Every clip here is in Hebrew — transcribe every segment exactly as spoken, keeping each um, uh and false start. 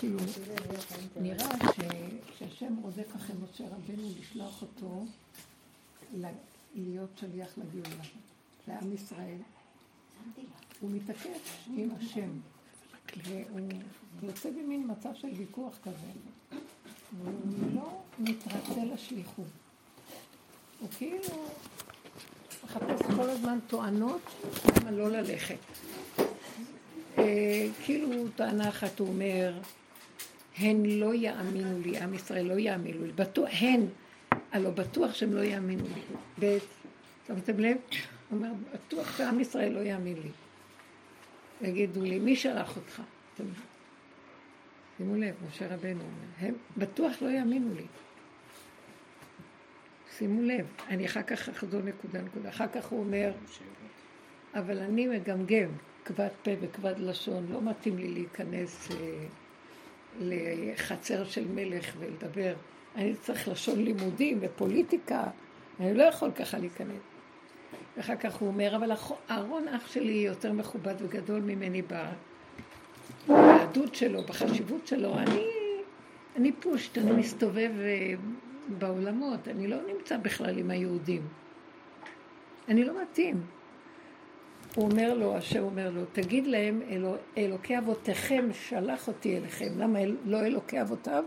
כאילו, נראה שהשם רודף אחרי משה רבנו לשלוח אותו להיות שליח לגאולה, לעם ישראל. הוא מתעקש עם השם, והוא יוצא במין מצב של ויכוח כזה, והוא לא מתרצה לשליחות. הוא כאילו מחפש כל הזמן טוענות למה לא ללכת. כאילו טענה אחת הוא אומר, הן לא יאמינו לי, עם ישראל לא יאמינו לי, הן, הלא בטוח שהם לא יאמינו לי. בית, שמתם לב? הוא אומר, בטוח שעם ישראל לא יאמין לי. יגידו לי, מי שלח אותך? שימו לב, משה רבנו אומר, הם בטוח לא יאמינו לי. שימו לב, אני אחר כך אחזור נקודה נקודה, אחר כך הוא אומר, אבל אני מגמגם, כבד פה וכבד לשון, לא מתאים לי להיכנס אה, לחצר של מלך ולדבר. אני צריך לשון לימודים ופוליטיקה, אני לא יכול ככה להיכנס. ואחר כך הוא אומר, אבל אהרון אח שלי יותר מכובד וגדול ממני ביהדות שלו, בחשיבות שלו. אני, אני פושט, אני מסתובב בעולמות, אני לא נמצא בכלל עם היהודים. אני לא מתאים. הוא אומר לו, השם אומר לו, תגיד להם, אלו, אלוקי אבותיכם שלח אותי אליכם. למה לא אלוקי אבותיו?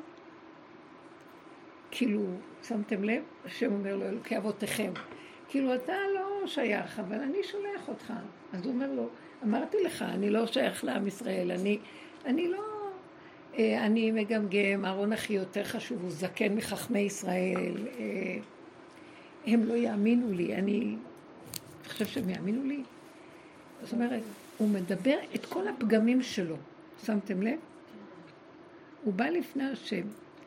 כאילו, שמתם לב? השם אומר לו, אלוקי אבותיכם. כאילו, אתה לא שייך, אבל אני שולח אותך. אז הוא אומר לו, אמרתי לך, אני לא שייך לעם ישראל, אני, אני לא, אני מגמגם, אהרון אחי יותר חשוב, הוא זקן מחכמי ישראל, הם לא יאמינו לי, אני חושב שהם יאמינו לי. זאת אומרת, הוא מדבר את כל הפגמים שלו, שמתם לב? הוא בא לפני השם,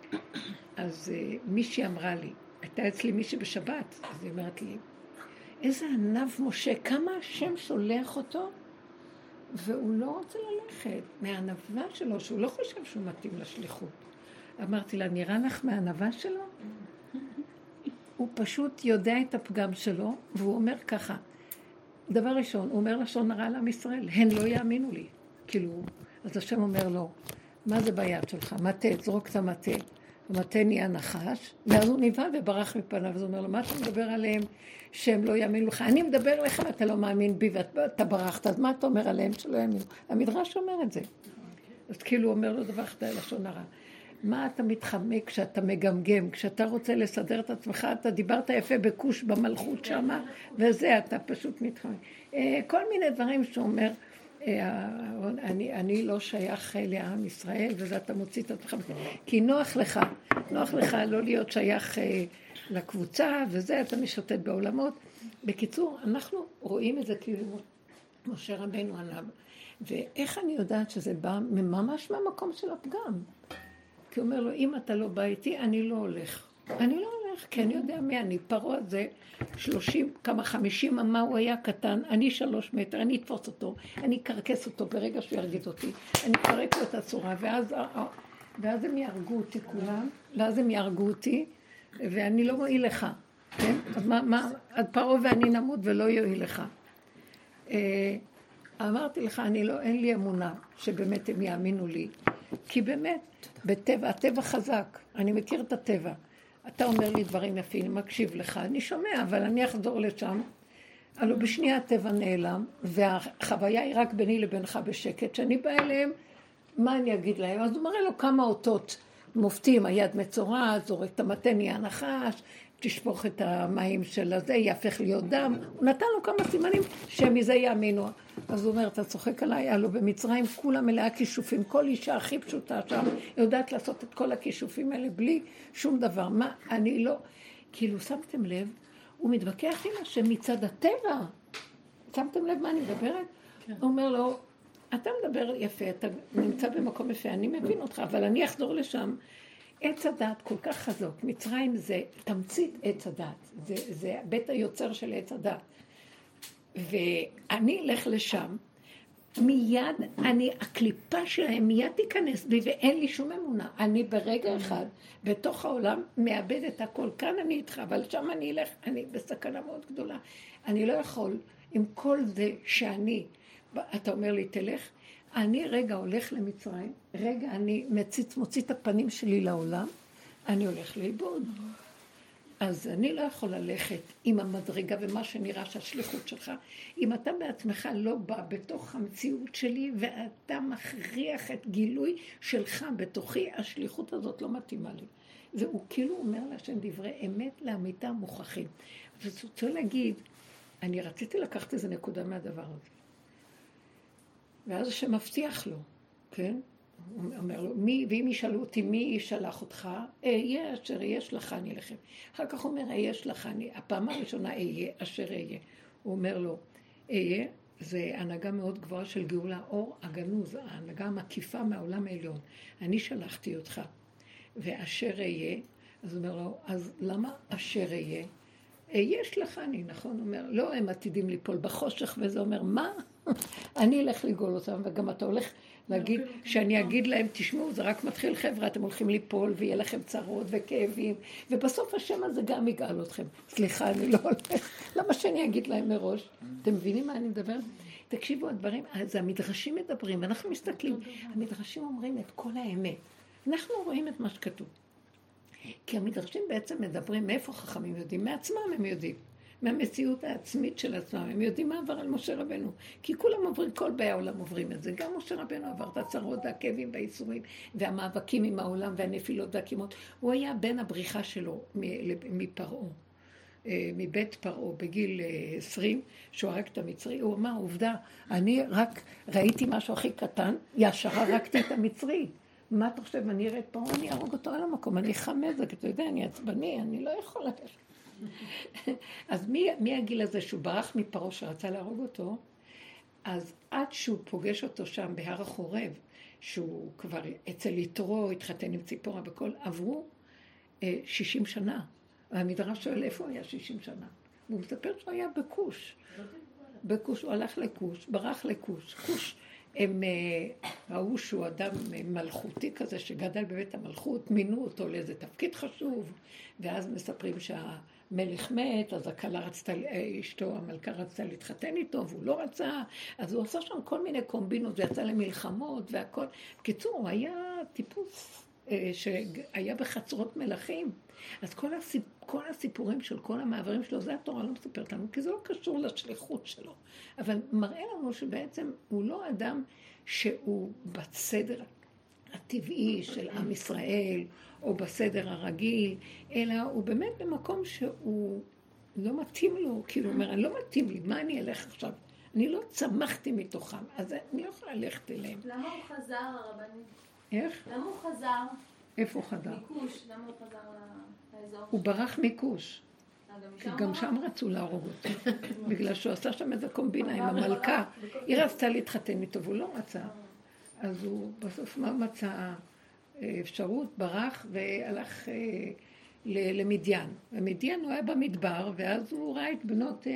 אז מישהי אמרה לי, הייתה אצלי מישהי בשבת, אז היא אומרת לי, איזה ענב משה, כמה השם שולח אותו, והוא לא רוצה ללכת מהענבה שלו, שהוא לא חושב שהוא מתאים לשליחות. אמרתי לה, נראה לך מהענבה שלו? הוא פשוט יודע את הפגם שלו, והוא אומר ככה, דבר ראשון, הוא אומר לשון הרע לעם ישראל, הן לא יאמינו לי. כאילו, אז השם אומר לו, מה זה ביד שלך? מטה, זרוק את המטה. המטה נהיה נחש, ואז הוא נבהל וברח מפניו, אז הוא אומר לו, מה אתה מדבר עליהם שהם לא יאמינו לך? אני מדבר לך ואתה לא מאמין בי ואתה ברחת, אז מה אתה אומר עליהם שלא יאמינו? המדרש אומר את זה. אז כאילו הוא אומר לו דבר חדאי לשון הרע. מה אתה מתחמק כשאתה מגמגם, כשאתה רוצה לסדר את עצמך, אתה דיברת יפה בקוש במלכות שמה, וזה אתה פשוט מתחמק. כל מיני דברים שאומר, אני, אני לא שייך לעם ישראל, וזה אתה מוציא את עצמך. כי נוח לך, נוח לך לא להיות שייך לקבוצה, וזה אתה משוטט בעולמות. בקיצור, אנחנו רואים את זה כאילו משה רבנו עליו. ואיך אני יודעת שזה בא ממש מהמקום של הפגם? כי הוא אומר לו, אם אתה לא בא איתי, אני לא הולך. אני לא הולך, כי אני יודע מי אני. פרעה זה שלושים, כמה חמישים אמה הוא היה קטן, אני שלוש מטר, אני אתפוס אותו, אני אקרקס אותו ברגע שהוא ירגיז אותי, אני אפרק לו את הצורה, ואז, ואז הם יהרגו אותי כולם, ואז הם יהרגו אותי, ואני לא מועיל לך. כן? אז מה, מה, אז פרעה ואני נמות ולא יועיל לך. אמרתי לך, אני לא, אין לי אמונה שבאמת הם יאמינו לי, כי באמת, בטבע, הטבע חזק, אני מכיר את הטבע. אתה אומר לי דברים יפים, אני מקשיב לך, אני שומע, אבל אני אחזור לשם. הלוא בשנייה הטבע נעלם, והחוויה היא רק ביני לבינך בשקט, שאני באה אליהם, מה אני אגיד להם? אז הוא מראה לו כמה אותות מופתים, היד מצורעת, זורק את המטה, נהיה נחש, תשפוך את המים של הזה, יהפך להיות דם. הוא נתן לו כמה סימנים שמזה יאמינו. אז הוא אומר, אתה צוחק עליי, הלוא במצרים כולה מלאה כישופים, כל אישה הכי פשוטה שם יודעת לעשות את כל הכישופים האלה בלי שום דבר. מה, אני לא, כאילו שמתם לב, הוא מתווכח עם השם מצד הטבע. שמתם לב מה אני מדברת? כן. הוא אומר לו, אתה מדבר יפה, אתה נמצא במקום יפה, אני מבין אותך, אבל אני אחזור לשם. עץ הדת כל כך חזוק, מצרים זה תמצית עץ הדת, זה, זה בית היוצר של עץ הדת. ואני אלך לשם, מיד, אני, הקליפה שלהם מיד תיכנס בי ואין לי שום אמונה. אני ברגע אחד, בתוך העולם, מאבד את הכל. כאן אני איתך, אבל שם אני אלך, אני בסכנה מאוד גדולה. אני לא יכול, עם כל זה שאני, אתה אומר לי, תלך, אני רגע הולך למצרים, רגע אני מציץ, מוציא את הפנים שלי לעולם, אני הולך לאיבוד. אז אני לא יכול ללכת עם המדרגה ומה שנראה שהשליחות שלך, אם אתה בעצמך לא בא בתוך המציאות שלי, ואתה מכריח את גילוי שלך בתוכי, השליחות הזאת לא מתאימה לי. והוא כאילו אומר לה שהם דברי אמת לאמיתה מוכחים. אז הוא רוצה להגיד, אני רציתי לקחת איזה נקודה מהדבר הזה. ואז שמבטיח לו, כן? הוא אומר לו, מי, ואם ישאלו אותי, מי שלח אותך? אהיה אשר אהיה שלחני לכם. אחר כך הוא אומר, אהיה שלחני. הפעם הראשונה, אהיה אשר אהיה. הוא אומר לו, אהיה, זה הנהגה מאוד גבוהה של גאולה, אור הגנוז, ההנהגה המקיפה מהעולם העליון. אני שלחתי אותך. ואשר אהיה, אז הוא אומר לו, אז למה אשר אהיה? אהיה שלחני, נכון? הוא אומר, לא הם עתידים ליפול בחושך, וזה אומר, מה? אני אלך לגאול אותם, וגם אתה הולך להגיד, שאני אגיד להם, תשמעו, זה רק מתחיל חבר'ה, אתם הולכים ליפול, ויהיה לכם צרות וכאבים, ובסוף השם הזה גם יגאל אתכם. סליחה, אני לא הולך. למה שאני אגיד להם מראש? אתם מבינים מה אני מדבר? תקשיבו, הדברים, אז המדרשים מדברים, אנחנו מסתכלים, המדרשים אומרים את כל האמת. אנחנו רואים את מה שכתוב. כי המדרשים בעצם מדברים, מאיפה חכמים יודעים? מעצמם הם יודעים. מהמציאות העצמית של עצמם. הם יודעים מה עבר על משה רבנו. כי כולם עוברים, כל באי העולם עוברים את זה. גם משה רבנו עבר את הצרות והכאבים והאיסורים והמאבקים עם העולם והנפילות והקימות. הוא היה בין הבריחה שלו מפרעה, מבית פרעה בגיל עשרים, שהוא הרג את המצרי. הוא אמר, עובדה, אני רק ראיתי משהו הכי קטן, ישר הרגתי את המצרי. מה אתה חושב, אני אראה את פרעה, אני ארוג אותו על המקום, אני חמד, אתה יודע, אני עצבני, אני לא יכול לתת. אז מי, מי הגיל הזה שהוא ברח מפרעה שרצה להרוג אותו, אז עד שהוא פוגש אותו שם בהר החורב, שהוא כבר אצל יתרו, התחתן עם ציפורה בכל, עברו אה, שישים שנה. והמדרש שואל איפה הוא היה שישים שנה. והוא מספר שהוא היה בכוש. בכוש, הוא הלך לכוש, ברח לכוש. כוש, הם אה, ראו שהוא אדם מלכותי כזה שגדל בבית המלכות, מינו אותו לאיזה תפקיד חשוב, ואז מספרים שה... מלך מת, אז הכלה רצתה, אשתו המלכה רצתה להתחתן איתו, והוא לא רצה, אז הוא עושה שם כל מיני קומבינות, ויצא למלחמות והכל. בקיצור, הוא היה טיפוס שהיה בחצרות מלכים. אז כל, הסיפ, כל הסיפורים של כל המעברים שלו, זה התורה לא מספרת לנו, כי זה לא קשור לשליחות שלו. אבל מראה לנו שבעצם הוא לא אדם שהוא בסדר הטבעי של עם ישראל, או בסדר הרגיל, אלא הוא באמת במקום שהוא לא מתאים לו, כאילו הוא אומר, אני לא מתאים לי, מה אני אלך עכשיו? אני לא צמחתי מתוכם, אז אני לא יכולה ללכת אליהם. למה הוא חזר, הרבנית? איך? למה הוא חזר? איפה הוא חזר? מכוש, למה הוא חזר לאזור? הוא ברח מכוש. כי גם שם רצו להרוג אותו, בגלל שהוא עשה שם איזה קומבינה עם המלכה. היא רצתה להתחתן איתו, והוא לא רצה. אז הוא בסוף מצא אפשרות, ברח והלך למדיין. המדיין הוא היה במדבר, ואז הוא ראה את בנות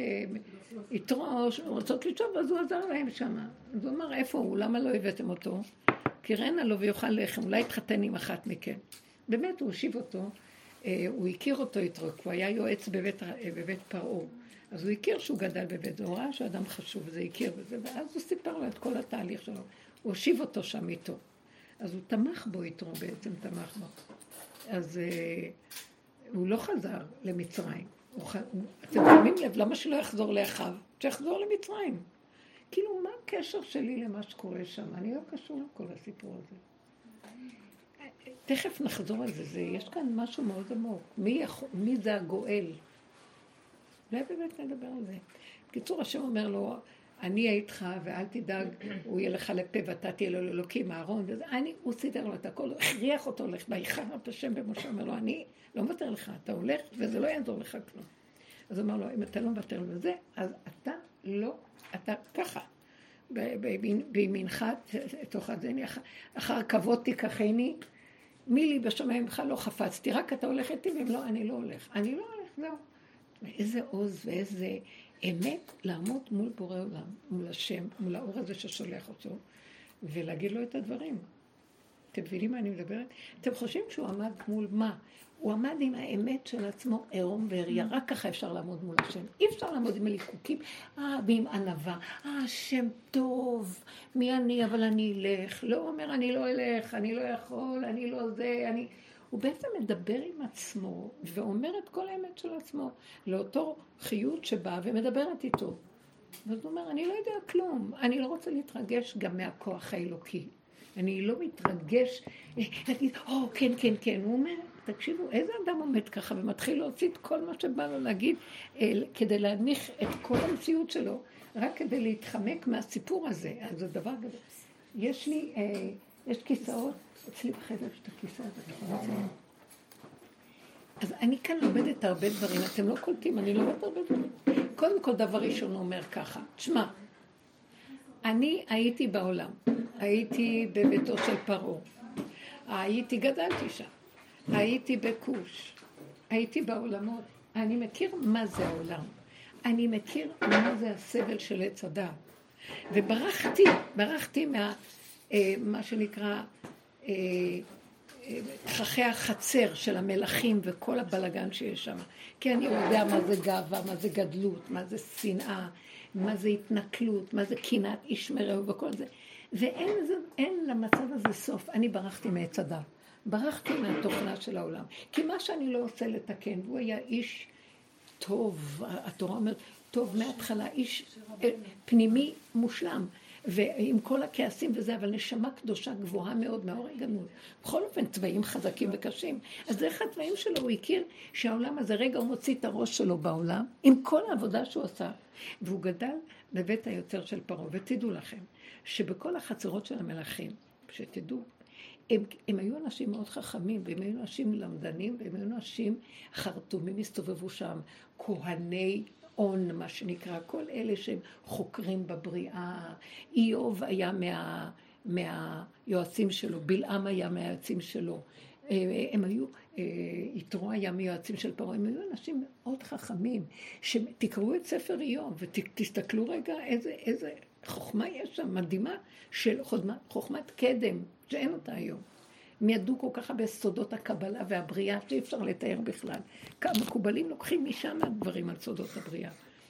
יתרו רוצות לשאוב, אז הוא עזר להם שם. אז הוא אמר, איפה הוא? למה לא הבאתם אותו? כי ראינה לו ויוכל לחם, אולי התחתן עם אחת מכן. באמת הוא הושיב אותו, הוא הכיר אותו יתרו, הוא היה יועץ בבית, בבית פרעה. אז הוא הכיר שהוא גדל בבית זוהרה, שהוא אדם חשוב, זה הכיר בזה, ואז הוא סיפר לו את כל התהליך שלו. הוא הושיב אותו שם איתו. אז הוא תמך בו יתרו, בעצם תמך בו. אז uh, הוא לא חזר למצרים. הוא ח... אתם שמים לב, למה שלא יחזור לאחיו? שיחזור למצרים. כאילו, מה הקשר שלי למה שקורה שם? אני לא קשור לכל הסיפור הזה. תכף נחזור על זה, זה יש כאן משהו מאוד עמוק. מי, יכול... מי זה הגואל? אולי באמת נדבר על זה. בקיצור, השם אומר לו, אני אהיה איתך ואל תדאג, הוא יהיה לך לפה ואתה תהיה לו לאלוקים, אהרון, וזה, אני, הוא סידר לו את הכל, הוא הכריח אותו הולך, ויחר את השם במשה, אומר לו, אני לא מוותר לך, אתה הולך וזה לא יעזור לך כלום. אז הוא אמר לו, אם אתה לא מוותר לו לזה, אז אתה לא, אתה ככה, בימינך תוך הדני, אחר כבוד תיקחני, מי לי בשמיים לך לא חפצתי, רק אתה הולך איתי, ואם לא, אני לא הולך. אני לא הולך, זהו. ואיזה עוז ואיזה אמת לעמוד מול בורא עולם, מול השם, מול האור הזה ששולח אותו, ולהגיד לו את הדברים. אתם מבינים מה אני מדברת? אתם חושבים שהוא עמד מול מה? הוא עמד עם האמת של עצמו עירום ועריה, רק ככה אפשר לעמוד מול השם. אי אפשר לעמוד עם הליקוקים, אה, ועם ענווה, אה, השם טוב, מי אני, אבל אני אלך. לא אומר, אני לא אלך, אני לא יכול, אני לא זה, אני... הוא בעצם מדבר עם עצמו, ואומר את כל האמת של עצמו, לאותו חיות שבא ומדברת איתו. ואז הוא אומר, אני לא יודע כלום, אני לא רוצה להתרגש גם מהכוח האלוקי. אני לא מתרגש, להגיד, או, כן, כן, כן. הוא אומר, תקשיבו, איזה אדם עומד ככה ומתחיל להוציא את כל מה שבא לו להגיד, כדי להניח את כל המציאות שלו, רק כדי להתחמק מהסיפור הזה. אז זה דבר גדול. יש לי, יש כיסאות, אצלי בחדר יש את הכיסא הזה. אז אני כאן לומדת הרבה דברים, אתם לא קולטים, אני לומדת הרבה דברים. קודם כל דבר ראשון אומר ככה, תשמע, אני הייתי בעולם, הייתי בביתו של פרעה, הייתי, גדלתי שם, הייתי בכוש, הייתי בעולמות, אני מכיר מה זה העולם, אני מכיר מה זה הסבל של עץ הדעת, וברחתי, ברחתי מה, אה, מה שנקרא, אה, תככי החצר של המלכים וכל הבלגן שיש שם. כי אני יודע מה זה גאווה, מה זה גדלות, מה זה שנאה, מה זה התנכלות, מה זה קנאת איש מרעהו וכל זה. ואין זה, אין למצב הזה סוף. אני ברחתי מעץ הדת. ברחתי מהתוכנה של העולם. כי מה שאני לא עושה לתקן, והוא היה איש טוב, התורה אומרת, טוב מההתחלה, איש פנימי מושלם. ועם כל הכעסים וזה, אבל נשמה קדושה גבוהה מאוד מהאור הגנוז. בכל אופן, צבעים חזקים וקשים. אז דרך הצבעים שלו הוא הכיר שהעולם הזה, רגע הוא מוציא את הראש שלו בעולם, עם כל העבודה שהוא עשה. והוא גדל בבית היוצר של פרעה. ותדעו לכם, שבכל החצרות של המלכים, שתדעו, הם, הם היו אנשים מאוד חכמים, והם היו אנשים למדנים, והם היו אנשים חרטומים, הסתובבו שם, כהני און, מה שנקרא, כל אלה שהם חוקרים בבריאה. איוב היה מה, מהיועצים שלו, בלעם היה מהיועצים שלו, הם היו, יתרו היה מיועצים של פרעה, הם היו אנשים מאוד חכמים, שתקראו את ספר איוב, ותסתכלו רגע איזה, איזה חוכמה יש שם, מדהימה, של חוכמה, חוכמת קדם, שאין אותה היום. הם ידעו כל כך בסודות הקבלה והבריאה, שאי אפשר לתאר בכלל. המקובלים לוקחים משם דברים על סודות הבריאה.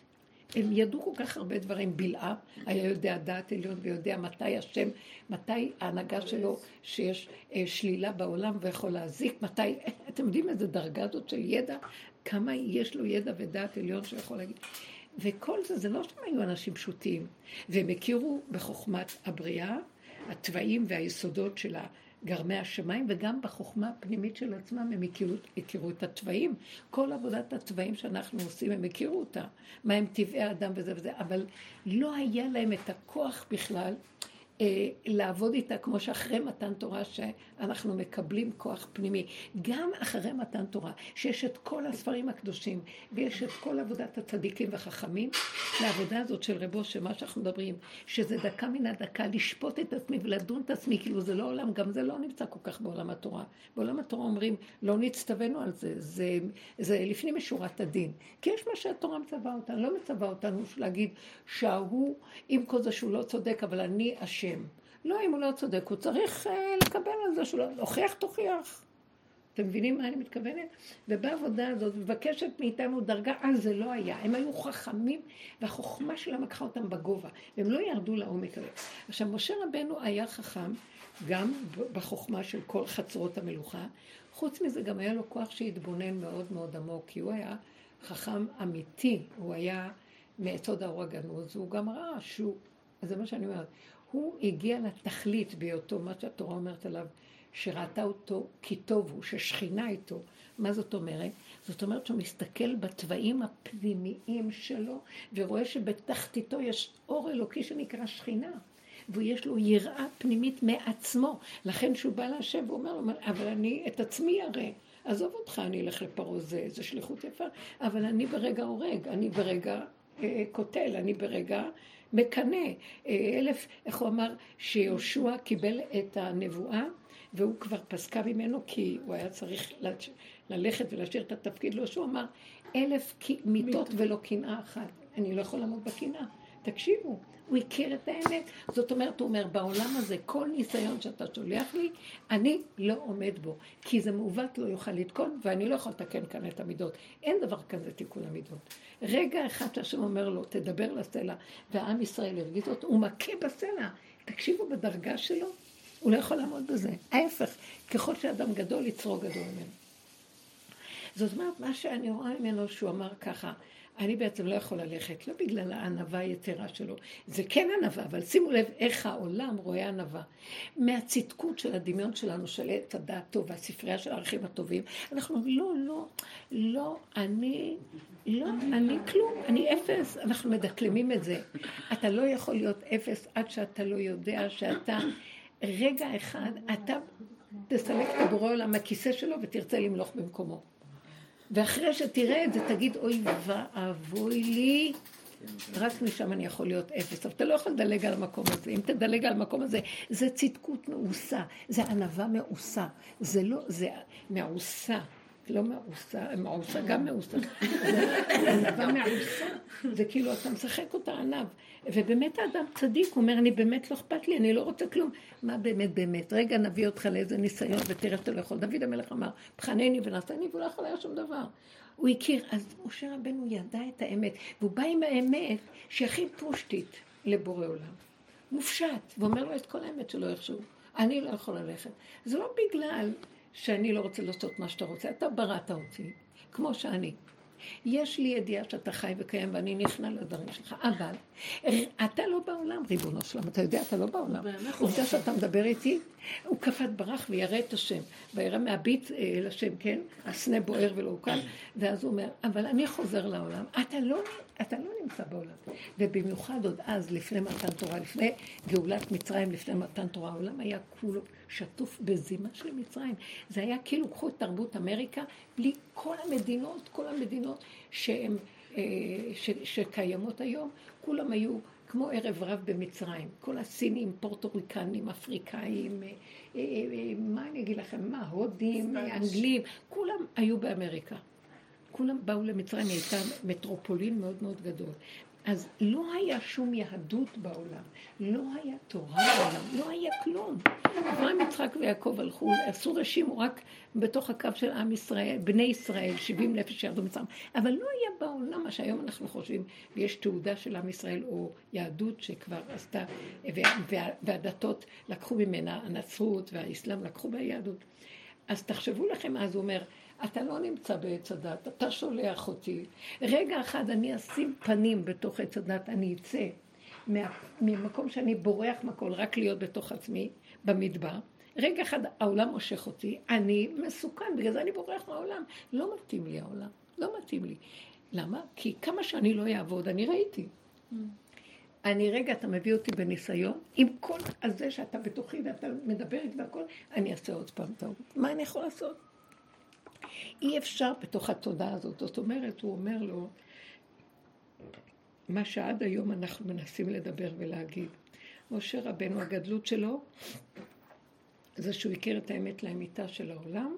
הם ידעו כל כך הרבה דברים. בלעה היה יודע דעת עליון ויודע מתי השם, מתי ההנהגה שלו שיש שלילה בעולם ויכול להזיק, מתי, אתם יודעים איזה דרגה זאת של ידע, כמה יש לו ידע ודעת עליון שיכול להגיד. וכל זה, זה לא שהם היו אנשים פשוטים, והם הכירו בחוכמת הבריאה, הטבעים והיסודות של גרמי השמיים, וגם בחוכמה הפנימית של עצמם הם הכירו, הכירו את הטבעים. כל עבודת הטבעים שאנחנו עושים, הם הכירו אותה. מה הם טבעי האדם וזה וזה, אבל לא היה להם את הכוח בכלל אה, לעבוד איתה, כמו שאחרי מתן תורה שאנחנו מקבלים כוח פנימי. גם אחרי מתן תורה, שיש את כל הספרים הקדושים, ויש את כל עבודת הצדיקים וחכמים, לעבודה הזאת של רבו, שמה שאנחנו מדברים, שזה דקה מן הדקה, לשפוט את עצמי ולדון את עצמי, כאילו זה לא עולם, גם זה לא נמצא כל כך בעולם התורה. בעולם התורה אומרים, לא נצטווינו על זה, זה, זה לפנים משורת הדין. כי יש מה שהתורה מצווה אותנו, לא מצווה אותנו להגיד שההוא, עם כל זה שהוא לא צודק, אבל אני אשם. לא, אם הוא לא צודק, הוא צריך uh, לקבל על זה, שהוא לא, הוכיח תוכיח. אתם מבינים מה אני מתכוונת? ובעבודה הזאת, מבקשת מאיתנו דרגה, אז זה לא היה. הם היו חכמים, והחוכמה שלהם לקחה אותם בגובה, והם לא ירדו לעומק הזה. עכשיו, משה רבנו היה חכם, גם בחוכמה של כל חצרות המלוכה, חוץ מזה גם היה לו כוח שהתבונן מאוד מאוד עמוק, כי הוא היה חכם אמיתי, הוא היה מיסוד האור הגנוז, הוא גם ראה שהוא, אז זה מה שאני אומרת, הוא הגיע לתכלית בהיותו, מה שהתורה אומרת עליו, שראתה אותו כי טוב הוא, ששכינה איתו. מה זאת אומרת? זאת אומרת שהוא מסתכל בטבעים הפנימיים שלו, ורואה שבתחתיתו יש אור אלוקי שנקרא שכינה, ויש לו יראה פנימית מעצמו. לכן שהוא בא להשב, הוא אומר, אבל אני את עצמי הרי, עזוב אותך, אני אלך לפרעה, זה, זה שליחות יפה, אבל אני ברגע הורג, אני ברגע אה, קוטל, אני ברגע מקנה. אה, אלף, איך הוא אמר, שיהושע קיבל את הנבואה, והוא כבר פסקה ממנו, כי הוא היה צריך ללכת ולהשאיר את התפקיד לו, שהוא אמר, אלף מיטות ולא קנאה אחת. אני לא יכול לעמוד בקנאה. תקשיבו, הוא הכיר את האמת. זאת אומרת, הוא אומר, בעולם הזה, כל ניסיון שאתה שולח לי, אני לא עומד בו. כי זה מעוות לא יוכל לתקון, ואני לא יכול לתקן כאן את המידות. אין דבר כזה תיקון המידות. רגע אחד שהשם אומר לו, תדבר לסלע, והעם ישראל הרגיז אותו, הוא מכה בסלע. תקשיבו בדרגה שלו, הוא לא יכול לעמוד בזה. ההפך, ככל שאדם גדול, יצרו גדול ממנו. זאת אומרת, מה שאני רואה ממנו שהוא אמר ככה, אני בעצם לא יכול ללכת, לא בגלל הענווה היתרה שלו. זה כן ענווה, אבל שימו לב איך העולם רואה ענווה. מהצדקות של הדמיון שלנו, של את הדעת טוב, והספרייה של הערכים הטובים, אנחנו אומרים, לא, לא, לא, אני, לא, אני כלום, אני אפס. אנחנו מדקלמים את זה. אתה לא יכול להיות אפס עד שאתה לא יודע שאתה, רגע אחד, אתה תסלק את הבורא עולם מהכיסא שלו ותרצה למלוך במקומו. ואחרי שתראה את זה, תגיד, אוי ואבוי לי, רק משם אני יכול להיות אפס. אבל אתה לא יכול לדלג על המקום הזה. אם תדלג על המקום הזה, זה צדקות מעושה, זה ענווה מעושה. זה לא, זה מעושה, לא מעושה, מעושה גם מעושה. זה ענווה מעושה. זה כאילו, אתה משחק אותה ענב. ובאמת האדם צדיק, הוא אומר, אני באמת לא אכפת לי, אני לא רוצה כלום. מה באמת באמת? רגע נביא אותך לאיזה ניסיון ותראה שאתה לא יכול. דוד המלך אמר, בחנני ונעשני, והוא לא יכול היה שום דבר. הוא הכיר, אז משה רבנו ידע את האמת, והוא בא עם האמת שהכי פושטית לבורא עולם. מופשט, ואומר לו את כל האמת שלו איכשהו. אני לא יכול ללכת. זה לא בגלל שאני לא רוצה לעשות מה שאתה רוצה, אתה בראת אותי, כמו שאני. יש לי ידיעה שאתה חי וקיים ואני נכנע לדברים שלך, אבל אתה לא בעולם, ריבונו שלם, אתה יודע, אתה לא בעולם. עובדה שאתה מדבר איתי, הוא קפת ברח וירא את השם, וירא מהביט אל השם, כן? הסנה בוער ולא הוקל, ואז הוא אומר, אבל אני חוזר לעולם, אתה לא, אתה לא נמצא בעולם. ובמיוחד עוד אז, לפני מתן תורה, לפני גאולת מצרים, לפני מתן תורה, העולם היה כולו שטוף בזימה של מצרים. זה היה כאילו, קחו את תרבות אמריקה, בלי כל המדינות, כל המדינות שהן, ש, שקיימות היום, כולם היו כמו ערב רב במצרים. כל הסינים, פורטוריקנים, אפריקאים, מה אני אגיד לכם, מה, הודים, אנגלים, כולם היו באמריקה. כולם באו למצרים, היא הייתה מטרופולין מאוד מאוד גדול. אז לא היה שום יהדות בעולם, לא היה תורה בעולם, לא היה כלום. אברהם, יצחק ויעקב הלכו, עשו רשימו רק בתוך הקו של עם ישראל, בני ישראל, שבעים נפש שירדו מצרים. אבל לא היה בעולם מה שהיום אנחנו חושבים, ויש תעודה של עם ישראל או יהדות שכבר עשתה, והדתות לקחו ממנה, הנצרות והאסלאם לקחו ביהדות. אז תחשבו לכם, אז הוא אומר, אתה לא נמצא בעץ הדת, אתה שולח אותי. רגע אחד אני אשים פנים בתוך עץ הדת, אני אצא ממקום שאני בורח מכל, רק להיות בתוך עצמי, במדבר. רגע אחד העולם מושך אותי, אני מסוכן, בגלל זה אני בורח מהעולם. לא מתאים לי העולם, לא מתאים לי. למה? כי כמה שאני לא אעבוד, אני ראיתי. אני רגע, אתה מביא אותי בניסיון, עם כל הזה שאתה בתוכי ואתה מדבר איתי והכל, אני אעשה עוד פעם טוב. מה אני יכול לעשות? אי אפשר בתוך התודעה הזאת. זאת אומרת, הוא אומר לו, מה שעד היום אנחנו מנסים לדבר ולהגיד. משה רבנו, הגדלות שלו, זה שהוא הכיר את האמת לאמיתה של העולם,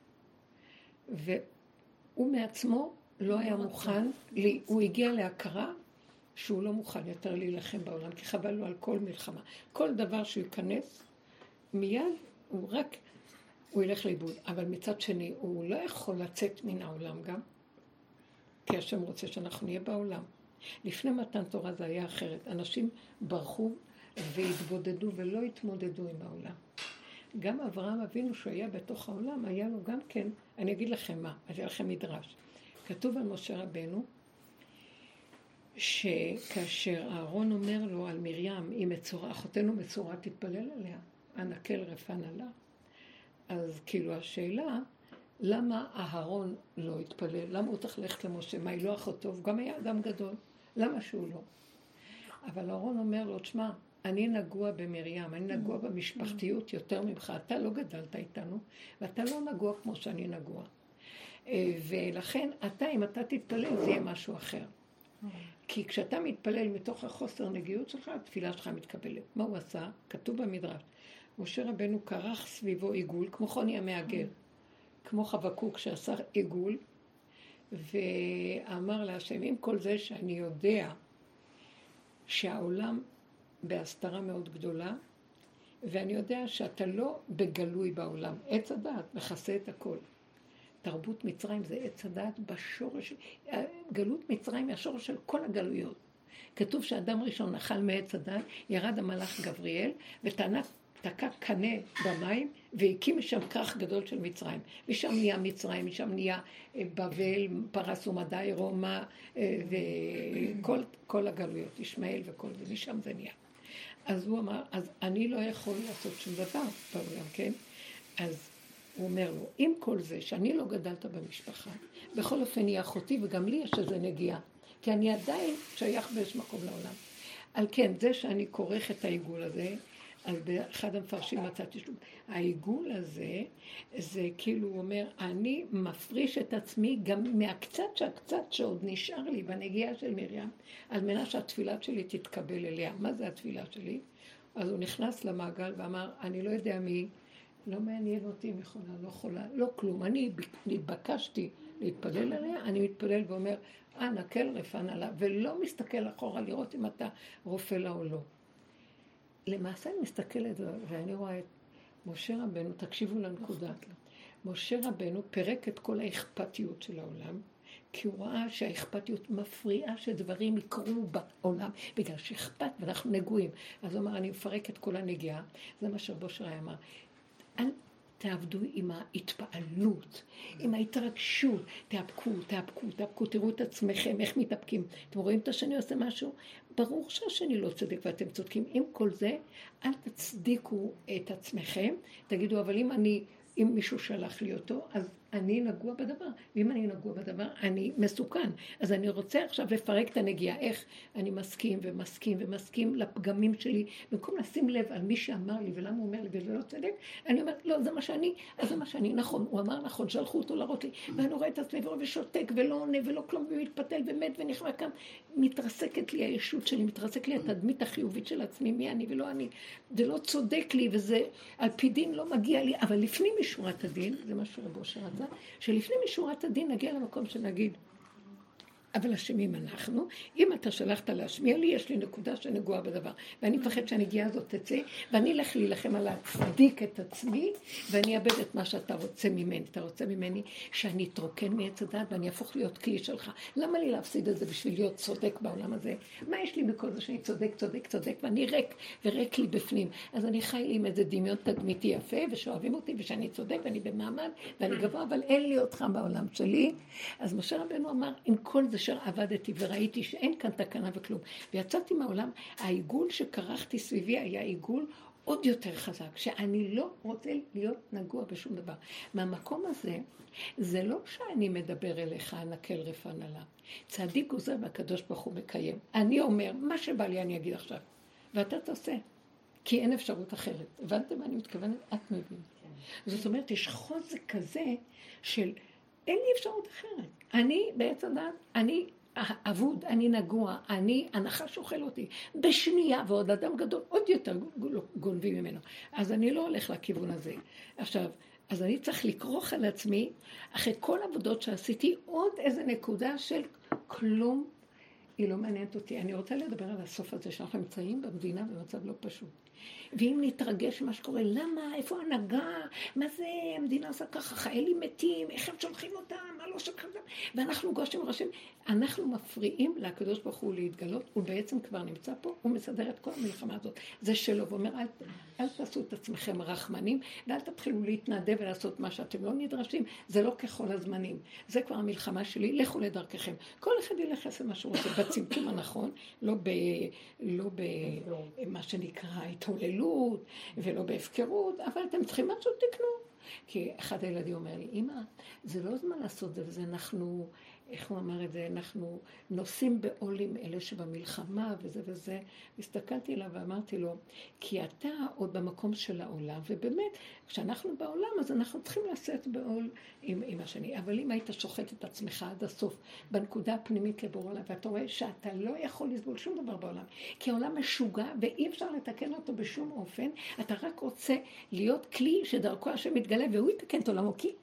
והוא מעצמו לא היה מוכן, לי, הוא הגיע להכרה, שהוא לא מוכן יותר להילחם בעולם, כי חבל לו על כל מלחמה. כל דבר שהוא ייכנס, מיד הוא רק, הוא ילך לאיבוד. אבל מצד שני, הוא לא יכול לצאת מן העולם גם, כי השם רוצה שאנחנו נהיה בעולם. לפני מתן תורה זה היה אחרת. אנשים ברחו והתבודדו ולא התמודדו עם העולם. גם אברהם אבינו שהוא היה בתוך העולם, היה לו גם כן, אני אגיד לכם מה, אני אגיד לכם מדרש. כתוב על משה רבנו, שכאשר אהרון אומר לו על מרים, היא מצורע, אחותנו מצורע, תתפלל עליה, הנקל רפן עלה. אז כאילו השאלה, למה אהרון לא התפלל? למה הוא צריך ללכת למשה? מה, היא לא אחותו? הוא גם היה אדם גדול. למה שהוא לא? אבל אהרון אומר לו, תשמע, אני נגוע במרים, אני נגוע במשפחתיות יותר ממך. אתה לא גדלת איתנו, ואתה לא נגוע כמו שאני נגוע. ולכן אתה, אם אתה תתפלל, זה יהיה משהו אחר. כי כשאתה מתפלל מתוך החוסר נגיעות שלך, התפילה שלך מתקבלת. מה הוא עשה? כתוב במדרש. משה רבנו קרח סביבו עיגול, כמו חוני המעגל, כמו חבקוק שעשה עיגול, ואמר להשם, עם כל זה שאני יודע שהעולם בהסתרה מאוד גדולה, ואני יודע שאתה לא בגלוי בעולם. עץ הדעת מכסה את הכל. תרבות מצרים זה עץ הדעת בשורש, גלות מצרים היא השורש של כל הגלויות. כתוב שאדם ראשון אכל מעץ הדעת, ירד המלאך גבריאל, ותקע קנה במים, והקים משם כרך גדול של מצרים. משם נהיה מצרים, משם נהיה בבל, פרס ומדי, רומא, וכל כל הגלויות, ישמעאל וכל זה, משם זה נהיה. אז הוא אמר, אז אני לא יכול לעשות שום דבר בעולם, כן? אז הוא אומר לו, עם כל זה שאני לא גדלת במשפחה, בכל אופן היא אחותי וגם לי יש איזה נגיעה, כי אני עדיין שייך באיש מקום לעולם. על כן, זה שאני כורך את העיגול הזה, אז באחד המפרשים מצאתי שוב, העיגול הזה, זה כאילו הוא אומר, אני מפריש את עצמי גם מהקצת שהקצת שעוד נשאר לי בנגיעה של מרים, על מנת שהתפילה שלי תתקבל אליה. מה זה התפילה שלי? אז הוא נכנס למעגל ואמר, אני לא יודע מי, לא מעניין אותי מי חולה, לא חולה, לא כלום. אני נתבקשתי להתפלל עליה, אני מתפלל ואומר, אנא, כל רפן עליו, ולא מסתכל אחורה לראות אם אתה רופא לה או לא. למעשה אני מסתכלת ואני רואה את משה רבנו, תקשיבו לנקודה. משה רבנו פרק את כל האכפתיות של העולם, כי הוא ראה שהאכפתיות מפריעה שדברים יקרו בעולם, בגלל שאכפת ואנחנו נגועים. אז הוא אמר, אני מפרק את כל הנגיעה, זה מה שרבו שרי אמר. אל תעבדו עם ההתפעלות, עם ההתרגשות, תאפקו, תאפקו, תאפקו, תראו את עצמכם, איך מתאפקים. אתם רואים את השני עושה משהו? ברור שהשני לא צודק ואתם צודקים. עם כל זה, אל תצדיקו את עצמכם, תגידו, אבל אם אני, אם מישהו שלח לי אותו, אז אני נגוע בדבר, ואם אני נגוע בדבר, אני מסוכן. אז אני רוצה עכשיו לפרק את הנגיעה, איך אני מסכים ומסכים ומסכים לפגמים שלי, במקום לשים לב על מי שאמר לי ולמה הוא אומר לי וזה לא צדק, אני אומרת, לא, זה מה שאני, אז זה מה שאני, נכון, הוא אמר נכון, שלחו אותו להראות לי, ואני רואה את עצמי ושותק ולא עונה ולא כלום, ומתפתל ומת ונכווה כאן, מתרסקת לי הישות שלי, מתרסק לי התדמית החיובית של עצמי, מי אני ולא אני, זה לא צודק לי וזה על פי דין לא מגיע לי, אבל לפנים משורת הדין, זה מה שרבו שרצה, שלפני משורת הדין נגיע למקום שנגיד, אבל אשמים אנחנו, אם אתה שלחת להשמיע לי, יש לי נקודה שנגועה בדבר, ואני מפחד שהנגיעה הזאת תצא, ואני אלך להילחם על להצדיק את עצמי, ואני אאבד את מה שאתה רוצה ממני. אתה רוצה ממני שאני אתרוקן מעץ הדעת, ואני אהפוך להיות כלי שלך. למה לי להפסיד את זה בשביל להיות צודק בעולם הזה? מה יש לי מכל זה שאני צודק, צודק, צודק, ואני ריק, וריק לי בפנים. אז אני חי לי עם איזה דמיון תדמיתי יפה, ושאוהבים אותי, ושאני צודק, ואני במעמד, ואני גבוה, אבל אין לי אותך בעולם שלי. אז משה רבנו אמר, עם כל זה שעבדתי וראיתי שאין כאן תקנה וכלום. ויצאתי מהעולם, העיגול שקרחתי סביבי היה עיגול עוד יותר חזק, שאני לא רוצה להיות נגוע בשום דבר. מהמקום הזה, זה לא שאני מדבר אליך, נקל רפן עליו. צדיק גוזר והקדוש ברוך הוא מקיים. אני אומר, מה שבא לי אני אגיד עכשיו. ואתה תעשה, כי אין אפשרות אחרת. הבנתם מה אני מתכוונת? את מבין. זאת אומרת, יש חוזק כזה של אין לי אפשרות אחרת. אני בעץ הדעת, אני אבוד, אני נגוע, אני, הנחש אוכל אותי. בשנייה, ועוד אדם גדול, עוד יותר גונבים ממנו. אז אני לא הולך לכיוון הזה. עכשיו, אז אני צריך לקרוח על עצמי, אחרי כל עבודות שעשיתי, עוד איזה נקודה של כלום, היא לא מעניינת אותי. אני רוצה לדבר על הסוף הזה, שאנחנו נמצאים במדינה במצב לא פשוט. ואם נתרגש מה שקורה, למה, איפה הנהגה, מה זה, המדינה עושה ככה, חיילים מתים, איך הם שולחים אותם, מה לא שולחים אותם, ואנחנו גושים ראשים, אנחנו מפריעים לקדוש ברוך הוא להתגלות, הוא בעצם כבר נמצא פה, הוא מסדר את כל המלחמה הזאת, זה שלו, ואומר, אל, אל תעשו את עצמכם רחמנים, ואל תתחילו להתנדב ולעשות מה שאתם לא נדרשים, זה לא ככל הזמנים, זה כבר המלחמה שלי, לכו לדרככם, כל אחד ילך לעשות מה שהוא רוצה, בצמצום הנכון, לא ב... לא ב... מה שנקרא התהוללות, ולא בהפקרות, אבל אתם צריכים משהו תקנו. כי אחד הילדים אומר לי, אמא, זה לא זמן לעשות זה, וזה אנחנו, איך הוא אמר את זה, אנחנו נוסעים בעולים אלה שבמלחמה וזה וזה. הסתכלתי אליו ואמרתי לו, כי אתה עוד במקום של העולם, ובאמת, כשאנחנו בעולם, אז אנחנו צריכים לשאת בעול עם, עם השני. אבל אם היית שוחט את עצמך עד הסוף, בנקודה הפנימית לבורא עולם, ואתה רואה שאתה לא יכול לסבול שום דבר בעולם, כי העולם משוגע ואי אפשר לתקן אותו בשום אופן, אתה רק רוצה להיות כלי שדרכו השם מתגלה, והוא יתקן את עולמו, כי אין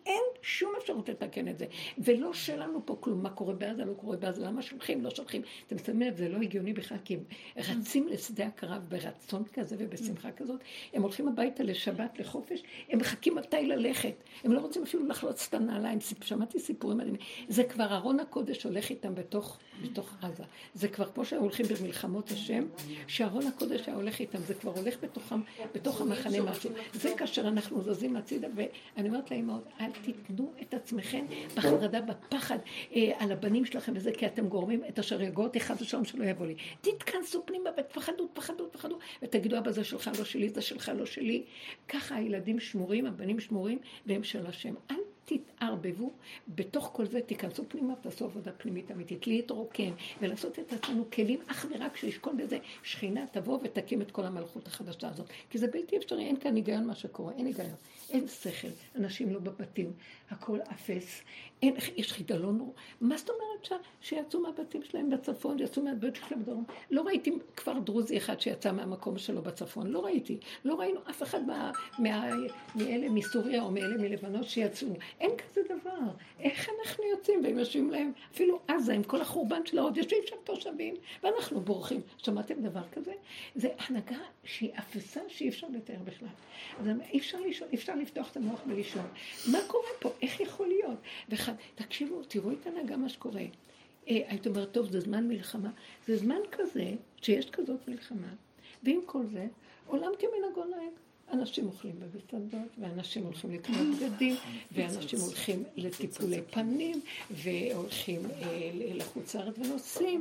שום אפשרות לתקן את זה. ולא שלנו פה כלום, מה קורה בעזה, לא קורה בעזה, למה שולחים, לא שולחים. אתם שמים לב, זה לא הגיוני בכלל, כי הם רצים לשדה הקרב ברצון כזה ובשמחה כזאת. הם הולכים הביתה לשבת, לחופש, הם מחכים מתי ללכת. הם לא רוצים אפילו לחלוץ את הנעליים. שמעתי סיפורים עליהם. זה כבר ארון הקודש הולך איתם בתוך, בתוך עזה. זה כבר כמו שהם הולכים במלחמות השם, שארון הקודש הולך איתם, זה כבר הולך בתוכם, בתוך המחנה משהו. זה כאשר אנחנו זזים הצידה, ואני אומרת לאמהות, אל תיתנו את עצמכם בחרדה, בפחד אה, על הבנים שלכם וזה, כי אתם גורמים את השרגות אחד השלום שלא יבוא לי. תתכנסו פנימה ותפחדו, תפחדו, תפחדו, ותגידו, אבא זה שלך, לא שלי, זה שלך, לא שלי. ככה הילדים שמורים, הבנים שמורים, והם של השם. אל תתערבבו, בתוך כל זה תיכנסו פנימה, תעשו עבודה פנימית אמיתית, להתרוקן ולעשות את עצמנו כלים אך ורק שישכון בזה, שכינה תבוא ותקים את כל המלכות החדשה הזאת. כי זה בלתי אפשרי, אין כאן היגיון מה שקורה, אין היגיון, אין שכל, אנשים לא בבתים, הכל אפס, אין, יש חידלון, מה זאת אומרת ש... שיצאו מהבתים שלהם בצפון, יצאו מהבתים שלהם בדרום? לא ראיתי כבר דרוזי אחד שיצא מהמקום שלו בצפון, לא ראיתי, לא ראינו אף אחד מה, מה, מאלה מסוריה או מאלה מלבנון שיצאו, אין כזה דבר. איך אנחנו יוצאים והם יושבים להם, אפילו עזה עם כל החורבן שלה, עוד יושבים שם תושבים, ואנחנו בורחים. שמעתם דבר כזה? זה הנהגה שהיא אפסה שאי אפשר לתאר בכלל. אז אי אפשר לישון, אי אפשר לפתוח את המוח ולישון. מה קורה פה? איך יכול להיות? ואחד, תקשיבו, תראו את הנהגה מה שקורה. היית אומרת, טוב, זה זמן מלחמה. זה זמן כזה, שיש כזאת מלחמה, ועם כל זה, עולם כמנהגו נוהג. אנשים אוכלים במסעדות, ואנשים הולכים לקנות בגדים, ואנשים הולכים לטיפולי פנים, והולכים אה, לחוץ לארץ ונוסעים,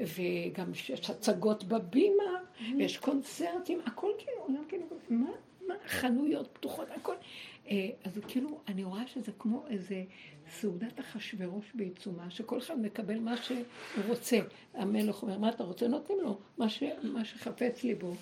וגם יש הצגות בבימה, ויש קונצרטים, הכל כאילו, עולם כאילו, מה? מה? חנויות פתוחות, הכל. אה, אז כאילו, אני רואה שזה כמו איזה סעודת אחשוורוש בעיצומה, שכל אחד מקבל מה שהוא רוצה. המלך אומר, מה אתה רוצה? נותנים לו מה, ש... מה שחפץ ליבו.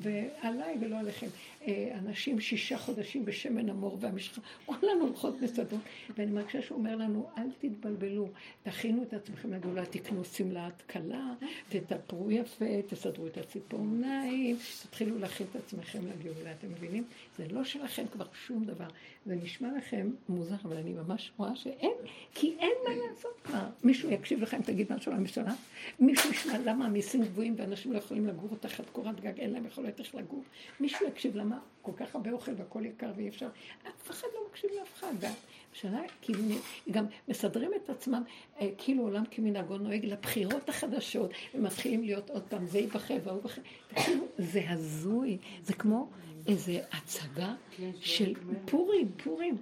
ועליי ולא עליכם. אנשים שישה חודשים בשמן המור והמשחה, כולנו הולכות מסעדות, ואני מרגישה שהוא אומר לנו, אל תתבלבלו, תכינו את עצמכם לגאולה, תקנו שמלת קלה, תתפרו יפה, תסדרו את הציפורניים, תתחילו להכין את עצמכם לגאולה, אתם מבינים? זה לא שלכם כבר שום דבר. זה נשמע לכם מוזר, אבל אני ממש רואה שאין, כי אין מה לעשות כבר. מישהו יקשיב לכם, תגיד משהו לממשלה? מישהו ישמע למה המיסים גבוהים ואנשים לא יכולים לגור תחת קורת גג, אין להם יכולת איך לגור. מישהו יקשיב למה כל כך הרבה אוכל והכל יקר ואי אפשר. אף אחד לא מקשיב לאף אחד. והמשלה, כאילו, גם מסדרים את עצמם, כאילו עולם כמנהגו נוהג לבחירות החדשות, ומתחילים להיות עוד פעם, זה ייבחר והוא בחר. תקשיבו, זה הזוי. זה כמו איזו הצגה של פורים, פורים.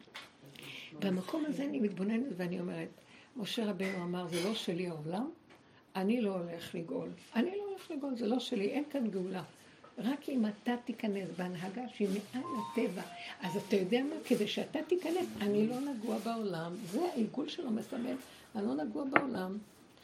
במקום הזה אני מתבוננת ואני אומרת, משה רבנו אמר, זה לא שלי העולם, אני לא הולך לגאול. אני לא הולך לגאול, זה לא שלי, אין כאן גאולה. רק אם אתה תיכנס בהנהגה שהיא מעל הטבע, אז אתה יודע מה? כדי שאתה תיכנס, אני לא נגוע בעולם. זה העיגול שלו מסמל, אני לא נגוע בעולם.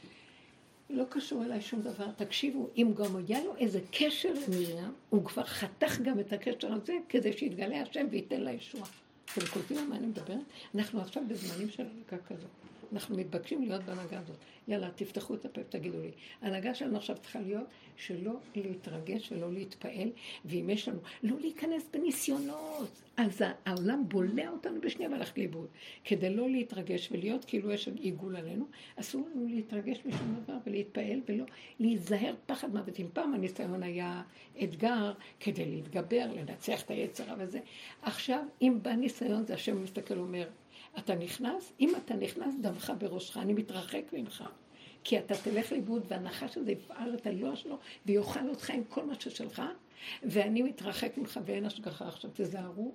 לא קשור אליי שום דבר. תקשיבו, אם גם היה לו איזה קשר למרים, הוא כבר חתך גם את הקשר הזה, כדי שיתגלה השם וייתן לה ישועה. אתם קולטים על מה אני מדברת? אנחנו עכשיו בזמנים של הנהגה כזאת. אנחנו מתבקשים להיות בהנהגה הזאת. יאללה, תפתחו את הפה, תגידו לי. ההנהגה שלנו עכשיו צריכה להיות שלא להתרגש ולא להתפעל, ואם יש לנו, לא להיכנס בניסיונות. אז העולם בולע אותנו בשנייה והלך לאיבוד. כדי לא להתרגש ולהיות כאילו יש עיגול עלינו, אסור לנו להתרגש משום דבר ולהתפעל ולא להיזהר פחד מוות. אם פעם הניסיון היה אתגר כדי להתגבר, לנצח את היצר וזה. עכשיו, אם בא ניסיון, זה השם מסתכל אומר, אתה נכנס, אם אתה נכנס דמך בראשך, אני מתרחק ממך. כי אתה תלך לאיבוד והנחש הזה יפעל את הלוע שלו ויאכל אותך עם כל מה ששלך, ואני מתרחק ממך ואין השגחה. עכשיו תזהרו,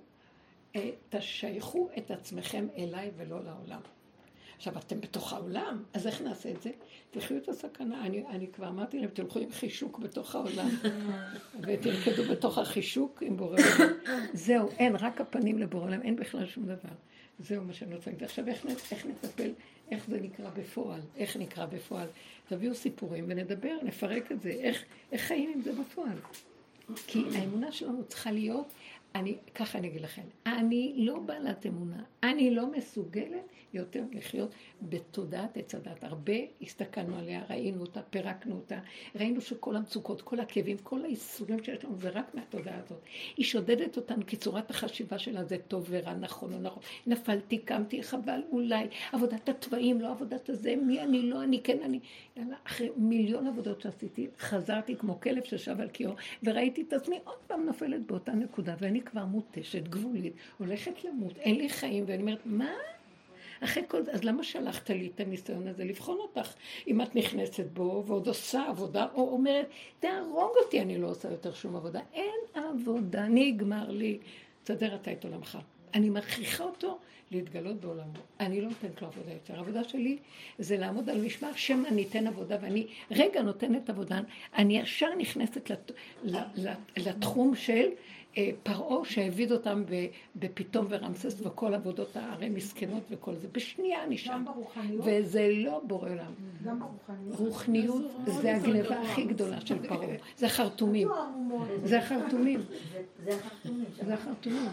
תשייכו את עצמכם אליי ולא לעולם. עכשיו אתם בתוך העולם, אז איך נעשה את זה? תחיו את הסכנה. אני, אני כבר אמרתי להם, תלכו עם חישוק בתוך העולם, ותלכדו בתוך החישוק עם בורא עולם. זהו, אין, רק הפנים לבורא עולם, אין בכלל שום דבר. זהו מה שאני רוצה להגיד. עכשיו איך, איך נטפל, איך זה נקרא בפועל, איך נקרא בפועל. תביאו סיפורים ונדבר, נפרק את זה, איך, איך חיים עם זה בפועל. כי האמונה שלנו צריכה להיות אני, ככה אני אגיד לכם, אני לא בעלת אמונה, אני לא מסוגלת יותר לחיות בתודעת עץ הדת. הרבה הסתכלנו עליה, ראינו אותה, פירקנו אותה, ראינו שכל המצוקות, כל הכאבים, כל האיסורים שיש לנו, זה רק מהתודעה הזאת. היא שודדת אותנו כי צורת החשיבה שלה זה טוב ורע, נכון או נכון. נפלתי, קמתי, חבל, אולי, עבודת התוואים, לא עבודת הזה, מי אני, לא אני, כן אני. יאללה, אחרי מיליון עבודות שעשיתי, חזרתי כמו כלב ששב על קיור, וראיתי את עצמי עוד פעם נופלת באותה נקודה, ואני כבר מותשת, גבולית, הולכת למות, אין לי חיים, ואני אומרת, מה? אחרי כל זה, אז למה שלחת לי את הניסיון הזה לבחון אותך? אם את נכנסת בו ועוד עושה עבודה, או אומרת, תהרוג אותי, אני לא עושה יותר שום עבודה. אין עבודה, נגמר לי. תסדר אתה את עולמך. אני מכריחה אותו להתגלות בעולמו. אני לא נותנת לו עבודה יותר. העבודה שלי זה לעמוד על משמר, שמא אני אתן עבודה, ואני רגע נותנת עבודה, אני ישר נכנסת לת, לתחום של פרעה שהעביד אותם בפתאום ורמסס וכל עבודות הערי מסכנות וכל זה. בשנייה אני שם. וזה לא בורא עולם. גם ברוחניות. רוחניות זה הגניבה הכי גדולה של פרעה. זה החרטומים. זה החרטומים. זה החרטומים.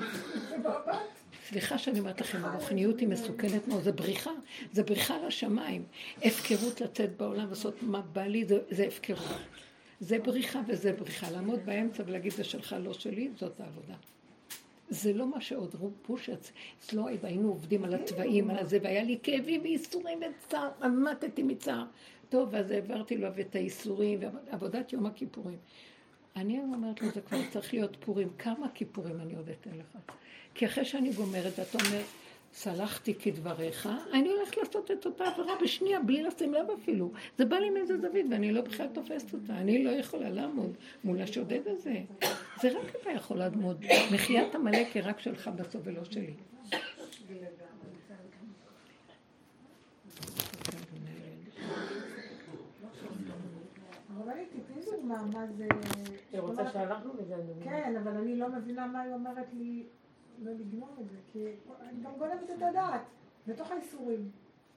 סליחה שאני אומרת לכם, הרוחניות היא מסוכנת מאוד, זה בריחה, זה בריחה לשמיים. הפקרות לצאת בעולם ועשות מה בא לי, זה, זה הפקרות. זה בריחה וזה בריחה. לעמוד באמצע ולהגיד זה שלך, לא שלי, זאת העבודה. זה לא מה שעוד רופוש, אצלו היינו עובדים על התוואים, על הזה, והיה לי כאבים ואיסורים וצער, עמדתי מצער. טוב, אז העברתי לו את האיסורים ועבודת יום הכיפורים. אני אומרת לו, זה כבר צריך להיות פורים. כמה כיפורים אני עוד אתן לך? כי אחרי שאני גומרת, אתה אומר, סלחתי כדבריך, אני הולכת לעשות את אותה עברה בשנייה, בלי לשים לב אפילו. זה בא לי מאיזה זווית, ואני לא בכלל תופסת אותה. אני לא יכולה לעמוד מול השודד הזה. זה רק אתה יכול לעמוד. מחיית המלאק היא רק שלך בסוף ולא שלי. אבל הייתי, תהי דוגמה, מה זה... היא רוצה שעברנו בזה, דוגמה. כן, אבל אני לא מבינה מה היא אומרת לי לא לגמור את זה, כי אני גם גונבת את הדעת, בתוך האיסורים.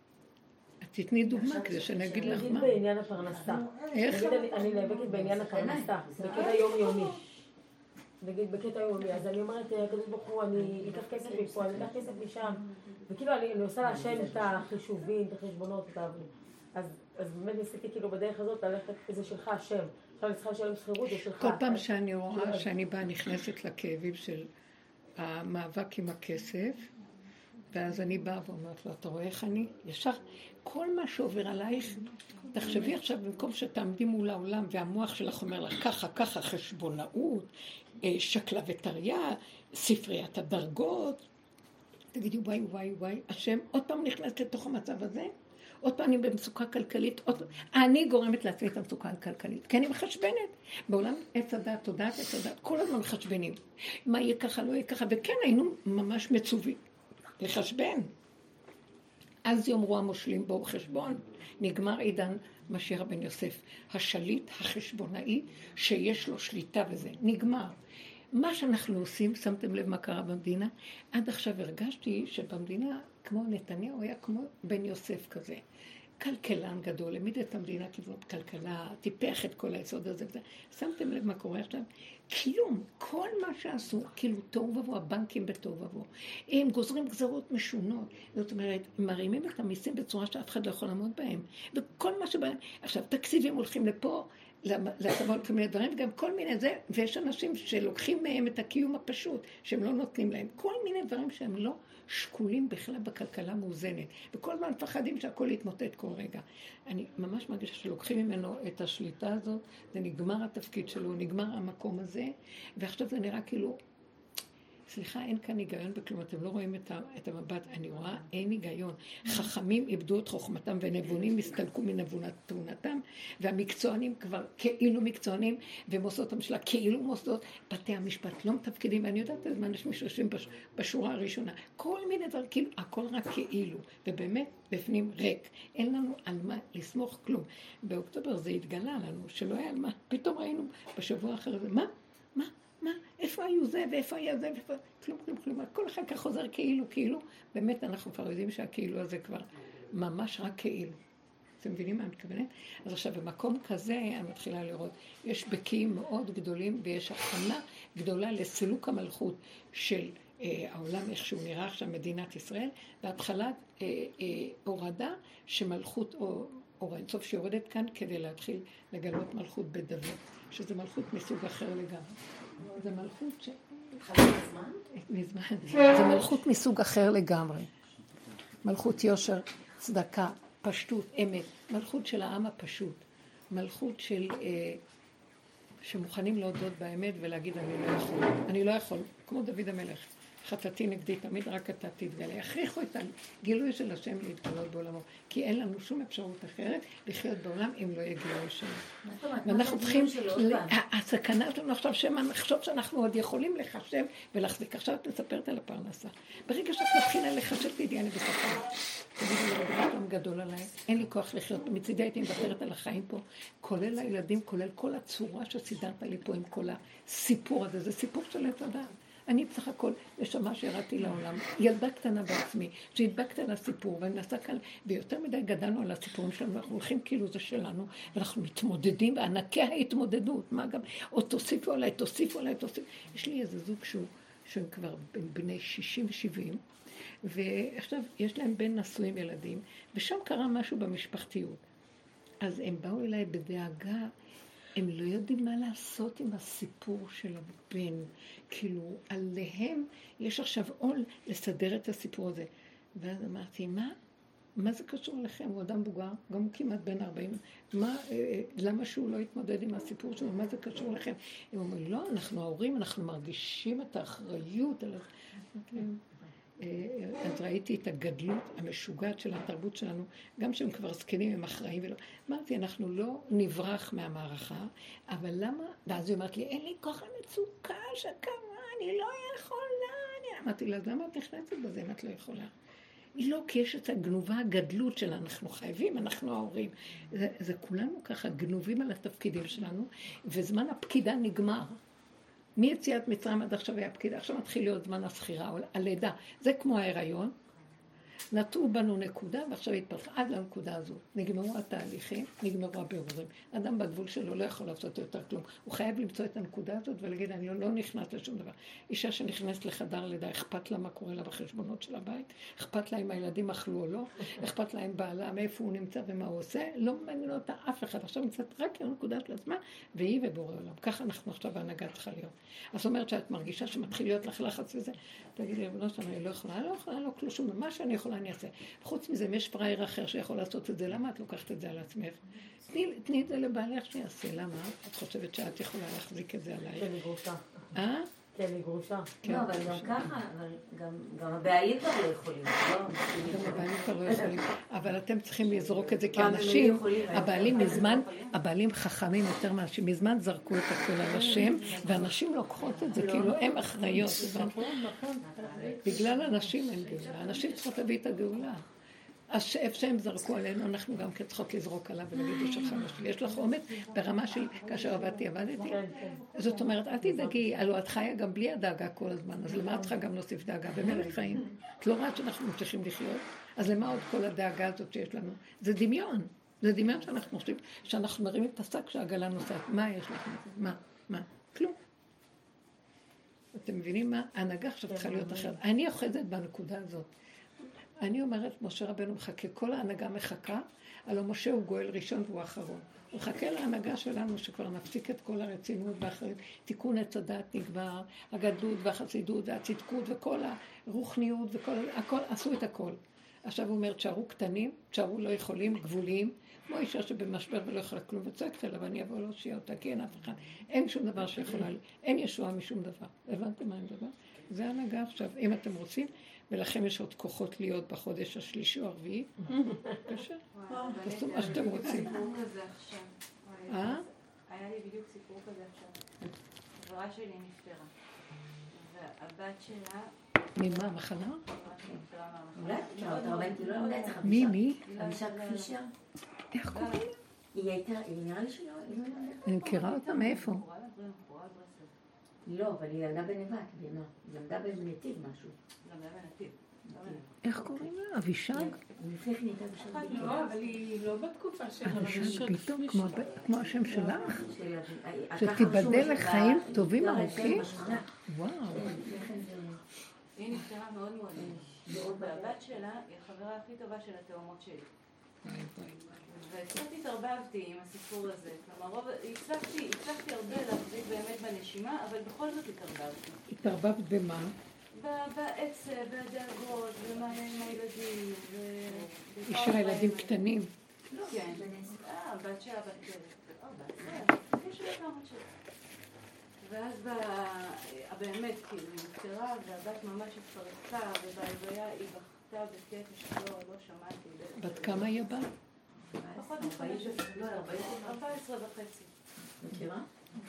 תתני דוגמה כדי שאני אגיד לך מה. נגיד בעניין הפרנסה. איך? אני נאבקת בעניין הפרנסה, בקטע יומיומי. נגיד בקטע יומי, אז אני אומרת, הקדוש ברוך הוא, אני אקח כסף מפה, אני אקח כסף משם, וכאילו אני עושה להשם את החישובים, את החשבונות, את העבוד. אז באמת ניסיתי כאילו בדרך הזאת ללכת, זה שלך השם. עכשיו אני צריכה לשלם שכירות, זה שלך. כל פעם שאני רואה שאני באה נכנסת לכאבים של המאבק עם הכסף, ואז אני באה ואומרת לו, אתה רואה איך אני? ישר, כל מה שעובר עלייך, תחשבי עכשיו, במקום שתעמדי מול העולם, והמוח שלך אומר לך, ככה, ככה, חשבונאות, שקלה וטריה, ספריית הדרגות, תגידי, וואי, וואי, וואי, השם, עוד פעם נכנסת לתוך המצב הזה, עוד פעם אני במצוקה כלכלית, עוד... אני גורמת לעצמי את המצוקה הכלכלית, כי אני מחשבנת. בעולם עץ הדת, תודעת עץ הדת, כל הזמן מחשבנים. מה יהיה ככה, לא יהיה ככה, וכן היינו ממש מצווים לחשבן. אז יאמרו המושלים בו חשבון, נגמר עידן משיח בן יוסף, השליט החשבונאי שיש לו שליטה וזה, נגמר. מה שאנחנו עושים, שמתם לב מה קרה במדינה? עד עכשיו הרגשתי שבמדינה, כמו נתניהו, היה כמו בן יוסף כזה. כלכלן גדול, העמיד את המדינה כיוון כלכלה, טיפח את כל היסוד הזה וזה. שמתם לב מה קורה עכשיו? כלום, כל מה שעשו, כאילו תוהו ובוהו, הבנקים בתוהו ובוהו. הם גוזרים גזרות משונות, זאת אומרת, מרימים את המיסים בצורה שאף אחד לא יכול לעמוד בהם. וכל מה שבהם, עכשיו, תקציבים הולכים לפה, להטבות כל מיני דברים, וגם כל מיני זה, ויש אנשים שלוקחים מהם את הקיום הפשוט, שהם לא נותנים להם. כל מיני דברים שהם לא שקולים בכלל בכלכלה מאוזנת, וכל הזמן מפחדים שהכל יתמוטט כל רגע. אני ממש מרגישה שלוקחים ממנו את השליטה הזאת, זה נגמר התפקיד שלו, נגמר המקום הזה, ועכשיו זה נראה כאילו, סליחה, אין כאן היגיון בכלום, אתם לא רואים את, ה, את המבט, אני רואה, אין היגיון. חכמים איבדו את חוכמתם ונבונים הסתלקו מנבונתם, והמקצוענים כבר כאילו מקצוענים, ומוסדות הממשלה כאילו מוסדות, בתי המשפט לא מתפקידים, ואני יודעת איזה אנשים שיושבים בש, בשורה הראשונה. כל מיני דבר, כאילו, הכל רק כאילו, ובאמת בפנים ריק. אין לנו על מה לסמוך כלום. באוקטובר זה התגלה לנו, שלא היה על מה. פתאום ראינו בשבוע אחר זה, מה? מה? מה? איפה היו זה ואיפה היה זה ואיפה... כלום, כלום, כלום. כל אחד כך חוזר כאילו, כאילו. באמת אנחנו כבר יודעים שהכאילו הזה כבר ממש רק כאילו. אתם מבינים מה אני מתכוונת? אז עכשיו, במקום כזה, אני מתחילה לראות, יש בקיעים מאוד גדולים, ויש הכנה גדולה לסילוק המלכות של אה, העולם, איך שהוא נראה עכשיו, מדינת ישראל, והתחלת אה, אה, הורדה שמלכות או אור האינסוף שיורדת כאן כדי להתחיל לגלות מלכות בדוד, שזה מלכות מסוג אחר לגמרי. זה מלכות ש... מזמן? מזמן. זה מלכות מסוג אחר לגמרי. מלכות יושר, צדקה, פשטות, אמת. מלכות של העם הפשוט. מלכות של... אה, שמוכנים להודות באמת ולהגיד אני לא יכול. אני לא יכול, כמו דוד המלך. חטאתי נגדי, תמיד רק אתה תתגלה. יכריחו את הגילוי של השם להתגלות בעולמו. כי אין לנו שום אפשרות אחרת לחיות בעולם אם לא יהיה גילוי שלנו. ואנחנו צריכים, הסכנה שלנו עכשיו שמה נחשוב שאנחנו עוד יכולים לחשב ולהחזיק. עכשיו את מספרת על הפרנסה. ברגע שאת מתחילה לחשב תדעי אני בספר. תגידי לי, רבי פעם גדול עליי, אין לי כוח לחיות. מצידי הייתי מוותרת על החיים פה, כולל הילדים, כולל כל הצורה שסידרת לי פה עם כל הסיפור הזה. זה סיפור של עץ הדעת. אני בסך הכל נשמה שהראתי לעולם, ילדה קטנה בעצמי, שהדבקת על הסיפור, ואני מנסה כאן, ויותר מדי גדלנו על הסיפורים שלנו, ואנחנו הולכים כאילו זה שלנו, ואנחנו מתמודדים, וענקי ההתמודדות, מה גם, או תוסיפו עליי, תוסיפו עליי, תוסיפו. יש לי איזה זוג שהוא, שהם כבר בני שישים ושבעים, ועכשיו יש להם בן נשואים ילדים, ושם קרה משהו במשפחתיות. אז הם באו אליי בדאגה, הם לא יודעים מה לעשות עם הסיפור של הבן, כאילו עליהם יש עכשיו עול לסדר את הסיפור הזה. ואז אמרתי, מה? מה זה קשור לכם? הוא אדם בוגר, גם הוא כמעט בן ארבעים. מה, למה שהוא לא יתמודד עם הסיפור שלו? מה זה קשור לכם? הם אומרים, לא, אנחנו ההורים, אנחנו מרגישים את האחריות על זה. אז ראיתי את הגדלות המשוגעת של התרבות שלנו, גם שהם כבר זקנים, הם אחראים ולא. אמרתי, אנחנו לא נברח מהמערכה, אבל למה? ואז היא אומרת לי, אין לי כוח למצוקה שקרה, אני לא יכולה. אני... אמרתי לה, למה את נכנסת בזה אם את לא יכולה? היא לא, כי יש את הגנובה הגדלות שלה, אנחנו חייבים, אנחנו ההורים. זה, זה כולנו ככה גנובים על התפקידים שלנו, וזמן הפקידה נגמר. מיציאת מצרים עד עכשיו היה פקידה, עכשיו מתחיל להיות זמן הסחירה, הלידה. זה כמו ההיריון. נטעו בנו נקודה, ועכשיו התפתחה עד לנקודה הזו. נגמרו התהליכים, נגמרו הבירורים. אדם בגבול שלו לא יכול לעשות יותר כלום. הוא חייב למצוא את הנקודה הזאת ולהגיד, אני לא, לא נכנס לשום דבר. אישה שנכנסת לחדר לידה, אכפת לה מה קורה לה בחשבונות של הבית, אכפת לה אם הילדים אכלו או לא, אכפת לה אם בעלה, מאיפה הוא נמצא ומה הוא עושה, לא מעניין אותה אף אחד. עכשיו נמצאת רק לנקודה של עצמה, והיא ובורא עולם. ככה אנחנו עכשיו ההנהגה צריכה להיות. אז אומרת שאת מרגישה שמתחיל להיות לך לחץ וזה, תגידי, לא שאני לא יכולה, לא יכולה, לא כלום, שום, מה שאני יכולה אני אעשה. חוץ מזה, יש פראייר אחר שיכול לעשות את זה, למה את לוקחת את זה על עצמך? תני, תני את זה לבעלך שיעשה, למה? את חושבת שאת יכולה להחזיק את זה עליי? כן, היא גרושה. אה? כן, היא גרושה. לא, אבל גם ככה, אבל גם הבעלים כבר לא יכולים. גם הבעלים כבר לא יכולים. אבל אתם צריכים לזרוק את זה, כי אנשים, הבעלים מזמן, הבעלים חכמים יותר מאנשים, מזמן זרקו את הכל על השם, ואנשים לוקחות את זה, כאילו הם אחראיות. בגלל אנשים אין גאולה. אנשים צריכות להביא את הגאולה. אז איפה שהם זרקו עלינו, אנחנו גם צריכות לזרוק עליו ולהגיד שלך משהו. יש לך אומץ ברמה של כאשר עבדתי, עבדתי. זאת אומרת, אל תדאגי, הלוא את חיה גם בלי הדאגה כל הזמן, אז למה את צריכה גם להוסיף דאגה? במלך חיים. את לא רואה שאנחנו ממשיכים לחיות, אז למה עוד כל הדאגה הזאת שיש לנו? זה דמיון. זה דמיון שאנחנו חושבים, שאנחנו מרימים את השק שהעגלה נוסעת. מה יש לך? מה? מה? כלום. אתם מבינים מה? ההנהגה עכשיו צריכה להיות אחרת. אני אוחזת בנקודה הזאת. אני אומרת, משה רבנו מחכה, כל ההנהגה מחכה, הלוא משה הוא גואל ראשון והוא האחרון. הוא מחכה להנהגה שלנו שכבר נפסיק את כל הרצינות והאחריות, תיקון עץ הדעת נגמר, הגדלות והחסידות והצדקות וכל הרוחניות וכל, הכל, עשו את הכל. עכשיו הוא אומר, תשארו קטנים, תשארו לא יכולים, גבוליים, כמו אישה שבמשבר ולא יכולה כלום, וצועקת אליו, אני אבוא להושיע אותה, כי אין אף אחד, אין שום דבר שיכולה לי, אין ישועה משום דבר. הבנתם מה אני מדבר? זה ההנהגה עכשיו, אם אתם רוצים, ולכם יש עוד כוחות להיות בחודש השלישי או הרביעי. קשה. תעשו מה שאתם רוצים. אה? היה לי בדיוק סיפור כזה עכשיו. חברה שלי נפטרה. והבת שלה... ממה? מחלה? מי? מי? חמישה כפישה. איך קוראים? היא הייתה, היא נראה לי שלא. אני מכירה אותה מאיפה? לא, אבל היא ילדה בנבט, במה? היא למדה בנתיב משהו. למדה בנתיב. איך קוראים לה? אבישג? לא, אבל היא לא בתקופה של אבישג פתאום, כמו השם שלך? שתיבדל לחיים טובים ארוכים? וואו. היא נפטרה מאוד מאוד מאוד, והבת שלה היא החברה הכי טובה של התאומות שלי. וקצת התערבבתי עם הסיפור הזה, כלומר, רוב, הצלחתי, הצלחתי הרבה להחזיק באמת בנשימה, אבל בכל זאת התערבבתי. התערבבת במה? בעצב, והדאגות, ומה עם הילדים, ו... אישה ילדים קטנים. כן, אה, הבת שלה בת בת, יש לי כמה שלה. ואז באמת, כאילו, היא נפטרה, והבת ממש התפרצה, ובהלוויה היא בכתה בקטע שלא לא שמעתי. בת כמה היא הבת? פחות מחמש, ארבע עשרה וחצי. מכירה?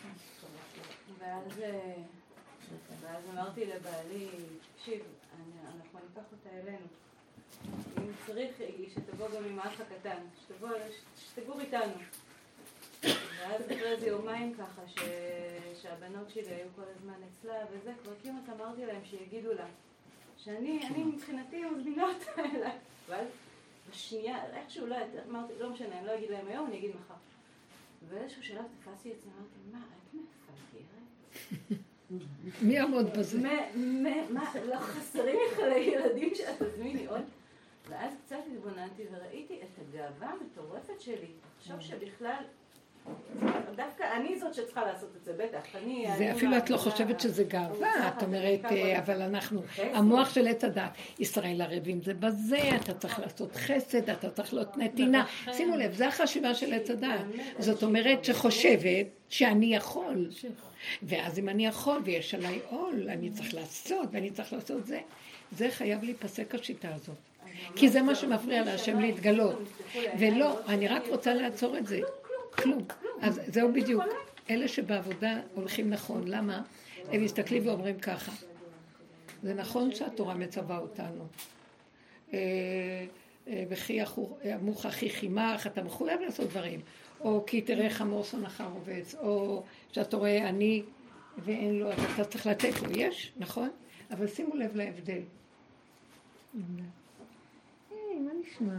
ואז ואז אמרתי לבעלי, תקשיב, אנחנו ניקח אותה אלינו. אם צריך, שתבוא גם עם האח הקטן, שתבוא, שתגור איתנו. ואז אחרי איזה יומיים ככה, ש... שהבנות שלי היו כל הזמן אצלה, וזה, כבר כמעט אמרתי להם שיגידו לה, שאני, אני מבחינתי מזמינה אותה אליי. אבל בשנייה, איכשהו לא, אמרתי, לא משנה, אני לא אגיד להם היום, אני אגיד מחר. ואיזשהו שלב תפסתי את זה, אמרתי, מה, את מפגרת? מי יעמוד בזה? מה, לא חסרים לך לילדים שאת תזמיני עוד? ואז קצת התבוננתי וראיתי את הגאווה המטורפת שלי. עכשיו שבכלל, דווקא אני זאת שצריכה לעשות את זה, בטח. זה אפילו את לא חושבת שזה גאווה, את אומרת, אבל אנחנו, המוח של עץ הדת, ישראל ערבים זה בזה, אתה צריך לעשות חסד, אתה צריך להיות נתינה. שימו לב, זה החשיבה של עץ הדת. זאת אומרת שחושבת שאני יכול. ואז אם אני יכול ויש עליי עול, אני צריך לעשות ואני צריך לעשות זה. זה חייב להיפסק השיטה הזאת. כי זה מה שמפריע להשם להתגלות. ולא, אני רק רוצה לעצור את זה. כלום. אז זהו בדיוק. אלה שבעבודה הולכים נכון. למה? הם מסתכלים ואומרים ככה. זה נכון שהתורה מצווה אותנו. וכי עמוך אחי חימך, אתה מחויב לעשות דברים. או כי תראה חמור שונאך רובץ, או שאתה רואה אני ואין לו, אז אתה צריך לתת לו, יש, נכון? אבל שימו לב להבדל. היי, מה נשמע?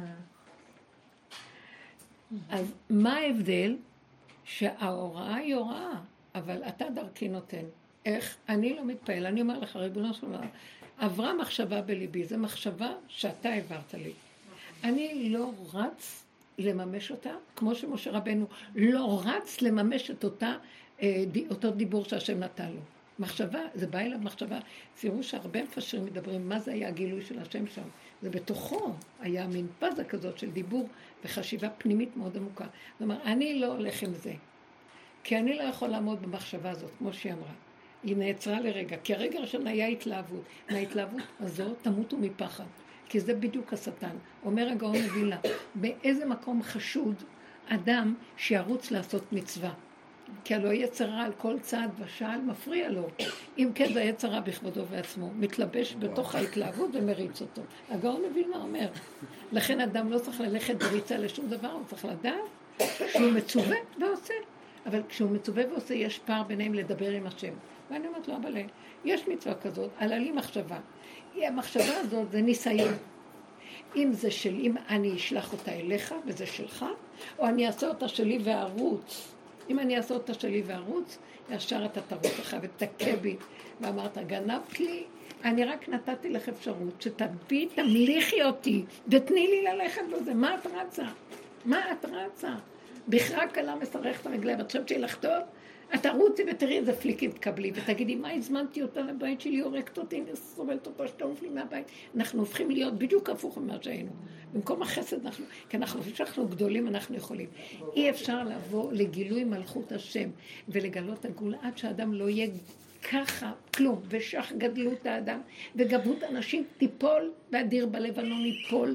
אז מה ההבדל? שההוראה היא הוראה, אבל אתה דרכי נותן. איך? אני לא מתפעל, אני אומר לך, ריבונו של עולם, עברה מחשבה בליבי, זו מחשבה שאתה העברת לי. אני לא רץ לממש אותה, כמו שמשה רבנו לא רץ לממש את אותה, אותו דיבור שהשם נתן לו. מחשבה, זה בא אליו מחשבה. תראו שהרבה מפשרים מדברים, מה זה היה הגילוי של השם שם? זה בתוכו היה מין פאזה כזאת של דיבור וחשיבה פנימית מאוד עמוקה. זאת אומרת, אני לא הולך עם זה, כי אני לא יכול לעמוד במחשבה הזאת, כמו שהיא אמרה. היא נעצרה לרגע, כי הרגע הראשון היה התלהבות. מההתלהבות הזאת תמותו מפחד. כי זה בדיוק השטן. אומר הגאון מווילנה, באיזה מקום חשוד אדם שירוץ לעשות מצווה. כי הלוא יצר רע על כל צעד ושעל מפריע לו. אם כן זה יצר רע בכבודו ועצמו, מתלבש בתוך ההתלהבות ומריץ אותו. הגאון מווילנה אומר, לכן אדם לא צריך ללכת בריצה לשום דבר, הוא צריך לדעת שהוא מצווה ועושה. אבל כשהוא מצווה ועושה יש פער ביניהם לדבר עם השם. ואני אומרת לו, אבל יש מצווה כזאת, עלה לי מחשבה. המחשבה הזאת זה ניסיון. אם זה של, אם אני אשלח אותה אליך וזה שלך, או אני אעשה אותה שלי וערוץ. אם אני אעשה אותה שלי וערוץ, ישר אתה תרוץ לך ותכה בי. ואמרת, גנבת לי, אני רק נתתי לך אפשרות שתביאי, תמליכי אותי, ותני לי ללכת בזה. מה את רצה? מה את רצה? בכרה קלה מסרכת הרגליים, את חושבת שהיא לך טוב? את תרוצי ותראי איזה פליקית תקבלי, ותגידי, מה הזמנתי אותה לבית שלי, הורקת אותי, אני סובלת אותה, שתעוף לי מהבית. אנחנו הופכים להיות בדיוק הפוך ממה שהיינו. במקום החסד אנחנו, כי אנחנו חושבים שאנחנו גדולים, אנחנו יכולים. אי אפשר לבוא לגילוי מלכות השם, ולגלות הגאולה, עד שהאדם לא יהיה ככה, כלום, ושך גדלות האדם, וגבות אנשים תיפול, והדיר בלבנון ייפול,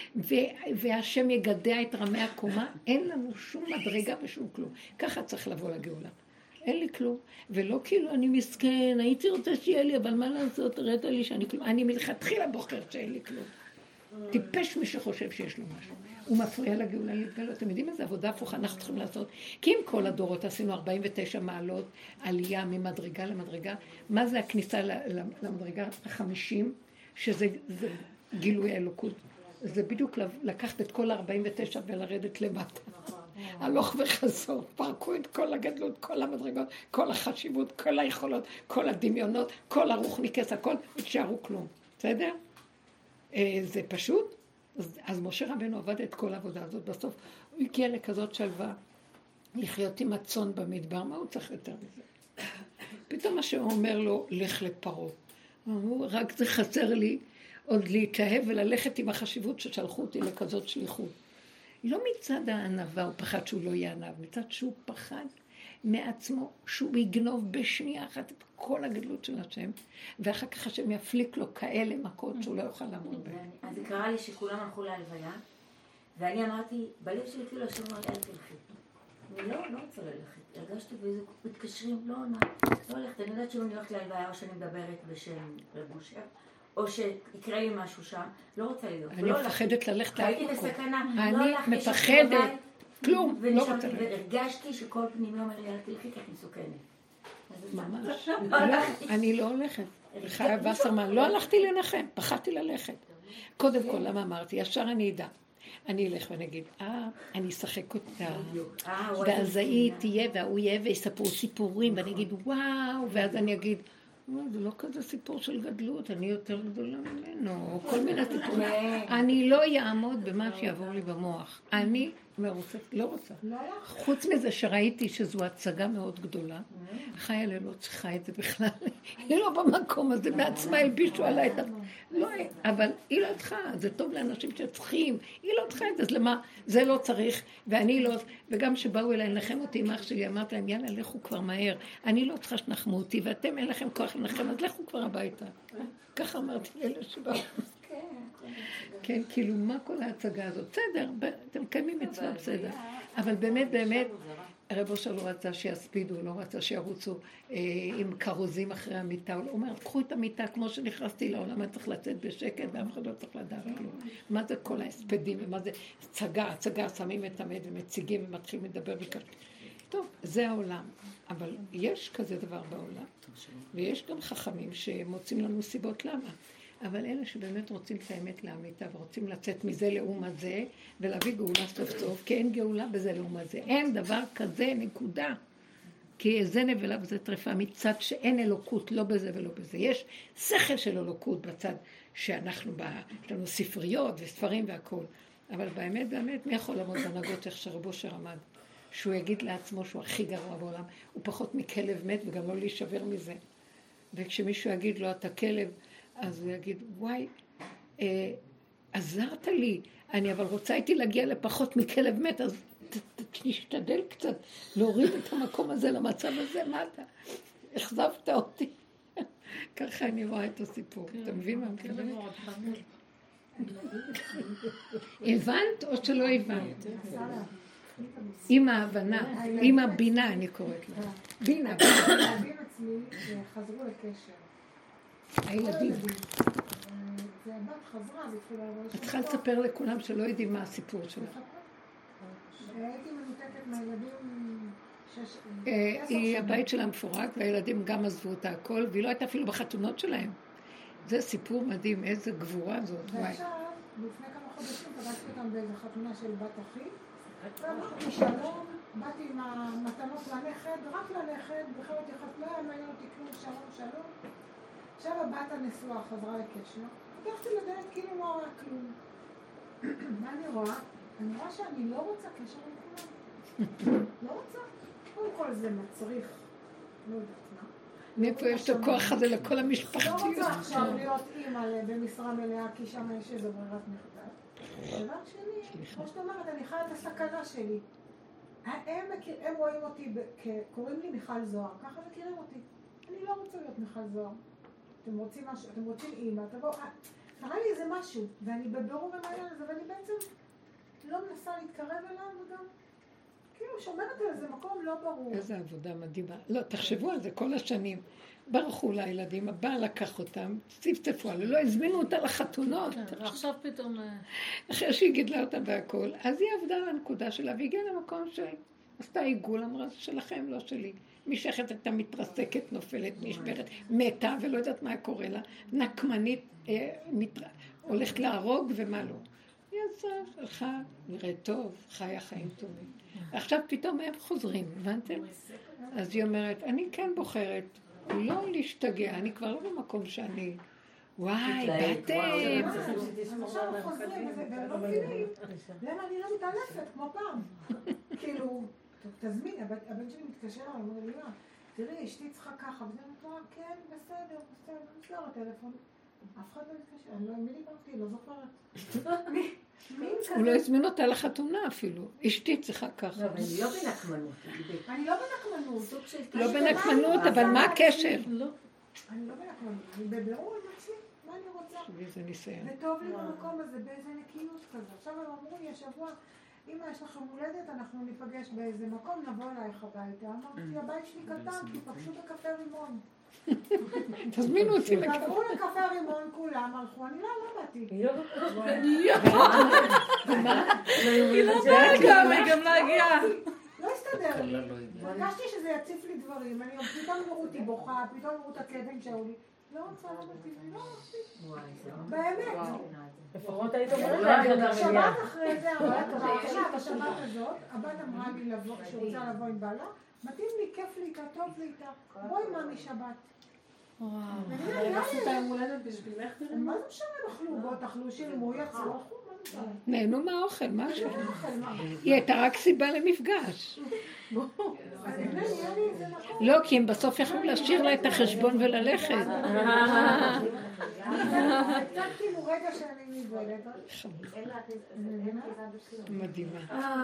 והשם יגדע את רמי הקומה, אין לנו שום מדרגה ושום כלום. ככה צריך לבוא לגאולה. אין לי כלום, ולא כאילו אני מסכן, הייתי רוצה שיהיה לי, אבל מה לעשות, ראית לי שאני כלום, אני מלכתחילה בוחרת שאין לי כלום. טיפש מי שחושב שיש לו משהו. הוא מפריע לגאולה להתגלות. אתם יודעים איזה עבודה הפוכה אנחנו צריכים לעשות? כי אם כל הדורות עשינו ארבעים ותשע מעלות, עלייה ממדרגה למדרגה, מה זה הכניסה למדרגה החמישים? שזה זה גילוי האלוקות. זה בדיוק לקחת את כל ה-ארבעים ותשע ולרדת למטה. הלוך וחזור, פרקו את כל הגדלות, כל המדרגות, כל החשיבות, כל היכולות, כל הדמיונות, כל הרוחניקס, הכל, ותשארו כלום. בסדר? זה פשוט. אז, אז משה רבנו עבד את כל העבודה הזאת. בסוף הוא הגיע לכזאת שלווה, לחיות עם הצאן במדבר. מה הוא צריך יותר מזה? פתאום מה שהוא אומר לו, לך לפרעה. הוא רק זה חסר לי עוד להתאהב וללכת עם החשיבות ששלחו אותי לכזאת שליחות. לא מצד הענווה, הוא פחד שהוא לא יהיה ענב, מצד שהוא פחד מעצמו, שהוא יגנוב בשנייה אחת את כל הגדלות של השם, ואחר כך השם יפליק לו כאלה מכות שהוא לא יוכל לעמוד בהן. אז זה קרה לי שכולם הלכו להלוויה, ואני אמרתי, בלב שלי כאילו השם אמרת, אל תלכי. אני לא, לא רוצה ללכת. הרגשתי באיזה מתקשרים, לא עונה, לא הולכת. אני יודעת שאם אני הולכת להלוויה, או שאני מדברת בשם רב אושר, או שיקרה לי משהו שם, לא רוצה לדעת. אני מפחדת ללכת לאט מקום. הייתי בסכנה, לא אני מפחדת, כלום, לא רוצה לדעת. והרגשתי שכל פנים לא אומר לי, אל תלכי, כי את מסוכנת. ממש. אני לא הולכת. חיה וסרמן, לא הלכתי לנחם, פחדתי ללכת. קודם כל, למה אמרתי? ישר אני אדע. אני אלך ואני אגיד, אה, אני אשחק אותה, ואז היא תהיה והוא יהיה ויספרו סיפורים, ואני אגיד, וואו, ואז אני אגיד, זה לא כזה סיפור של גדלות, אני יותר גדולה ממנו, או כל מיני סיפורים. אני לא יעמוד במה שיעבור לי במוח. אני מרוצת, לא רוצה. חוץ מזה שראיתי שזו הצגה מאוד גדולה, חיה לא צריכה את זה בכלל. היא לא במקום הזה, בעצמה הלבישו עליי את ה... לא, אבל היא לא צריכה, זה טוב לאנשים שצריכים. היא לא צריכה את זה, אז למה? זה לא צריך, ואני לא... וגם שבאו אליי לנחם אותי עם אח שלי, אמרתי להם, יאללה, לכו כבר מהר. אני לא צריכה שנחמו אותי, ואתם אין לכם כוח לנחם, אז לכו כבר הביתה. ככה אמרתי לאלה שבאו. כן, כאילו, מה כל ההצגה הזאת? בסדר, אתם קיימים מצווה, בסדר. אבל באמת, באמת, הרב אושר לא רצה שיספידו, לא רצה שירוצו עם קרוזים אחרי המיטה. הוא אומר, קחו את המיטה כמו שנכנסתי לעולם, אני צריך לצאת בשקט, ואף אחד לא צריך לדעת כלום. מה זה כל ההספדים, ומה זה הצגה, הצגה, שמים את המד ומציגים ומתחילים לדבר וכך. טוב, זה העולם. אבל יש כזה דבר בעולם. ויש גם חכמים שמוצאים לנו סיבות למה. אבל אלה שבאמת רוצים את האמת לאמיתה, ורוצים לצאת מזה לאום הזה, ולהביא גאולה סוף סוף, כי אין גאולה בזה לאום הזה. אין דבר כזה, נקודה. כי זה נבלה וזה טרפה מצד שאין אלוקות, לא בזה ולא בזה. יש שכל של אלוקות בצד שאנחנו, יש לנו ספריות וספרים והכל. אבל באמת, באמת, מי יכול לעמוד בנהגות איך שרב אושר עמד? שהוא יגיד לעצמו שהוא הכי גרוע בעולם. הוא פחות מכלב מת וגם לא להישבר מזה. וכשמישהו יגיד לו, אתה כלב, אז הוא יגיד, וואי, אה, עזרת לי, אני אבל רוצה הייתי להגיע לפחות מכלב מת, אז תשתדל קצת להוריד את המקום הזה למצב הזה, מה אתה? החזבת אותי. ככה אני רואה את הסיפור. אתה מבין מה מתכוון? הבנת או שלא הבנת? עם ההבנה, עם הבינה אני קוראת לה. בינה. הילדים עצמי חזרו לקשר. הילדים. זה הבת חזרה, זה התחילה... את צריכה לספר לכולם שלא יודעים מה הסיפור שלה. הייתי מנותקת מהילדים... היא הבית שלה מפורק, והילדים גם עזבו אותה הכל, והיא לא הייתה אפילו בחתונות שלהם. זה סיפור מדהים, איזה גבורה זאת. ועכשיו, לפני כמה חודשים, פגשתי אותם באיזו חתונה של בת אחי, ואמרתי שלום, באתי עם המתנות לנכד, רק לנכד, בכלל אותי חתונה, הם היו אותי כלום, שלום, שלום. עכשיו הבת הנשואה חזרה לקשר, פתחתי לדלת כאילו לא רואה כלום. מה אני רואה? אני רואה שאני לא רוצה קשר עם כולם. לא רוצה. קודם כל זה מצריך, לא יודעת מה. מאיפה יש את הכוח הזה לכל המשפחתיות? לא רוצה עכשיו להיות אימא במשרה מלאה, כי שם יש איזו ברירת מחדל. דבר שני, כמו שאת אומרת, אני חיה את הסכנה שלי. הם, הם רואים אותי, קוראים לי מיכל זוהר, ככה מכירים אותי. אני לא רוצה להיות מיכל זוהר. אתם רוצים משהו, אתם רוצים אימא, תבואו, קרה לי איזה משהו, ואני בבירור עם העניין הזה, ואני בעצם לא מנסה להתקרב אליו, וגם כאילו שומרת על איזה מקום לא ברור. איזה עבודה מדהימה. לא, תחשבו על זה כל השנים. ברחו לילדים, הבעל לקח אותם, צפצפו עליה, לא הזמינו אותה לחתונות. עכשיו פתאום... אחרי שהיא גידלה אותה והכל, אז היא עבדה לנקודה שלה, והגיעה למקום שעשתה עיגול, אמרה, זה שלכם, לא שלי. משכת הייתה מתרסקת, נופלת, נשברת, מתה, ולא יודעת מה קורה לה, נקמנית, אה, מתר... הולכת להרוג ומה לא. היא יצאה, הלכה, נראה טוב, חיה חיים טובים. עכשיו פתאום הם חוזרים, הבנתם? אז היא אומרת, אני כן בוחרת לא להשתגע, אני כבר לא במקום שאני, וואי, באתם. עכשיו חוזרים, והם לא מבינים, למה אני לא מתעלפת כמו פעם? כאילו, תזמין, הבן שלי מתקשר, הוא אומר לי, תראי, אשתי צריכה ככה, וזה אומר, כן, בסדר, בסדר, נסגר הטלפון. אף אחד לא מתקשר, אני לא מי דיברתי, לא זוכרת. הוא לא הזמין אותה לחתונה אפילו, אשתי צריכה ככה. אבל אני לא בנקמנות. אני לא בנקמנות. לא בנקמנות, אבל מה הקשר? אני לא בנקמנות, אני בבירור עם עצמי, מה אני רוצה? איזה ניסיון. וטוב לי במקום הזה, באיזה נקיות כזה. עכשיו הם אמרו לי השבוע, אמא, יש לכם הולדת, אנחנו ניפגש באיזה מקום, נבוא אלייך הביתה. אמרתי, הבית שלי קטן, תיפגשו בקפה רימון. תזמינו אותי לקפה. עברו לקפה רימון כולם, הלכו, אני לא, לא באתי. ומה? היא לא באה גם, היא גם לא הגיעה. לא הסתדר לי. הרגשתי שזה יציף לי דברים. אני פתאום אמרו אותי בוכה, פתאום אמרו את הכאבים שהיו לי. לא רוצה, לא מתאים, אני לא רוצה. באמת. לפחות היית אומרת. שבת אחרי זה, עכשיו, השבת הזאת, הבת אמרה לי שרוצה לבוא עם בעלה, מתאים לי, כיף לי איתה, טוב לי איתה. בואי מאמי שבת. וואו. הם עשו את היום הולדת בשבילך? מה זה משנה? אכלו, בואו תאכלו, שילמו, יצאו, אכלו, מה זה משנה? נהנו מהאוכל, משהו. היא הייתה רק סיבה למפגש. לא, כי הם בסוף יכלו להשאיר לה את החשבון וללכת. קצת כאילו רגע שאני נבלת. מדהימה.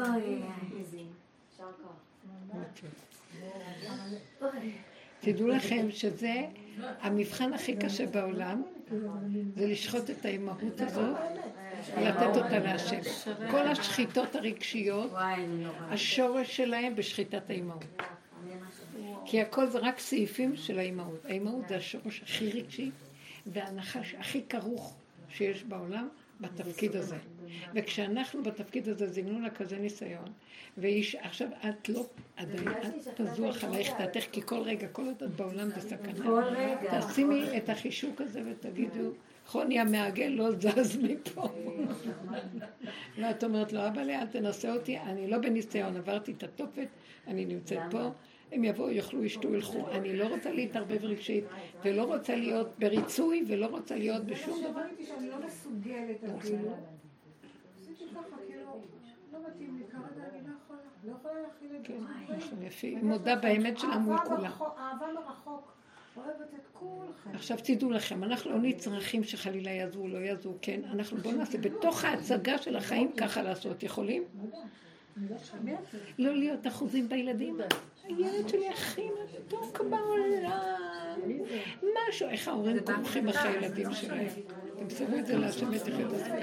תדעו לכם שזה המבחן הכי קשה בעולם, זה לשחוט את האימהות הזאת ולתת אותה להשם. כל השחיטות הרגשיות, השורש שלהם בשחיטת האימהות. כי הכל זה רק סעיפים של האימהות. האימהות זה השורש הכי רגשי והנחש הכי כרוך שיש בעולם בתפקיד הזה. וכשאנחנו בתפקיד הזה זימנו לה כזה ניסיון, ועכשיו את לא, את תזוח עלייך תעתך, כי כל רגע, כל עוד את בעולם זה סכנה. תשימי את החישוק הזה ותגידו, חוני המעגל לא זז מפה. ואת אומרת לו, אבא לי, אל תנסה אותי, אני לא בניסיון, עברתי את התופת, אני נמצאת פה, הם יבואו, יאכלו, ישתו, ילכו. אני לא רוצה להתערבב רגשית, ולא רוצה להיות בריצוי, ולא רוצה להיות בשום דבר. ראיתי שאני לא מסוגלת, כאילו. עשיתי ככה, כאילו, לא מתאים לי, כרגע אני לא יכולה, לא יכולה להכיל את זה. כן, יפי. היא מודה באמת שלה מול כולם. אהבה מרחוק, אוהבת את כולכם. עכשיו תדעו לכם, אנחנו לא נצרכים שחלילה יעזרו, לא יעזרו, כן? אנחנו בואו נעשה, בתוך ההצגה של החיים ככה לעשות, יכולים? לא להיות אחוזים בילדים. הילד שלי הכי מתוק בעולם. משהו, איך ההורים כורכים אחרי הילדים שלהם. אתם שמו את זה להשם את אחד הזה.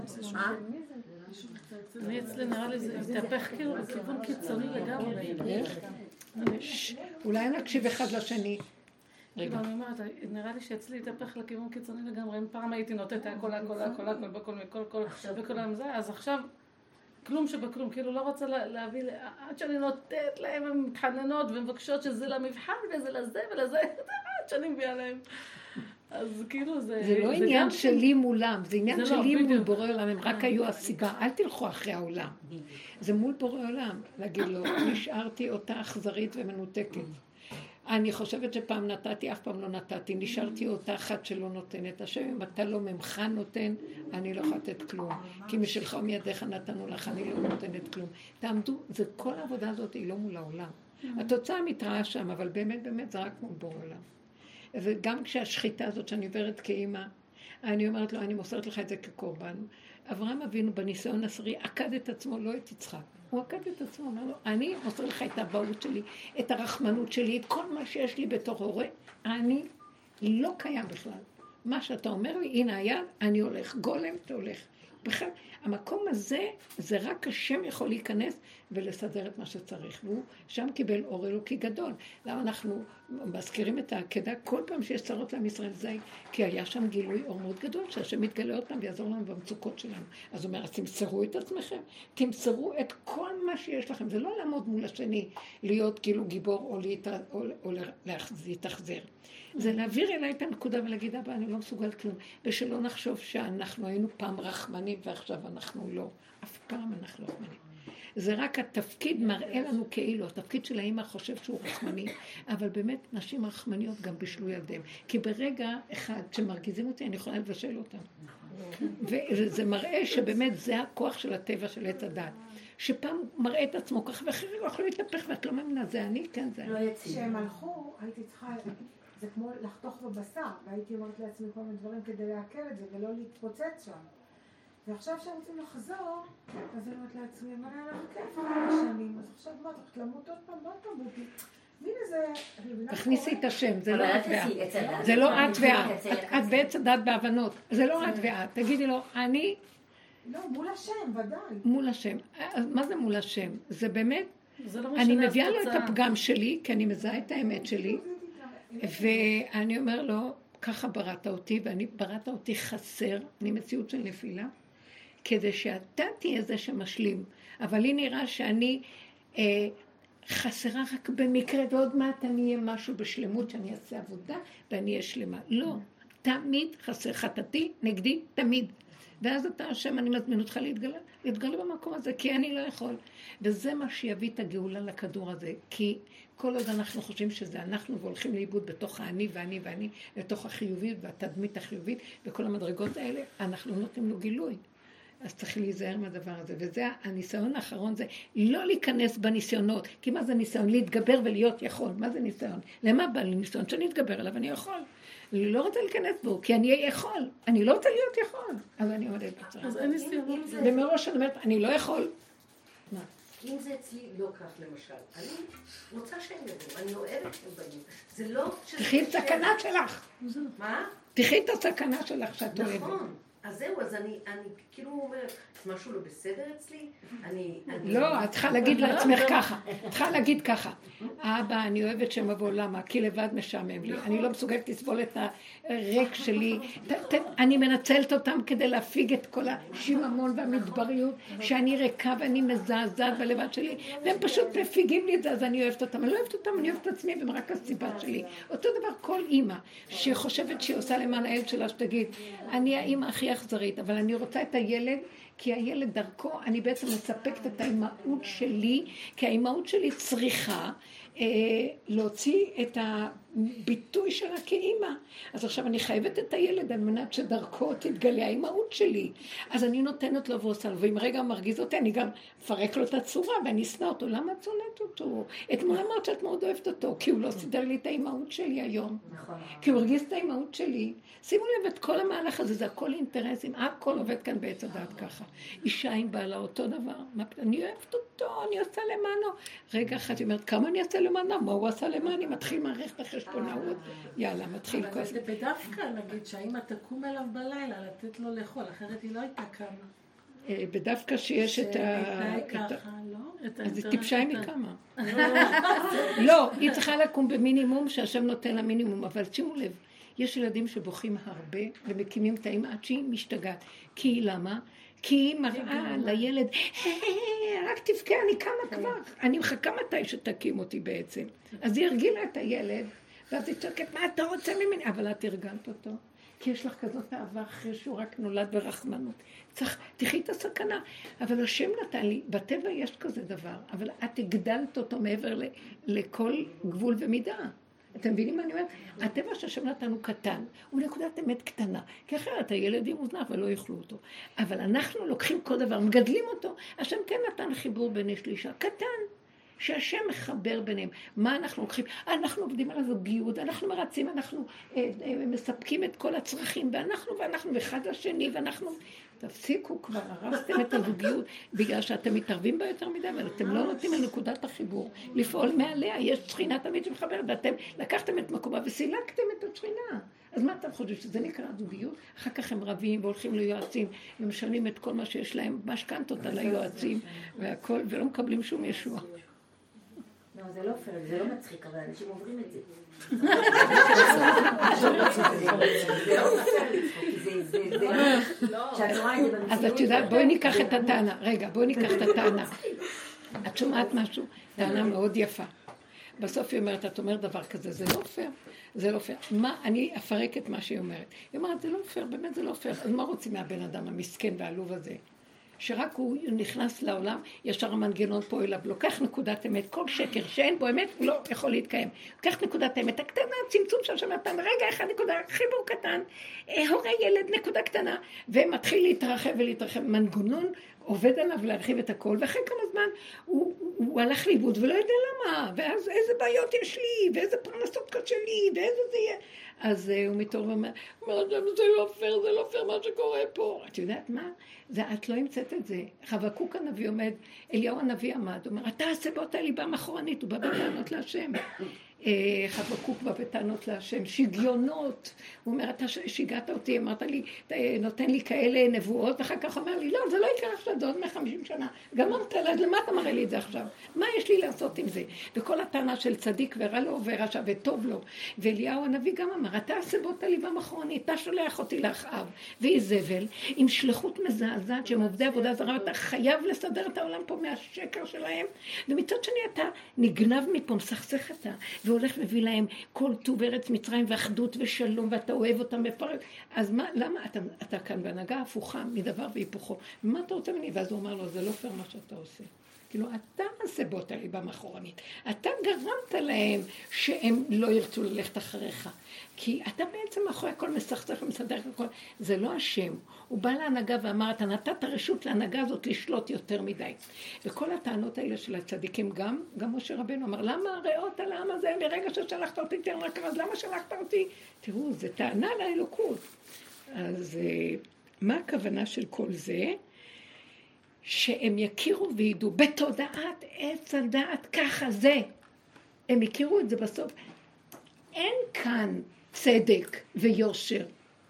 אני אצלי נראה לי זה התהפך כאילו בכיוון קיצוני לגמרי. איך? אולי נקשיב אחד לשני. רגע. אני אומרת, נראה לי שאצלי התהפך לכיוון קיצוני לגמרי. אם פעם הייתי נותנת הכל, הכל, הכל, הכל, בכל, מכל, כל, בכל היום זה, אז עכשיו כלום שבכלום, כאילו לא רוצה להביא, עד שאני נותנת להם, הן מתחננות ומבקשות שזה למבחן וזה לזה ולזה, עד שאני מביאה להם. אז כאילו זה... זה לא עניין שלי מולם, זה עניין שלי מול בורא עולם, הם רק היו הסיבה, אל תלכו אחרי העולם. זה מול בורא עולם, להגיד לו, נשארתי אותה אכזרית ומנותקת. אני חושבת שפעם נתתי, אף פעם לא נתתי, נשארתי אותה אחת שלא נותנת. השם, אם אתה לא ממך נותן, אני לא יכולה לתת כלום. כי משלך ומידיך נתנו לך, אני לא נותנת כלום. תעמדו, זה כל העבודה הזאת היא לא מול העולם. התוצאה מתראה שם, אבל באמת, באמת זה רק מול בור עולם. וגם כשהשחיטה הזאת שאני עוברת כאימא, אני אומרת לו, אני מוסרת לך את זה כקורבן. אברהם אבינו בניסיון עשרי, עקד את עצמו, לא את יצחק. הוא עקד את עצמו, אמר לו, אני מוסר לך את הבאות שלי, את הרחמנות שלי, את כל מה שיש לי בתור הורה, אני לא קיים בכלל. מה שאתה אומר לי, הנה היד, אני הולך, גולם, אתה הולך. בכלל, המקום הזה, זה רק השם יכול להיכנס ולסדר את מה שצריך. והוא שם קיבל אור אלוקי גדול. למה אנחנו מזכירים את העקדה, כל פעם שיש צרות לעם ישראל זה, כי היה שם גילוי אור מאוד גדול, שהשם מתגלה אותם ויעזור לנו במצוקות שלנו. אז הוא אומר, אז תמסרו את עצמכם, תמסרו את כל מה שיש לכם, זה לא לעמוד מול השני, להיות כאילו גיבור או, להתר... או, או להתאכזר. זה להעביר אליי את הנקודה ולהגיד, אבא, אני לא מסוגל כלום, ושלא נחשוב שאנחנו היינו פעם רחמנים ועכשיו אנחנו לא. אף פעם אנחנו לא רחמנים. זה רק התפקיד מראה לנו כאילו, התפקיד של האמא חושב שהוא רחמני, אבל באמת נשים רחמניות גם בשלו ילדיהם. כי ברגע אחד שמרגיזים אותי, אני יכולה לבשל אותם. וזה מראה שבאמת זה הכוח של הטבע של עץ הדת. שפעם מראה את עצמו כך, ואחרי רגע יכול להתהפך, ואת לא מאמינה, זה אני, כן, זה אני. כשהם הלכו, הייתי צריכה, זה כמו לחתוך בבשר, והייתי אומרת לעצמי כל מיני דברים כדי להקל את זה, ולא להתפוצץ שם. ועכשיו שרוצים לחזור, אז אני אומרת לעצמי, מה היה לך כיף כמה שנים, אז עכשיו מה, אתה למות עוד פעם, עוד פעם, והנה זה... תכניסי את השם, זה לא את ואת. זה לא את ואת, את בעץ הדת בהבנות, זה לא את ואת. תגידי לו, אני... לא, מול השם, ודאי. מול השם. מה זה מול השם? זה באמת, אני מביאה לו את הפגם שלי, כי אני מזהה את האמת שלי, ואני אומר לו, ככה בראת אותי, ואני בראת אותי חסר, אני מציאות של נפילה, כדי שאתה תהיה זה שמשלים. אבל לי נראה שאני אה, חסרה רק במקרה, ועוד מעט אני אהיה משהו בשלמות, שאני אעשה עבודה, ואני אהיה שלמה. לא, תמיד חסר חטאתי, נגדי, תמיד. ואז אתה, השם, אני מזמין אותך להתגלה, להתגלה במקום הזה, כי אני לא יכול. וזה מה שיביא את הגאולה לכדור הזה, כי כל עוד אנחנו חושבים שזה אנחנו, והולכים לאיבוד בתוך האני ואני ואני, לתוך החיובית והתדמית החיובית, וכל המדרגות האלה, אנחנו נותנים לו גילוי. אז צריך להיזהר מהדבר הזה, וזה הניסיון האחרון, זה לא להיכנס בניסיונות, כי מה זה ניסיון? להתגבר ולהיות יכול. מה זה ניסיון? למה בא לי ניסיון? שאני אתגבר עליו, אני יכול. אני לא רוצה להיכנס בו, כי אני יכול. אני לא רוצה להיות יכול. אז אני עומדת בצורה. אז אין ניסיון. ומראש אני אומרת, אני לא יכול. מה? אם זה אצלי לא כך למשל, אני רוצה שהם יבואו, אני אוהבת שהם באים. זה לא... תחי את הסכנה שלך. מה? תחי את הסכנה שלך שאת אוהבת. נכון. אז זהו, אז אני, אני כאילו אומרת, משהו לא בסדר אצלי? אני... לא, את צריכה להגיד לעצמך ככה. את צריכה להגיד ככה. אבא, אני אוהבת שהם יבואו, למה? כי לבד משעמם לי. אני לא מסוגלת לסבול את הריק שלי. אני מנצלת אותם כדי להפיג את כל השיממון והמדבריות, שאני ריקה ואני מזעזעת בלבד שלי, והם פשוט מפיגים לי את זה, אז אני אוהבת אותם. אני לא אוהבת אותם, אני אוהבת את עצמי, והם רק הסיבה שלי. אותו דבר כל אימא, שחושבת שהיא עושה למען הילד שלה, שתגיד, אני האימא הכי אכזרית, אבל אני רוצה את הילד, כי הילד דרכו, אני בעצם מספקת את האימהות שלי, כי האימהות שלי צריכה אה, להוציא את הביטוי שלה כאימא. אז עכשיו אני חייבת את הילד על מנת שדרכו תתגלה האימהות שלי. אז אני נותנת לו ועושה לו, ואם רגע מרגיז אותי, אני גם מפרק לו את הצורה, ואני אשנא אותו. למה את שונאת אותו? אתמול אמרת שאת מאוד אוהבת אותו, כי הוא לא סידר לי את האימהות שלי היום. כי הוא הרגיז את האימהות שלי. שימו לב את כל המהלך הזה, זה הכל אינטרסים, הכל עובד כאן בעץ הדעת ככה. אישה עם בעלה אותו דבר, אני אוהבת אותו, אני עושה למענו. רגע אחת היא אומרת, כמה אני אעשה למענו? מה הוא עשה למעני? מתחיל מערכת החשבונאות, יאללה, מתחיל כוס. אבל בדווקא נגיד שהאמא תקום אליו בלילה, לתת לו לאכול, אחרת היא לא הייתה קמה. בדווקא שיש את ה... שהייתה ככה, לא? אז היא טיפשה אם היא קמה. לא, היא צריכה לקום במינימום שהשם נותן לה מינימום, אבל שימו לב. יש ילדים שבוכים הרבה ומקימים את האמא עד שהיא משתגעת. כי למה? כי היא מראה לילד, רק תבכה, אני קמה כבר. אני מחכה מתי שתקים אותי בעצם. אז היא הרגילה את הילד, ואז היא צועקת, מה אתה רוצה ממני? אבל את הרגלת אותו. כי יש לך כזאת אהבה אחרי שהוא רק נולד ברחמנות. צריך, תחי את הסכנה. אבל השם נתן לי, בטבע יש כזה דבר, אבל את הגדלת אותו מעבר לכל גבול ומידה. אתם מבינים מה אני אומרת? הטבע שהשם נתן הוא קטן, הוא נקודת אמת קטנה, כי אחרת הילדים מוזנח ולא יאכלו אותו. אבל אנחנו לוקחים כל דבר, מגדלים אותו, השם כן נתן חיבור בין איש לאישה, קטן, שהשם מחבר ביניהם. מה אנחנו לוקחים? אנחנו עובדים על הזוגיות, אנחנו מרצים, אנחנו אה, אה, מספקים את כל הצרכים, ואנחנו ואנחנו אחד לשני, ואנחנו... תפסיקו כבר, הרסתם את הזוגיות, בגלל שאתם מתערבים בה יותר מדי, אבל אתם לא נותנים על נקודת החיבור. לפעול מעליה, יש שכינה תמיד שמחברת, ואתם לקחתם את מקומה וסילקתם את השכינה. אז מה אתם חושבים? שזה נקרא זוגיות? אחר כך הם רבים והולכים ליועצים, ומשלמים את כל מה שיש להם, משכנתות על היועצים, והכל, ולא מקבלים שום ישוע. לא, זה לא פייר, זה לא מצחיק, אבל אנשים עוברים את זה. אז את יודעת, בואי ניקח את הטענה. רגע, בואי ניקח את הטענה. את שומעת משהו? טענה מאוד יפה. בסוף היא אומרת, את אומרת דבר כזה, זה לא פייר. זה לא פייר. מה, אני אפרק את מה שהיא אומרת. היא אומרת, זה לא פייר, באמת זה לא פייר. אז מה רוצים מהבן אדם המסכן והעלוב הזה? שרק הוא נכנס לעולם, ישר המנגנון פועל אליו, לוקח נקודת אמת, כל שקר שאין בו אמת, הוא לא יכול להתקיים. לוקח נקודת אמת, הקטנה, צמצום של שמתן, רגע אחד נקודה, חיבור קטן, הורי ילד, נקודה קטנה, ומתחיל להתרחב ולהתרחב. מנגנון עובד עליו להרחיב את הכל, ואחרי כמה זמן הוא, הוא, הוא הלך לאיבוד ולא יודע למה, ואז איזה בעיות יש לי, ואיזה פרנסות קשה לי, ואיזה זה יהיה. אז uh, הוא מתעורר ואומר, זה לא פייר, זה לא פייר מה שקורה פה. את יודעת מה? זה, את לא המצאת את זה. חבקוק הנביא עומד, אליהו הנביא עמד, אומר, אתה הסבות הליבם אחורנית, הוא בא בטענות להשם. חבקוק בא בטענות להשם, שגיונות. הוא אומר, אתה שיגעת אותי, אמרת לי, נותן לי כאלה נבואות, ואחר כך אומר לי, לא, זה לא יקרה עכשיו, זה עוד מאה-חמישים שנה. גמרת, למה אתה מראה לי את זה עכשיו? מה יש לי לעשות עם זה? וכל הטענה של צדיק ורע לו ורשע וטוב לו. ואליהו הנביא גם אמר, אתה הסבות הליבם אחורנית, אתה שולח אותי לאחאב ואיזבל, עם שלחות מזעזעת שהם עובדי עבודה זרה, אתה חייב לסדר את העולם פה מהשקר שלהם, ומצד שני אתה נגנב מפה, מסכסך אתה, והולך מביא להם כל טוב ארץ מצרים ואחדות ושלום, ואתה אוהב אותם בפרק. אז מה, למה אתה, אתה כאן בהנהגה הפוכה מדבר והיפוכו? מה אתה רוצה ממני? ואז הוא אומר לו, זה לא פייר מה שאתה עושה. כאילו, אתה הסבות הליבם אחורנית. אתה גרמת להם שהם לא ירצו ללכת אחריך. כי אתה בעצם אחרי הכל מסכסך ומסדר הכל. זה לא השם. הוא בא להנהגה ואמר, אתה נתת רשות להנהגה הזאת לשלוט יותר מדי. וכל הטענות האלה של הצדיקים גם, גם משה רבנו אמר, למה ראות על העם הזה מרגע ששלחת אותי תראה רק אז, למה שלחת אותי? תראו, זה טענה לאלוקות. אז מה הכוונה של כל זה? שהם יכירו וידעו בתודעת עץ הדעת, ככה זה. הם יכירו את זה בסוף. אין כאן צדק ויושר.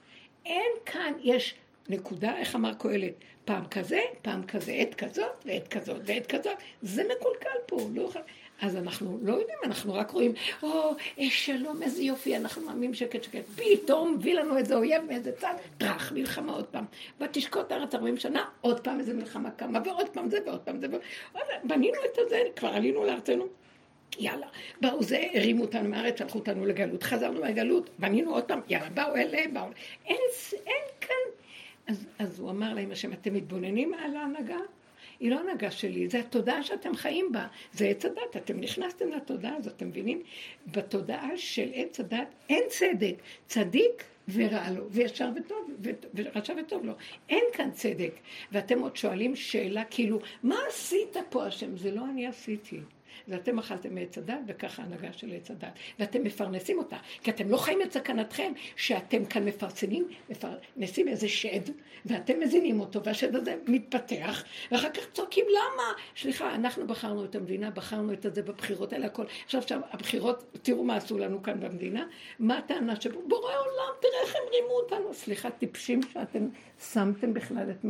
אין כאן, יש נקודה, איך אמר קהלת, פעם כזה, פעם כזה, עת כזאת, ועת כזאת, ועת כזאת. זה מקולקל פה, לא יכול... אז אנחנו לא יודעים, אנחנו רק רואים, או, שלום, איזה יופי, אנחנו מאמינים שקט שקט. פתאום מביא לנו איזה אויב מאיזה צד, טרח, מלחמה עוד פעם. ותשקוט הארץ ארבעים שנה, עוד פעם איזה מלחמה קמה, ועוד פעם זה, ועוד פעם זה. בנינו את זה, כבר עלינו לארצנו. יאללה, באו זה, הרימו אותנו מהארץ, שלחו אותנו לגלות, חזרנו מהגלות, בנינו עוד פעם, יאללה, באו אלה, באו. אין, אין כאן. אז, אז הוא אמר להם, השם, אתם מתבוננים על ההנהגה? היא לא הנהגה שלי, זה התודעה שאתם חיים בה, זה עץ הדת, אתם נכנסתם לתודעה הזאת, אתם מבינים? בתודעה של עץ הדת אין צדק, צדיק ורע לו, וישר וטוב, ורשע וטוב לו, אין כאן צדק, ואתם עוד שואלים שאלה כאילו, מה עשית פה השם? זה לא אני עשיתי. ואתם אכלתם מעץ הדת, וככה ההנהגה של עץ הדת. ואתם מפרנסים אותה, כי אתם לא חיים את סכנתכם, שאתם כאן מפרסמים, מפרנסים איזה שד, ואתם מזינים אותו, והשד הזה מתפתח, ואחר כך צועקים, למה? סליחה, אנחנו בחרנו את המדינה, בחרנו את זה בבחירות האלה, הכל. עכשיו, עכשיו, הבחירות, תראו מה עשו לנו כאן במדינה, מה הטענה שבו? בורא עולם, תראה איך הם רימו אותנו. סליחה, טיפשים שאתם שמתם בכלל את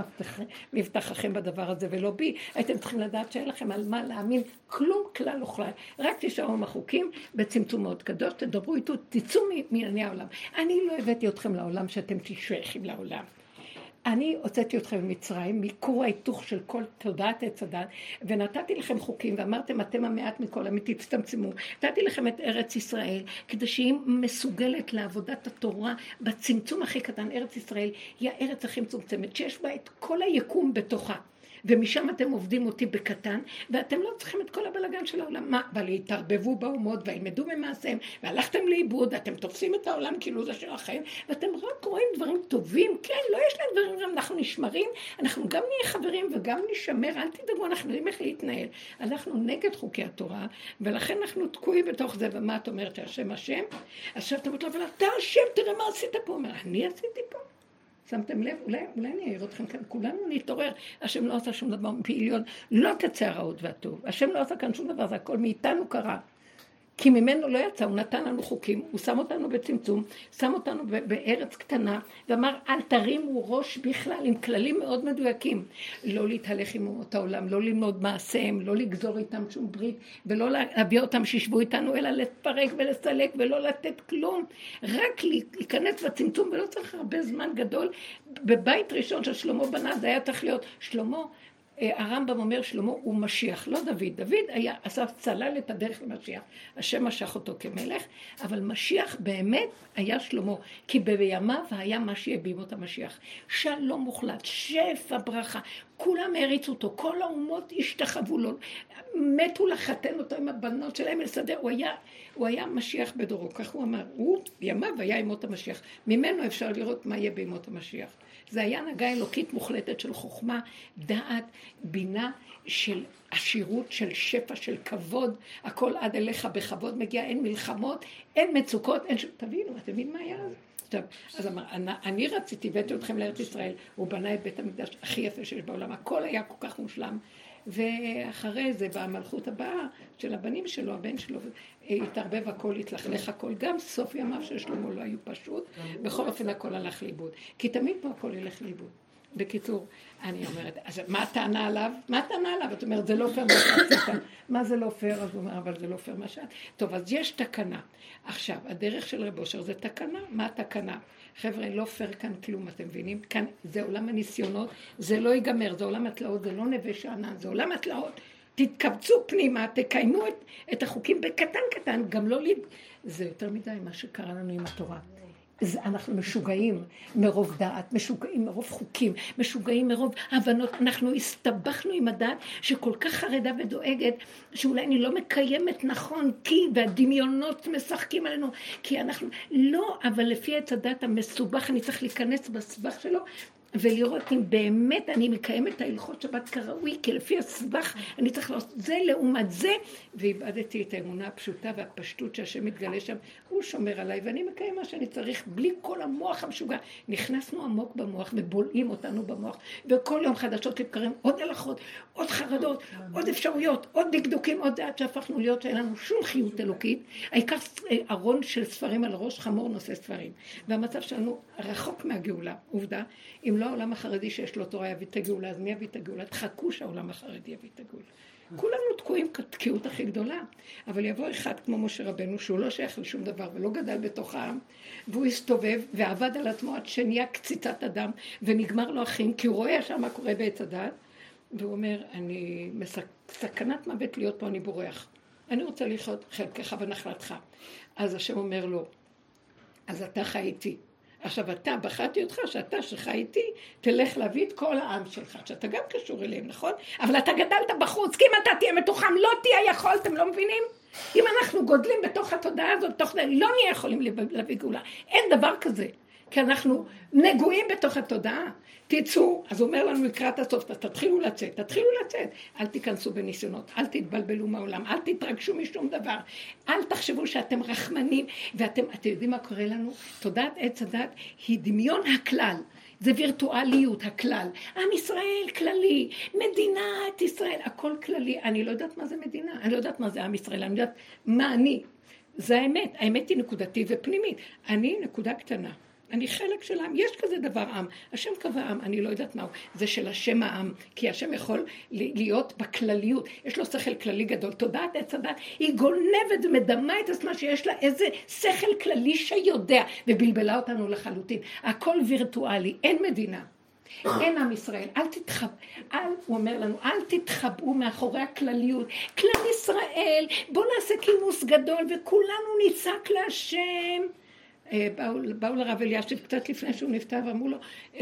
מבטחכם בדבר הזה, ולא בי. הייתם צריכים לדעת שאין לכם על מה להאמין, כלום כלל לא כלל. רק תשארו מחוקים בצמצום מאוד קדוש, תדברו איתו, תצאו מענייני העולם. אני לא הבאתי אתכם לעולם שאתם תשייכים לעולם. אני הוצאתי אתכם ממצרים, מכור ההיתוך של כל תודעת עץ הדת, ונתתי לכם חוקים, ואמרתם, אתם המעט מכל המתי, תצטמצמו. נתתי לכם את ארץ ישראל, כדי שהיא מסוגלת לעבודת התורה, בצמצום הכי קטן. ארץ ישראל היא הארץ הכי מצומצמת, שיש בה את כל היקום בתוכה. ומשם אתם עובדים אותי בקטן, ואתם לא צריכים את כל הבלגן של העולם. מה? אבל התערבבו באומות, וילמדו ממעשיהם, והלכתם לאיבוד, אתם תופסים את העולם כאילו זה שלכם, ואתם רק רואים דברים טובים, כן, לא יש להם דברים, אנחנו נשמרים, אנחנו גם נהיה חברים וגם נשמר, אל תדאגו, אנחנו יודעים איך להתנהל. אנחנו נגד חוקי התורה, ולכן אנחנו תקועים בתוך זה, ומה את אומרת, השם השם? עכשיו אתה אומרת לו, אבל אתה השם, תראה מה עשית פה. אומר, אני עשיתי פה. שמתם לב? אולי, אולי אני אעיר אתכם כאן, כולנו נתעורר, השם לא עושה שום דבר מפעיליון, לא תצא הרעות והטוב, השם לא עושה כאן שום דבר, זה הכל מאיתנו קרה. כי ממנו לא יצא, הוא נתן לנו חוקים, הוא שם אותנו בצמצום, שם אותנו בארץ קטנה, ואמר, אל תרימו ראש בכלל, עם כללים מאוד מדויקים. לא להתהלך עם אומות העולם, לא ללמוד מעשיהם, לא לגזור איתם שום ברית, ולא להביא אותם שישבו איתנו, אלא לפרק ולסלק, ולא לתת כלום. רק להיכנס בצמצום, ולא צריך הרבה זמן גדול. בבית ראשון של שלמה בנה, זה היה צריך להיות שלמה, הרמב"ם אומר שלמה הוא משיח, לא דוד. דוד היה, עשה צלל את הדרך למשיח. השם משך אותו כמלך, אבל משיח באמת היה שלמה. כי בימיו היה מה שיביאים את המשיח. שלום מוחלט, שפע ברכה. כולם הריצו אותו, כל האומות השתחוו לו. מתו לחתן אותו עם הבנות שלהם לסדר. הוא היה, הוא היה משיח בדורו, כך הוא אמר. הוא בימיו היה ימות המשיח. ממנו אפשר לראות מה יהיה בימות המשיח. זה היה הנהגה אלוקית מוחלטת של חוכמה, דעת, בינה, של עשירות, של שפע, של כבוד. הכל עד אליך בכבוד מגיע, אין מלחמות, אין מצוקות, אין ש... תבינו, אתם מבינים מה היה זה? טוב, אז אמר, אני, אני רציתי, הבאתי אתכם לארץ ישראל, הוא בנה את בית המקדש הכי יפה שיש בעולם, הכל היה כל כך מושלם. ואחרי זה, במלכות הבאה של הבנים שלו, הבן שלו, התערבב הכל, התלכלך הכל, גם סוף ימיו של שלמה לא היו פשוט, בכל אופן הכל הלך לאיבוד. כי תמיד פה הכל ילך לאיבוד. בקיצור, אני אומרת, אז מה הטענה עליו? מה הטענה עליו? את אומרת, זה לא פייר מה שעשית. מה זה לא פייר? אז הוא אומר, אבל זה לא פייר מה שאת. טוב, אז יש תקנה. עכשיו, הדרך של רב אושר זה תקנה. מה התקנה? חבר'ה, לא פייר כאן כלום, אתם מבינים? כאן זה עולם הניסיונות, זה לא ייגמר, זה עולם התלאות, זה לא נווה שענן, זה עולם התלאות. תתקבצו פנימה, תקיימו את, את החוקים בקטן קטן, גם לא ליד. זה יותר מדי מה שקרה לנו עם התורה. זה, אנחנו משוגעים מרוב דעת, משוגעים מרוב חוקים, משוגעים מרוב הבנות. אנחנו הסתבכנו עם הדעת שכל כך חרדה ודואגת, שאולי אני לא מקיימת נכון, כי והדמיונות משחקים עלינו, כי אנחנו לא, אבל לפי עץ הדעת המסובך, אני צריך להיכנס בסבך שלו, ולראות אם באמת אני מקיימת את ההלכות שבת כראוי, כי לפי הסבך אני צריך לעשות זה לעומת זה, ואיבדתי את האמונה הפשוטה והפשטות שהשם מתגלה שם, הוא שומר עליי ואני מקיים מה שאני צריך, בלי כל המוח המשוגע. נכנסנו עמוק במוח ובולעים אותנו במוח, וכל יום חדשות לבקרים עוד הלכות, עוד חרדות, עוד אפשרויות, עוד דקדוקים, עוד דעת שהפכנו להיות שאין לנו שום חיות אלוקית. העיקר ארון של ספרים על הראש, חמור נושא ספרים. והמצב שלנו רחוק מהגאולה, עובדה. אם לא העולם החרדי שיש לו תורה יביא את הגאולה, אז מי יביא את הגאולה? תחכו שהעולם החרדי יביא את הגאולה. כולנו תקועים כתקיעות הכי גדולה, אבל יבוא אחד כמו משה רבנו, שהוא לא שייך לשום דבר ולא גדל בתוך העם, והוא הסתובב ועבד על עצמו עד שנהיה קציצת אדם, ונגמר לו אחים, כי הוא רואה שם מה קורה בעץ הדת, והוא אומר, אני מסכנת מוות להיות פה, אני בורח. אני רוצה לחיות חלקך ונחלתך. אז השם אומר לו, אז אתה חי איתי. עכשיו אתה, בחרתי אותך, שאתה שחי איתי, תלך להביא את כל העם שלך, שאתה גם קשור אליהם, נכון? אבל אתה גדלת בחוץ, כי אם אתה תהיה מתוחם, לא תהיה יכול, אתם לא מבינים? אם אנחנו גודלים בתוך התודעה הזאת, בתוך... לא נהיה יכולים להביא גאולה. אין דבר כזה, כי אנחנו נגועים בתוך התודעה. תצאו, אז הוא אומר לנו לקראת הסוף, תתחילו לצאת, תתחילו לצאת. אל תיכנסו בניסיונות, אל תתבלבלו מהעולם, אל תתרגשו משום דבר. אל תחשבו שאתם רחמנים, ואתם, אתם יודעים מה קורה לנו? תודעת עץ הדת היא דמיון הכלל. זה וירטואליות, הכלל. עם ישראל כללי, מדינת ישראל, הכל כללי. אני לא יודעת מה זה מדינה, אני לא יודעת מה זה עם ישראל, אני יודעת מה אני. זה האמת, האמת היא נקודתית ופנימית. אני נקודה קטנה. אני חלק של העם, יש כזה דבר עם, השם קבע עם, אני לא יודעת מהו, זה של השם העם, כי השם יכול להיות בכלליות, יש לו שכל כללי גדול, תודעת עץ הדת, היא גונבת ומדמה את עצמה שיש לה איזה שכל כללי שיודע, ובלבלה אותנו לחלוטין, הכל וירטואלי, אין מדינה, אין עם ישראל, אל תתחב, אל, הוא אומר לנו, אל תתחבאו מאחורי הכלליות, כלל ישראל, בוא נעשה כינוס גדול וכולנו נצעק להשם, באו, באו לרב אלישיב קצת לפני שהוא נפטר ואמרו לו,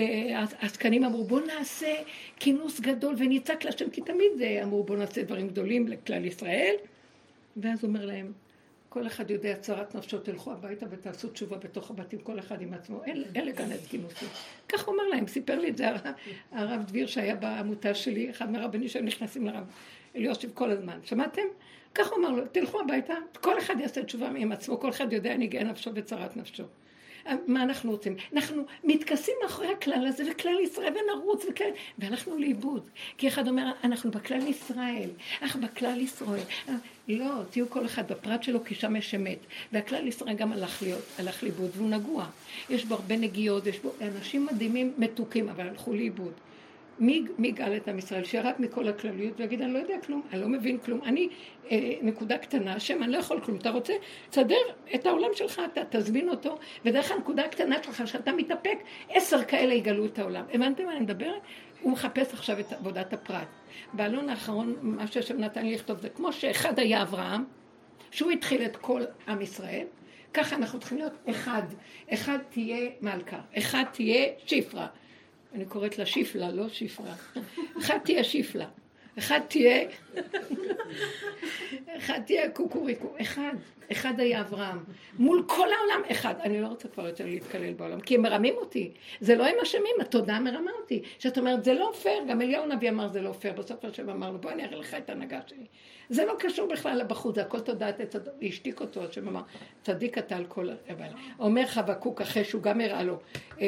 העסקנים אמרו בוא נעשה כינוס גדול וניצק להשם, כי תמיד אמרו בוא נעשה דברים גדולים לכלל ישראל, ואז הוא אומר להם, כל אחד יודע צרת נפשו, תלכו הביתה ותעשו תשובה בתוך הבתים, כל אחד עם עצמו, אין, אין לכנס כינוסים. כך הוא אומר להם, סיפר לי את זה הרב, הרב דביר שהיה בעמותה שלי, אחד מהרבנים שהם נכנסים לרב אלישיב כל הזמן, שמעתם? כך הוא אמר לו, תלכו הביתה, כל אחד יעשה תשובה עם עצמו, כל אחד יודע ניגע נפשו וצרת נפשו. מה אנחנו רוצים? אנחנו מתכסים מאחורי הכלל הזה, וכלל ישראל ונרוץ, וכלל... והלכנו לאיבוד. כי אחד אומר, אנחנו בכלל ישראל, אנחנו בכלל ישראל. לא, תהיו כל אחד בפרט שלו, כי שם יש אמת. והכלל ישראל גם הלך להיות, הלך לאיבוד, והוא נגוע. יש בו הרבה נגיעות, יש בו אנשים מדהימים, מתוקים, אבל הלכו לאיבוד. מי, מי גאל את עם ישראל? שירד מכל הכלליות ויגיד, אני לא יודע כלום, אני לא מבין כלום. אני אה, נקודה קטנה, שם, אני לא יכול כלום. אתה רוצה? תסדר את העולם שלך, אתה תזמין אותו, ודרך הנקודה הקטנה שלך, שאתה מתאפק, עשר כאלה יגלו את העולם. הבנתם מה אני מדברת? הוא מחפש עכשיו את עבודת הפרט. בעלון האחרון, מה שהשם נתן לי לכתוב, זה כמו שאחד היה אברהם, שהוא התחיל את כל עם ישראל, ככה אנחנו צריכים להיות אחד. אחד תהיה מלכה, אחד תהיה שפרה. אני קוראת לה שיפלה, לא שפרה. אחד תהיה שיפלה, אחד תהיה... אחד תהיה קוקוריקו, אחד. אחד היה אברהם. מול כל העולם, אחד. אני לא רוצה כבר יותר להתקלל בעולם, כי הם מרמים אותי. זה לא הם אשמים, התודעה מרמה אותי. שאת אומרת, זה לא פייר, גם אליהו נביא אמר, זה לא פייר. בסוף השם אמרנו, בוא אני אראה לך את הנהגה שלי. זה לא קשור בכלל לבחוץ, זה הכל תודעת, להשתיק אותו, השם אמר, צדיק אתה על כל... אומר חבקוק, אחרי שהוא גם הראה לו,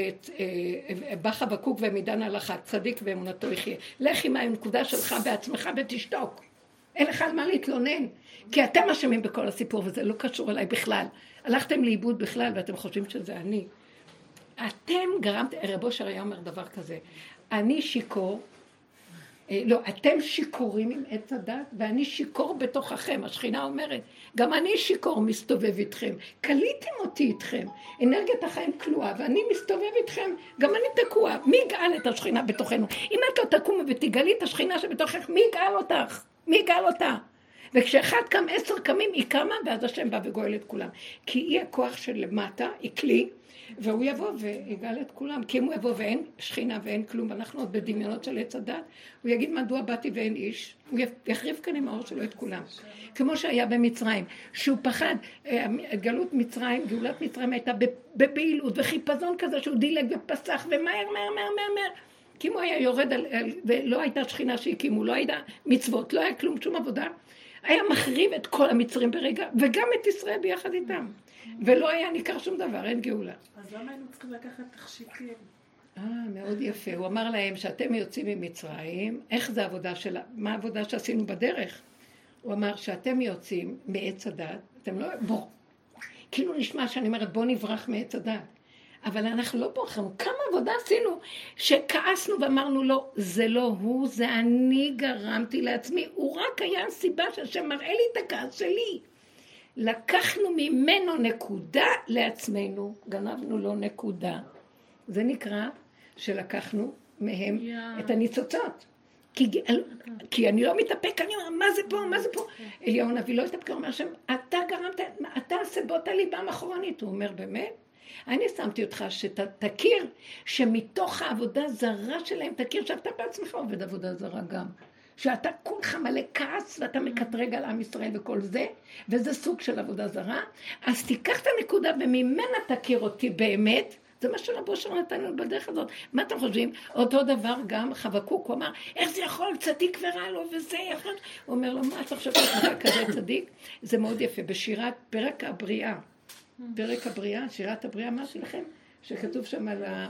בא חבקוק ומידן הלכה, צדיק ואמונתו יחיה. לך עם הנקודה שלך בעצמך ותשתוק. אין לך על מה להתלונן, כי אתם אשמים בכל הסיפור, וזה לא קשור אליי בכלל. הלכתם לאיבוד בכלל, ואתם חושבים שזה אני. אתם גרמתם, רב אושר היה אומר דבר כזה, אני שיקור, לא, אתם שיקורים עם עץ הדת, ואני שיקור בתוככם, השכינה אומרת, גם אני שיקור מסתובב איתכם, קליתם אותי איתכם, אנרגיית החיים כלואה, ואני מסתובב איתכם, גם אני תקוע, מי יגאל את השכינה בתוכנו? אם את לא תקום ותגלי את השכינה שבתוכך, מי יגאל אותך? מי יגאל אותה? וכשאחד קם, עשר קמים, היא קמה, ואז השם בא וגואל את כולם. כי היא הכוח של למטה, היא כלי, והוא יבוא ויגאל את כולם. כי אם הוא יבוא ואין שכינה ואין כלום, אנחנו עוד בדמיונות של עץ הדת, הוא יגיד מדוע באתי ואין איש, הוא יחריב כאן עם האור שלו את כולם. כמו שהיה במצרים, שהוא פחד, גלות מצרים, גאולת מצרים הייתה בפעילות וחיפזון כזה, שהוא דילג ופסח ומהר, מהר, מהר, מהר, מהר. כי אם הוא היה יורד על, ולא הייתה שכינה שהקימו, לא הייתה מצוות, לא היה כלום, שום עבודה, היה מחריב את כל המצרים ברגע, וגם את ישראל ביחד איתם. ולא היה ניכר שום דבר, אין גאולה. אז למה היינו צריכים לקחת תכשיטים? אה, מאוד יפה. הוא אמר להם שאתם יוצאים ממצרים, איך זה העבודה שלה, מה העבודה שעשינו בדרך? הוא אמר שאתם יוצאים מעץ הדת, אתם לא, בוא. כאילו נשמע שאני אומרת, בוא נברח מעץ הדת. אבל אנחנו לא בורחנו, כמה עבודה עשינו, שכעסנו ואמרנו לו, זה לא הוא, זה אני גרמתי לעצמי, הוא רק היה סיבה שהשם מראה לי את הכעס שלי. לקחנו ממנו נקודה לעצמנו, גנבנו לו נקודה. זה נקרא שלקחנו מהם yeah. את הניצוצות. כי, כי אני לא מתאפק, אני אומר, מה זה פה, מה זה פה? אליהו נביא לא התאפק, הוא אומר שם, אתה גרמת, אתה סבות הליבה מאחורנית, הוא אומר באמת, אני שמתי אותך שתכיר שמתוך העבודה זרה שלהם, תכיר שאתה בעצמך עובד עבודה זרה גם. שאתה כולך מלא כעס ואתה מקטרג על עם ישראל וכל זה, וזה סוג של עבודה זרה, אז תיקח את הנקודה וממנה תכיר אותי באמת, זה מה שרב אושר נתן לנו בדרך הזאת. מה אתם חושבים? אותו דבר גם חבקוק, הוא אמר, איך זה יכול? צדיק ורע לו וזה יכול? הוא אומר לו, מה אתה חושב שאתה כזה צדיק? זה מאוד יפה, בשירת פרק הבריאה. פרק הבריאה, שירת הבריאה, אמרתי לכם, שכתוב שם על ה...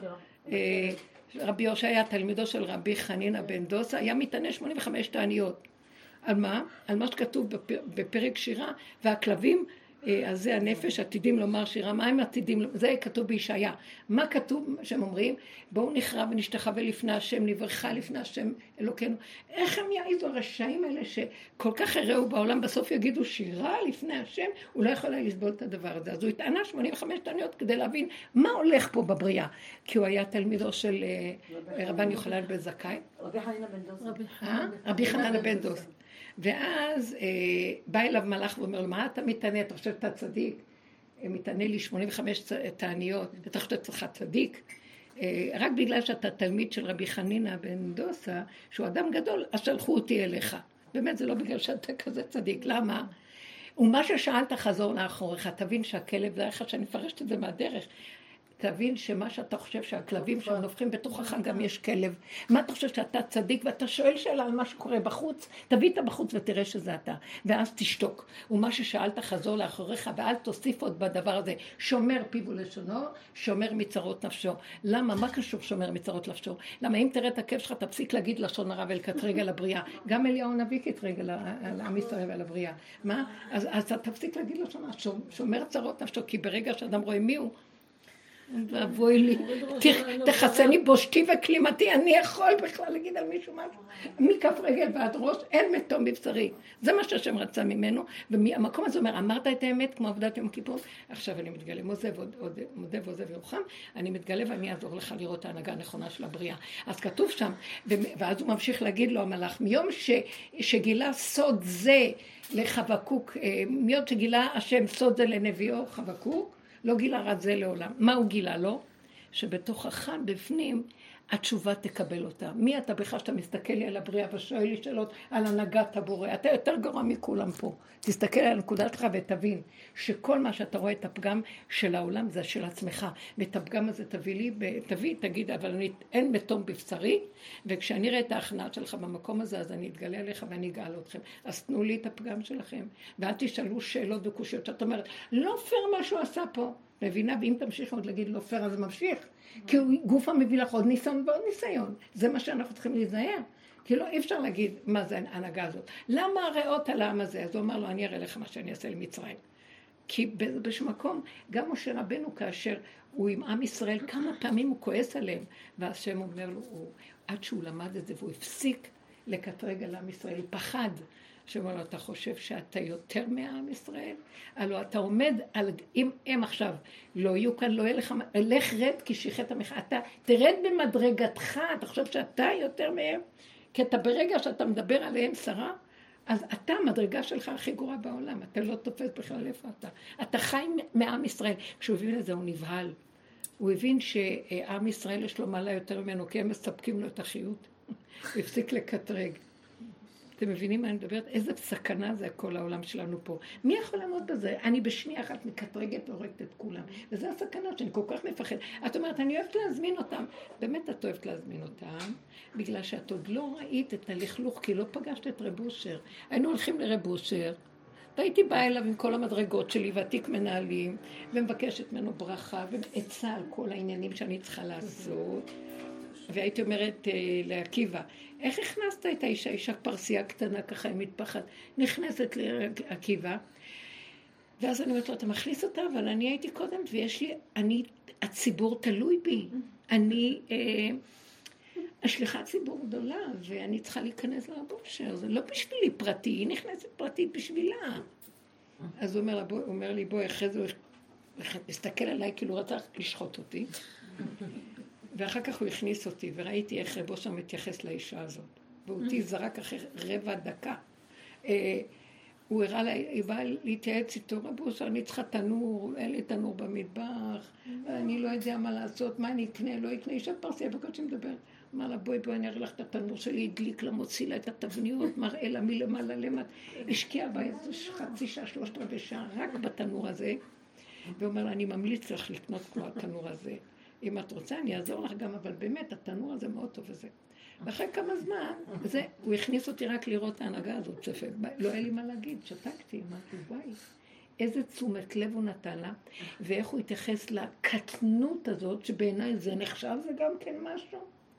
רבי הושע, תלמידו של רבי חנינא בן דוסה, היה מתענה שמונים וחמש תעניות. על מה? על מה שכתוב בפרק שירה, והכלבים, אז זה הנפש, עתידים לומר שירה, מה הם עתידים? זה כתוב בישעיה. מה כתוב שהם אומרים? בואו נחרב ונשתחווה לפני השם, נברכה לפני השם אלוקינו. איך הם יעיזו הרשעים האלה שכל כך הראו בעולם, בסוף יגידו שירה לפני השם, הוא לא יכול לסבול את הדבר הזה. אז הוא התענה שמונים וחמש תעניות כדי להבין מה הולך פה בבריאה. כי הוא היה תלמידו של רבן יוחנן בן זכאי. רבי חנינא בן דוסה. רבי חנינא בן דוסה. ואז אה, בא אליו מלאך ואומר לו, מה אתה מתענה? אתה חושב שאתה צדיק? מתענה לי שמונים וחמש תעניות, אתה חושב שאתה צדיק? אה, רק בגלל שאתה תלמיד של רבי חנינא בן דוסה, שהוא אדם גדול, אז שלחו אותי אליך. באמת זה לא בגלל שאתה כזה צדיק, למה? ומה ששאלת חזור לאחוריך, תבין שהכלב, זה איך שאני מפרשת את זה מהדרך, תבין שמה שאתה חושב שהכלבים שם נופחים בתוכך גם יש כלב. מה אתה חושב שאתה צדיק ואתה שואל שאלה על מה שקורה בחוץ, תביא את בחוץ ותראה שזה אתה, ואז תשתוק. ומה ששאלת חזור לאחוריך ואל תוסיף עוד בדבר הזה. שומר פיו ולשונו, שומר מצרות נפשו. למה? מה קשור שומר מצרות נפשו? למה אם תראה את הכאב שלך תפסיק להגיד לשון הרע ולקטרג על הבריאה. גם אליהו הנביא קטרג על עם ישראל ועל הבריאה. מה? אז, אז תפסיק להגיד לשון הרע, שומר צרות נפשו, כי ברגע שאדם רואה מי הוא, ואבוי לי, תחסני בושתי וכלימתי, אני יכול בכלל להגיד על מישהו משהו. מכף רגל ועד ראש, אין מתום בבשרי. זה מה שהשם רצה ממנו, והמקום הזה אומר, אמרת את האמת כמו עבודת יום כיפור, עכשיו אני מתגלה, מודה ועוזב ירוחם, אני מתגלה ואני אעזור לך לראות את ההנהגה הנכונה של הבריאה. אז כתוב שם, ואז הוא ממשיך להגיד לו המלאך, מיום שגילה סוד זה לחבקוק, מיום שגילה השם סוד זה לנביאו חבקוק, לא גילה רע זה לעולם. מה הוא גילה לו? שבתוכך בפנים התשובה תקבל אותה. מי אתה בכלל שאתה מסתכל לי על הבריאה ושואל לי שאלות על הנהגת הבורא? אתה יותר גרוע מכולם פה. תסתכל על הנקודה שלך ותבין שכל מה שאתה רואה את הפגם של העולם זה של עצמך. ואת הפגם הזה תביא לי, תביא, תגיד, אבל אני אין מתום בבשרי, וכשאני רואה את ההכנעה שלך במקום הזה, אז אני אתגלה עליך ואני אגאל אתכם. אז תנו לי את הפגם שלכם. ואל תשאלו שאלות וקושיות. שאת אומרת, לא פייר מה שהוא עשה פה. מבינה, ואם תמשיך עוד להגיד לא פייר, אז זה ממשיך. כי הוא גוף מביא לך עוד ניסיון ועוד ניסיון. זה מה שאנחנו צריכים להיזהר. כי לא, אי אפשר להגיד מה זה ההנהגה הזאת. למה הרעות על העם הזה? אז הוא אמר לו, אני אראה לך מה שאני אעשה למצרים. כי בשום מקום, גם משה רבנו כאשר הוא עם עם ישראל, כמה פעמים הוא כועס עליהם. והשם אומר לו, הוא, עד שהוא למד את זה, והוא הפסיק לקטרג על עם ישראל, הוא פחד. שאומר לו, אתה חושב שאתה יותר מעם ישראל? הלוא אתה עומד על, אם הם עכשיו לא יהיו כאן, לא יהיה לך, לך רד כי שיחת המחאה, אתה תרד במדרגתך, אתה חושב שאתה יותר מהם? כי אתה ברגע שאתה מדבר עליהם שרה, אז אתה המדרגה שלך הכי גרועה בעולם, אתה לא תופס בכלל איפה אתה. אתה חי מעם ישראל. כשהוא הבין את זה, הוא נבהל. הוא הבין שעם ישראל יש לו מעלה יותר ממנו, כי הם מספקים לו את החיות. הוא הפסיק לקטרג. אתם מבינים מה אני מדברת? איזה סכנה זה כל העולם שלנו פה. מי יכול לעמוד בזה? אני בשנייה אחת מקטרגת והורגת את כולם. וזה הסכנה שאני כל כך מפחד. את אומרת, אני אוהבת להזמין אותם. באמת את אוהבת להזמין אותם, בגלל שאת עוד לא ראית את הלכלוך, כי לא פגשת את רב אושר. היינו הולכים לרב אושר, והייתי באה אליו עם כל המדרגות שלי ועתיק מנהלים, ומבקשת ממנו ברכה, ועצה על כל העניינים שאני צריכה לעשות. והייתי אומרת לעקיבא, איך הכנסת את האישה, אישה פרסייה קטנה ככה עם מטפחת, נכנסת לעקיבא, ואז אני אומרת לו, אתה מכניס אותה, אבל אני הייתי קודם, ויש לי, אני, הציבור תלוי בי, אני אה, השליחת ציבור גדולה, ואני צריכה להיכנס לרב אושר, זה לא בשבילי פרטי, היא נכנסת פרטית בשבילה. אז הוא אומר, הוא אומר לי, בואי, אחרי זה הוא הסתכל עליי, כאילו רצה לשחוט אותי, ואחר כך הוא הכניס אותי, וראיתי איך רב אושר מתייחס לאישה הזאת. ואותי זרק אחרי רבע דקה. הוא הראה לה, היא באה להתייעץ איתו, רב אושר, אני צריכה תנור, אין לי תנור במטבח, אני לא יודע מה לעשות, מה אני אקנה, לא אקנה, אישה פרסיה, בקוד שמדבר. אמר לה, בואי, בואי, אני אראה לך את התנור שלי, הדליק לה, מוציא לה את התבניות, מראה לה מלמעלה למטה. השקיע בה איזה חצי שעה, שלושת רבעי שעה, רק בתנור הזה. ואומר לה, אני ממליץ לך לקנות כמו התנור הזה. אם את רוצה, אני אעזור לך גם, אבל באמת, התנור הזה מאוד טוב וזה. ואחרי כמה זמן, וזה, הוא הכניס אותי רק לראות את ההנהגה הזאת, צפה. לא היה לי מה להגיד, שתקתי, אמרתי, וואי, איזה תשומת לב הוא נתן לה, ואיך הוא התייחס לקטנות הזאת, שבעיניי זה נחשב, זה גם כן משהו.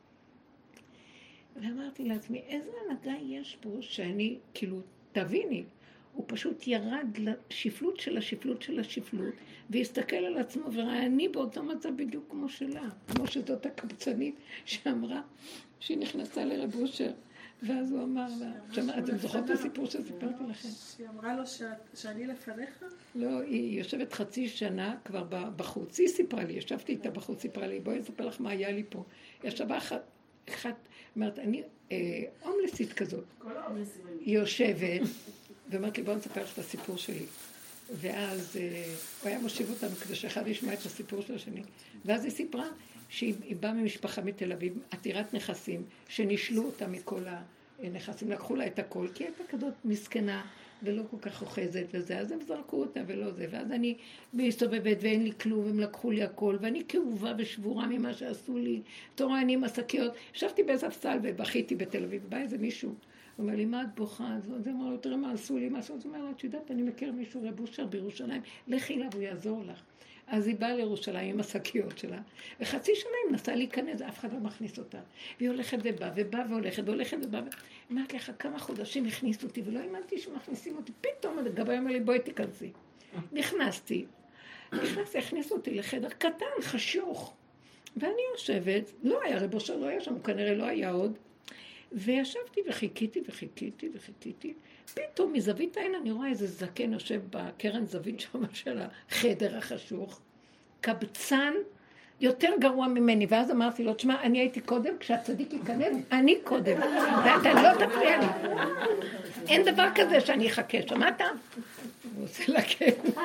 ואמרתי לעצמי, איזה הנהגה יש פה, שאני, כאילו, תביני, הוא פשוט ירד לשפלות של השפלות של השפלות, והסתכל על עצמו וראה, אני באותו מצב בדיוק כמו שלה, כמו שזאת הקבצנית שאמרה שהיא נכנסה לרב אושר, ואז הוא אמר לה, אתם זוכרות את הסיפור שסיפרתי לכם? היא אמרה לו שאני לפניך? לא, היא יושבת חצי שנה כבר בחוץ, היא סיפרה לי, ישבתי איתה בחוץ, סיפרה לי, בואי אספר לך מה היה לי פה. ישבה אחת, אחת, אומרת, אני הומלסית כזאת, היא יושבת, ואומרת לי, בואו נספר לך את הסיפור שלי. ואז הוא היה מושיב אותנו כדי שאחד ישמע את הסיפור של השני. ואז היא סיפרה שהיא באה ממשפחה מתל אביב, עתירת נכסים, שנשלו אותה מכל נכנסים, לקחו לה את הכל, כי הייתה כזאת מסכנה ולא כל כך אוחזת וזה, אז הם זרקו אותה ולא זה, ואז אני מסתובבת ואין לי כלום, הם לקחו לי הכל, ואני כאובה ושבורה ממה שעשו לי, תורה אני עם השקיות, ישבתי בספסל ובכיתי בתל אביב, בא איזה מישהו, הוא אומר לי, מה את בוכה? אז הוא אמר לו, תראה מה עשו לי, מה עשו? אז הוא אומר לה, את יודעת, אני מכיר מישהו רב אושר בירושלים, לכי לה והוא יעזור לך. אז היא באה לירושלים עם השקיות שלה, וחצי שנה היא מנסה להיכנס, אף אחד לא מכניס אותה. והיא הולכת ובאה, ובאה והולכת, והולכת ובאה. אמרת לך, כמה חודשים הכניסו אותי, ולא האמנתי שמכניסים אותי. פתאום הגבאי אומר לי, בואי תיכנסי. נכנסתי, נכנסתי, הכניסו אותי לחדר קטן, חשוך. ואני יושבת, לא היה רב אושר, לא היה שם, הוא כנראה לא היה עוד. וישבתי וחיכיתי וחיכיתי וחיכיתי. פתאום מזווית העין אני רואה איזה זקן יושב בקרן זווית שם של החדר החשוך. קבצן יותר גרוע ממני. ואז אמרתי לו, תשמע, אני הייתי קודם, כשהצדיק ייכנס, אני קודם. ואתה לא תפריע לי. אין דבר כזה שאני אחכה. שמעת? הוא עושה לה כן.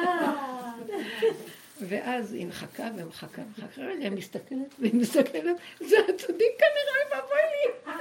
ואז היא מחכה ומחכה ומחכה. רגע, היא מסתכלת והיא מסתכלת. זה הצדיק כנראה, ואבוי לי.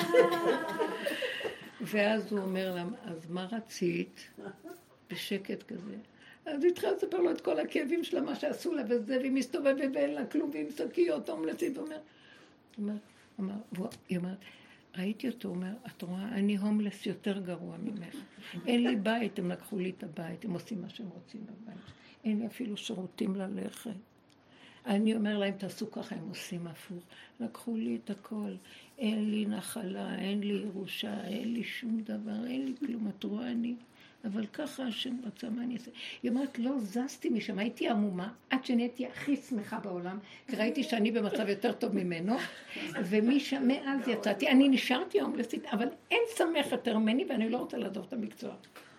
ואז הוא אומר לה, אז מה רצית? בשקט כזה. אז היא התחילה לספר לו את כל הכאבים שלה, מה שעשו לה וזה, והיא מסתובבת ואין לה כלום, והיא עם שקיות, הומלסית, ואומר, אומר, היא אומרת, ראיתי אותו, אומר, את רואה, אני הומלס יותר גרוע ממך. אין לי בית, הם לקחו לי את הבית, הם עושים מה שהם רוצים בבית. אין לי אפילו שירותים ללכת. אני אומר להם, תעשו ככה, הם עושים הפוך. לקחו לי את הכל. אין לי נחלה, אין לי ירושה, אין לי שום דבר, אין לי כלום. את רואה אני? אבל ככה השם רצה, מה אני אעשה? היא אומרת, לא זזתי משם, הייתי עמומה, עד שנהייתי הכי שמחה בעולם, כי ראיתי שאני במצב יותר טוב ממנו, ומשם מאז יצאתי, אני נשארתי הומלסית, אבל אין שמח יותר ממני, ואני לא רוצה לעזוב את המקצוע.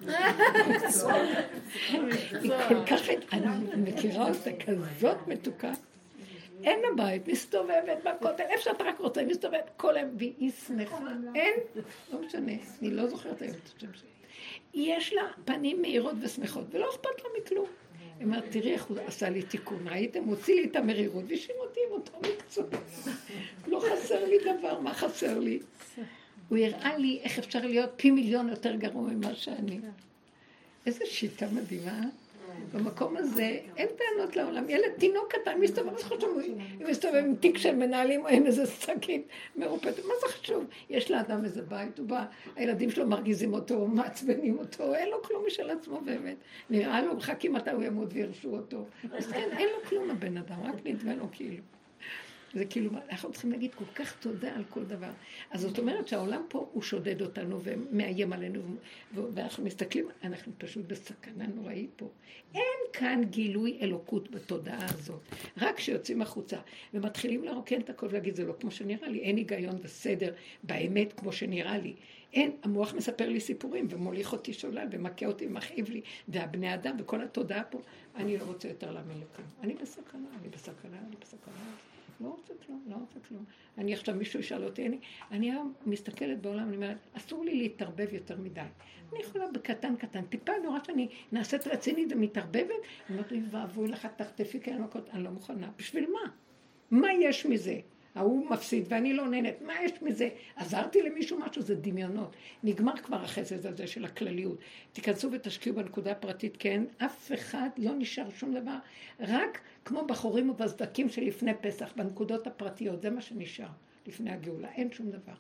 היא כל כך, אני מכירה אותה כזאת מתוקה, אין הבית, מסתובבת בכותל, איפה שאתה רק רוצה, מסתובבת כל היום, והיא שמחה, אין, לא משנה, אני לא זוכרת היום את השם שלי. יש לה פנים מהירות ושמחות, ולא אכפת לה מכלום. היא אומרת, תראי איך הוא עשה לי תיקון, ראיתם? הוציא לי את המרירות, והשאיר אותי עם אותו מקצוע. לא חסר לי דבר, מה חסר לי? הוא הראה לי איך אפשר להיות פי מיליון יותר גרוע ממה שאני. איזו שיטה מדהימה. במקום הזה אין טענות לעולם. ילד תינוק קטן מסתובב, אז חשוב, הוא מסתובב עם תיק של מנהלים או עם איזה שקית מרופטת. מה זה חשוב? יש לאדם איזה בית, הוא בא, הילדים שלו מרגיזים אותו, מעצבנים אותו, אין לו כלום משל עצמו באמת. נראה לו, מחכים מתי הוא ימות וירשו אותו. אז כן, אין לו כלום הבן אדם, רק נדמה לו כאילו. זה כאילו, אנחנו צריכים להגיד כל כך תודה על כל דבר. אז זאת אומרת שהעולם פה הוא שודד אותנו ומאיים עלינו, ואנחנו מסתכלים, אנחנו פשוט בסכנה נוראית פה. אין כאן גילוי אלוקות בתודעה הזאת. רק כשיוצאים החוצה ומתחילים לרוקן את הכל ולהגיד, זה לא כמו שנראה לי, אין היגיון וסדר באמת כמו שנראה לי. אין, המוח מספר לי סיפורים ומוליך אותי שולל ומכה אותי ומכאיב לי, והבני אדם וכל התודעה פה, אני לא רוצה יותר להאמין לכלום. אני בסכנה, אני בסכנה, אני בסכנה. לא רוצה כלום, לא רוצה כלום. אני עכשיו מישהו ישאל אותי, אני, אני היום מסתכלת בעולם, אני אומרת, אסור לי להתערבב יותר מדי. אני יכולה בקטן קטן, טיפה נורא שאני נעשית רצינית ומתערבבת, אני אומרת לי, ואבוי לך, תחטפי כאלה מכות, אני לא מוכנה. בשביל מה? מה יש מזה? ההוא מפסיד ואני לא נהנית, מה יש מזה? עזרתי למישהו משהו, זה דמיונות. נגמר כבר החסד הזה של הכלליות. תיכנסו ותשקיעו בנקודה הפרטית, כן? אף אחד לא נשאר שום דבר, רק כמו בחורים ובסדקים שלפני פסח, בנקודות הפרטיות, זה מה שנשאר לפני הגאולה, אין שום דבר.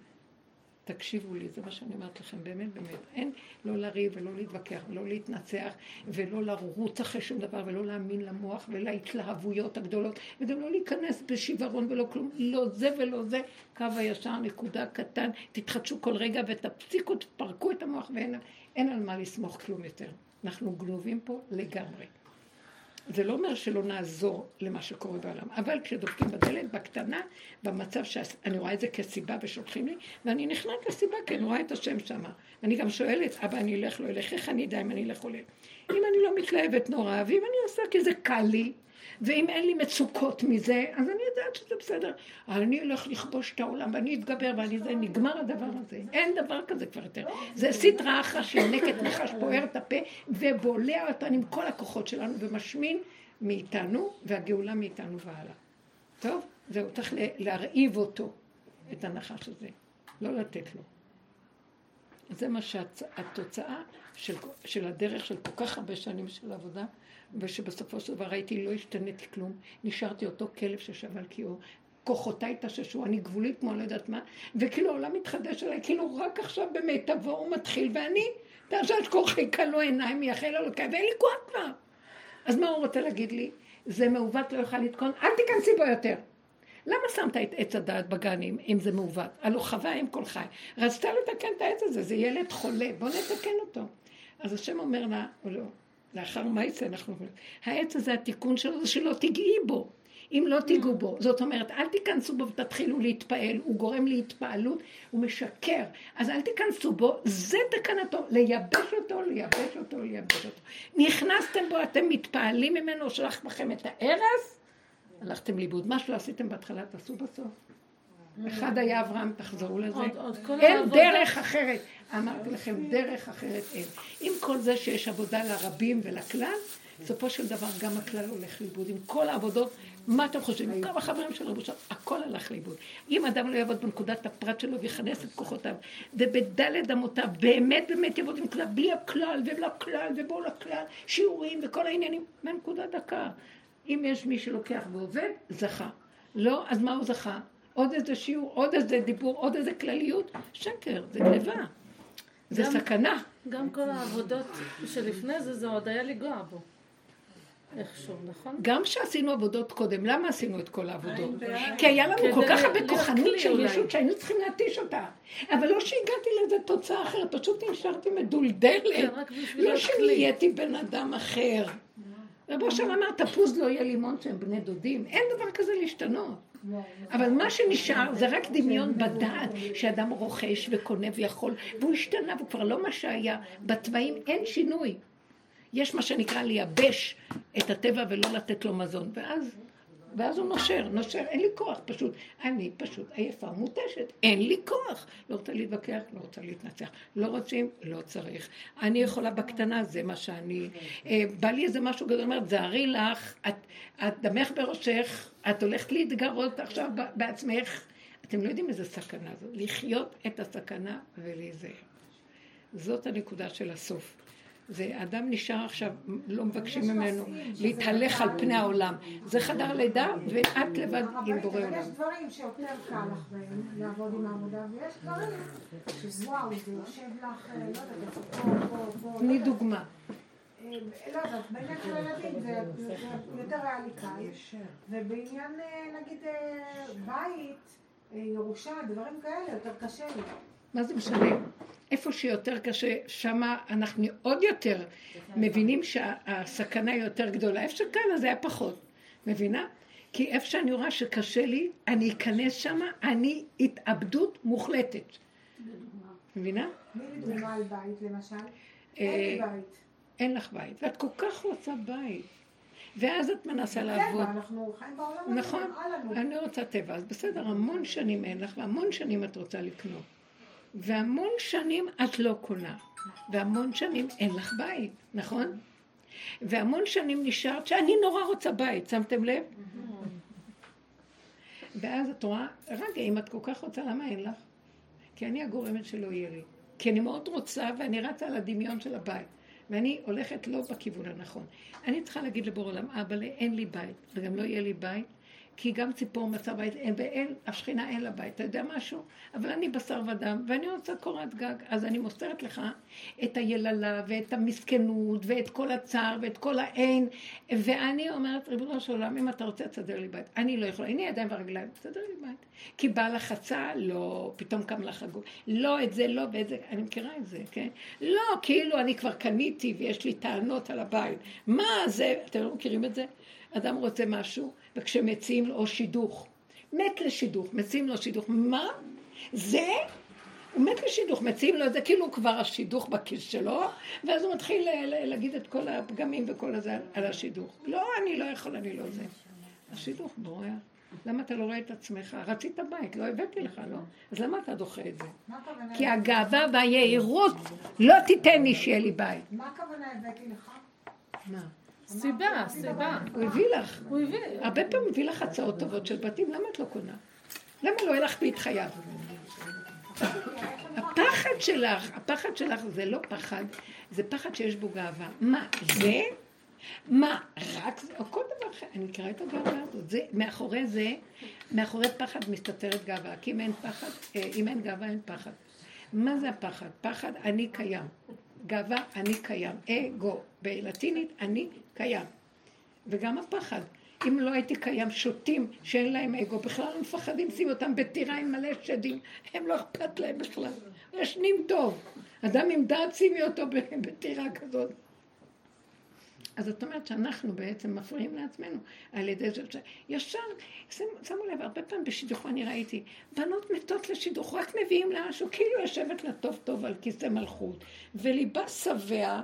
תקשיבו לי, זה מה שאני אומרת לכם, באמת, באמת. אין לא לריב ולא להתווכח ולא להתנצח ולא לרוץ אחרי שום דבר ולא להאמין למוח ולהתלהבויות הגדולות וגם לא להיכנס בשיוורון ולא כלום, לא זה ולא זה, קו הישר, נקודה קטן, תתחדשו כל רגע ותפסיקו, תפרקו את המוח ואין אין על מה לסמוך כלום יותר. אנחנו גנובים פה לגמרי. זה לא אומר שלא נעזור למה שקורה בעולם, אבל כשדופקים בדלת, בקטנה, במצב שאני רואה את זה כסיבה ושולחים לי, ואני נכנעת לסיבה, כי אני רואה את השם שמה. ואני גם שואלת, אבא, אני אלך, לא אלך, איך אני יודע אם אני אלך או לא? אם אני לא מתלהבת נורא, ואם אני עושה כי זה קל לי, ואם אין לי מצוקות מזה, אז אני יודעת שזה בסדר. אני הולך לכבוש את העולם, ואני אתגבר, ואני זה, נגמר הדבר הזה. אין דבר כזה כבר יותר. זה סדרה אחת שיונקת נחש, פוער את הפה, ובולע אותנו עם כל הכוחות שלנו, ומשמין מאיתנו, והגאולה מאיתנו והלאה. טוב? זהו, צריך להרעיב אותו, את הנחש הזה. לא לתת לו. זה מה שהתוצאה של, של הדרך של כל כך הרבה שנים של עבודה, ושבסופו של דבר ראיתי לא השתניתי כלום, נשארתי אותו כלב ששב על קיאו, כוחותיי תששו, אני גבולית כמו לא יודעת מה, וכאילו העולם מתחדש עליי, כאילו רק עכשיו במיטבו הוא מתחיל, ואני, תעשת כוחי קלו עיניים, מייחל אלוקי, ואין לי כוח כבר. אז מה הוא רוצה להגיד לי? זה מעוות, לא יוכל לתקון, אל תיכנסי בו יותר. למה שמת את עץ הדעת בגנים, אם זה מעוות? הלא חווה עם כל חי. רצתה לתקן את העץ הזה, זה ילד חולה, בוא נתקן אותו. אז השם אומר לה, או לא, לאחר מייסה אנחנו אומרים, העץ הזה, התיקון שלו זה שלא תיגעי בו. אם לא תיגעו בו, זאת אומרת, אל תיכנסו בו ותתחילו להתפעל, הוא גורם להתפעלות, הוא משקר, אז אל תיכנסו בו, זה תקנתו, לייבש אותו, לייבש אותו, לייבש אותו. נכנסתם בו, אתם מתפעלים ממנו, שלח בכם את הארס, הלכתם לאיבוד. מה שלא עשיתם בהתחלה, תעשו בסוף. אחד היה אברהם, תחזרו לזה. אין דרך אחרת. אמרתי לכם, דרך אחרת אין. עם כל זה שיש עבודה לרבים ולכלל, בסופו של דבר גם הכלל הולך לאיבוד. עם כל העבודות, מה אתם חושבים? עם כמה חברים של רבו שם, הכל הלך לאיבוד. אם אדם לא יעבוד בנקודת הפרט שלו ויכנס את כוחותיו, ובדלת אמותיו, באמת באמת יעבוד עם כלל, בלי הכלל ובלי הכלל ובואו לכלל, שיעורים וכל העניינים, מהנקודה דקה. אם יש מי שלוקח ועובד, זכה. לא, אז מה הוא זכה? עוד איזה שיעור, עוד איזה דיבור, עוד איזה כלליות? שקר, זה גניבה. זה גם, סכנה. גם כל העבודות שלפני זה, זה עוד היה לגוע בו. איכשהו, נכון? גם שעשינו עבודות קודם, למה עשינו את כל העבודות? כי היה לנו כל כך הרבה כוחנות של ישות שהיינו צריכים להתיש אותה. אבל לא שהגעתי לאיזה תוצאה אחרת, פשוט נשארתי מדולדלת. לא שנהייתי בן אדם אחר. רבו שם אמר, תפוז לא יהיה לימון שהם בני דודים. אין דבר כזה להשתנות. אבל מה שנשאר זה רק דמיון בדעת שאדם רוכש וקונה ויכול, והוא השתנה והוא כבר לא מה שהיה. בטבעים אין שינוי. יש מה שנקרא לייבש את הטבע ולא לתת לו מזון. ואז, ואז הוא נושר, נושר, אין לי כוח פשוט. אני פשוט עייפה מותשת, אין לי כוח. לא רוצה להתווכח, לא רוצה להתנצח. לא רוצים, לא צריך. אני יכולה בקטנה, זה מה שאני... בא לי איזה משהו גדול, אומרת, זהרי לך, את, את דמך בראשך, את הולכת להתגרות עכשיו בעצמך. אתם לא יודעים איזה סכנה זו. לחיות את הסכנה ולהיזהר. זאת הנקודה של הסוף. זה אדם נשאר עכשיו, לא מבקשים ממנו להתהלך על פני העולם. זה חדר לידה ואת לבד עם בורא עולם. יש דברים שיותר קל לך בהם לעבוד עם העבודה, ויש דברים שוואו, זה יושב לך, לא יודעת, פה, פה, פה. תני דוגמה. לא יודעת, בעניין של הילדים זה יותר היה לי קל. ובעניין, נגיד, בית, ירושה, דברים כאלה, יותר קשה לי. מה זה משנה? איפה שיותר קשה, שמה אנחנו עוד יותר מבינים שהסכנה היא יותר גדולה. איפה שכאן, אז זה היה פחות. מבינה? כי איפה שאני רואה שקשה לי, אני אכנס שמה, אני התאבדות מוחלטת. מבינה? מי לדוגמה על בית, למשל? אין לי בית. אין לך בית, ואת כל כך רוצה בית. ואז את מנסה לעבוד. טבע, אנחנו חיים בעולם. נכון, אני רוצה טבע, אז בסדר, המון שנים אין לך, והמון שנים את רוצה לקנות. והמון שנים את לא קונה, והמון שנים אין לך בית, נכון? והמון שנים נשארת שאני נורא רוצה בית, שמתם לב? ואז את רואה, רגע, אם את כל כך רוצה, למה אין לך? כי אני הגורמת שלא יהיה לי. כי אני מאוד רוצה ואני רצה על הדמיון של הבית. ואני הולכת לא בכיוון הנכון. אני צריכה להגיד לבור עולם, אבא, אין לי בית, וגם לא יהיה לי בית, כי גם ציפור מצא בית, אין, ואין, השכינה אין לה בית, אתה יודע משהו? אבל אני בשר ודם, ואני רוצה קורת גג, אז אני מוסרת לך את היללה, ואת המסכנות, ואת כל הצער, ואת כל האין, ואני אומרת, ריבונו של עולם, אם אתה רוצה, תסדר לי בית. אני לא יכולה, הנה ידיים ורגליים, תסדר לי בית. כי בא לחצה, לא, פתאום קם לך הגול. לא את זה, לא ואת זה, אני מכירה את זה, כן? לא, כאילו אני כבר קניתי, ויש לי טענות על הבית. מה זה? אתם לא מכירים את זה? אדם רוצה משהו, וכשמציעים לו שידוך, מת לשידוך, מציעים לו שידוך, מה? זה? הוא מת לשידוך, מציעים לו את זה, כאילו כבר השידוך בכיס שלו, ואז הוא מתחיל להגיד את כל הפגמים וכל הזה על השידוך. לא, אני לא יכול, אני לא זה. השידוך בורח. למה אתה לא רואה את עצמך? רצית בית, לא הבאתי לך, לא? אז למה אתה דוחה את זה? כי הגאווה והיהירות לא תיתן לי שיהיה לי בית. מה הכוונה הבאתי לך? מה? סיבה, סיבה. הוא הביא לך. הוא הביא. הרבה פעמים מביא לך הצעות טובות של בתים, למה את לא קונה? למה לא הלכת להתחייב? הפחד שלך, הפחד שלך זה לא פחד, זה פחד שיש בו גאווה. מה, זה? מה, רק זה? או כל דבר אחר. אני אקרא את הגאווה הזאת. זה, מאחורי זה, מאחורי פחד מסתתרת גאווה. כי אם אין פחד, אם אין גאווה, אין פחד. מה זה הפחד? פחד, אני קיים. גאווה, אני קיים. אגו, בלטינית, אני קיים. וגם הפחד. אם לא הייתי קיים, שוטים שאין להם אגו, בכלל לא מפחדים, שים אותם בטירה עם מלא שדים, הם לא אכפת להם בכלל. ישנים טוב. אדם עם דעת שימי אותו בטירה כזאת. אז זאת אומרת שאנחנו בעצם מפריעים לעצמנו על ידי זה. ישר, שמו לב, הרבה פעמים בשידוך אני ראיתי, בנות מתות לשידוך, רק מביאים לה משהו, כאילו יושבת לה טוב טוב על כיסא מלכות, וליבה שבע,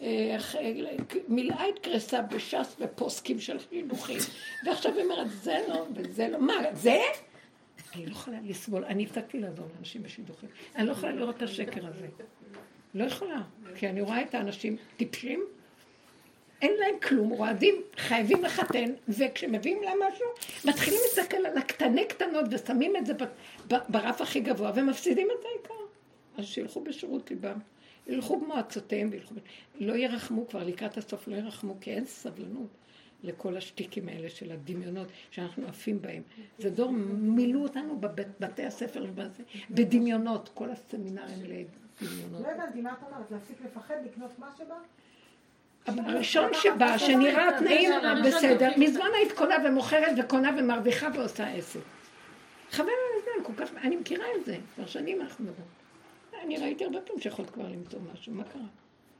מילאה את קרסה בש"ס ופוסקים של שידוכים, ועכשיו היא אומרת, זה לא, וזה לא, מה, זה? אני לא יכולה לסבול, אני הפסקתי לעזור לאנשים בשידוכים, אני לא יכולה לראות את השקר הזה. לא יכולה, כי אני רואה את האנשים טיפשים, אין להם כלום, רועדים, חייבים לחתן, וכשמביאים להם משהו, מתחילים להסתכל על הקטני קטנות ושמים את זה ברף הכי גבוה, ומפסידים את העיקר. אז שילכו בשירות ליבם, ילכו במועצותיהם, וילכו... לא ירחמו כבר, לקראת הסוף לא ירחמו, כי אין סבלנות לכל השטיקים האלה של הדמיונות שאנחנו עפים בהם. זה דור, מילאו אותנו בבתי הספר ובזה, בדמיונות, כל הסמינרים לדמיונות. לא הבנתי, מה את אומרת? להפסיק לפחד, לקנות מה שבא? הראשון שבא, שנראה תנאים בסדר, מזמן היית קונה ומוכרת וקונה ומרוויחה ועושה עסק. חבר על זה, כל כך, אני מכירה את זה, כבר שנים אנחנו מדברים. אני ראיתי הרבה פעמים שיכולת כבר למצוא משהו, מה קרה?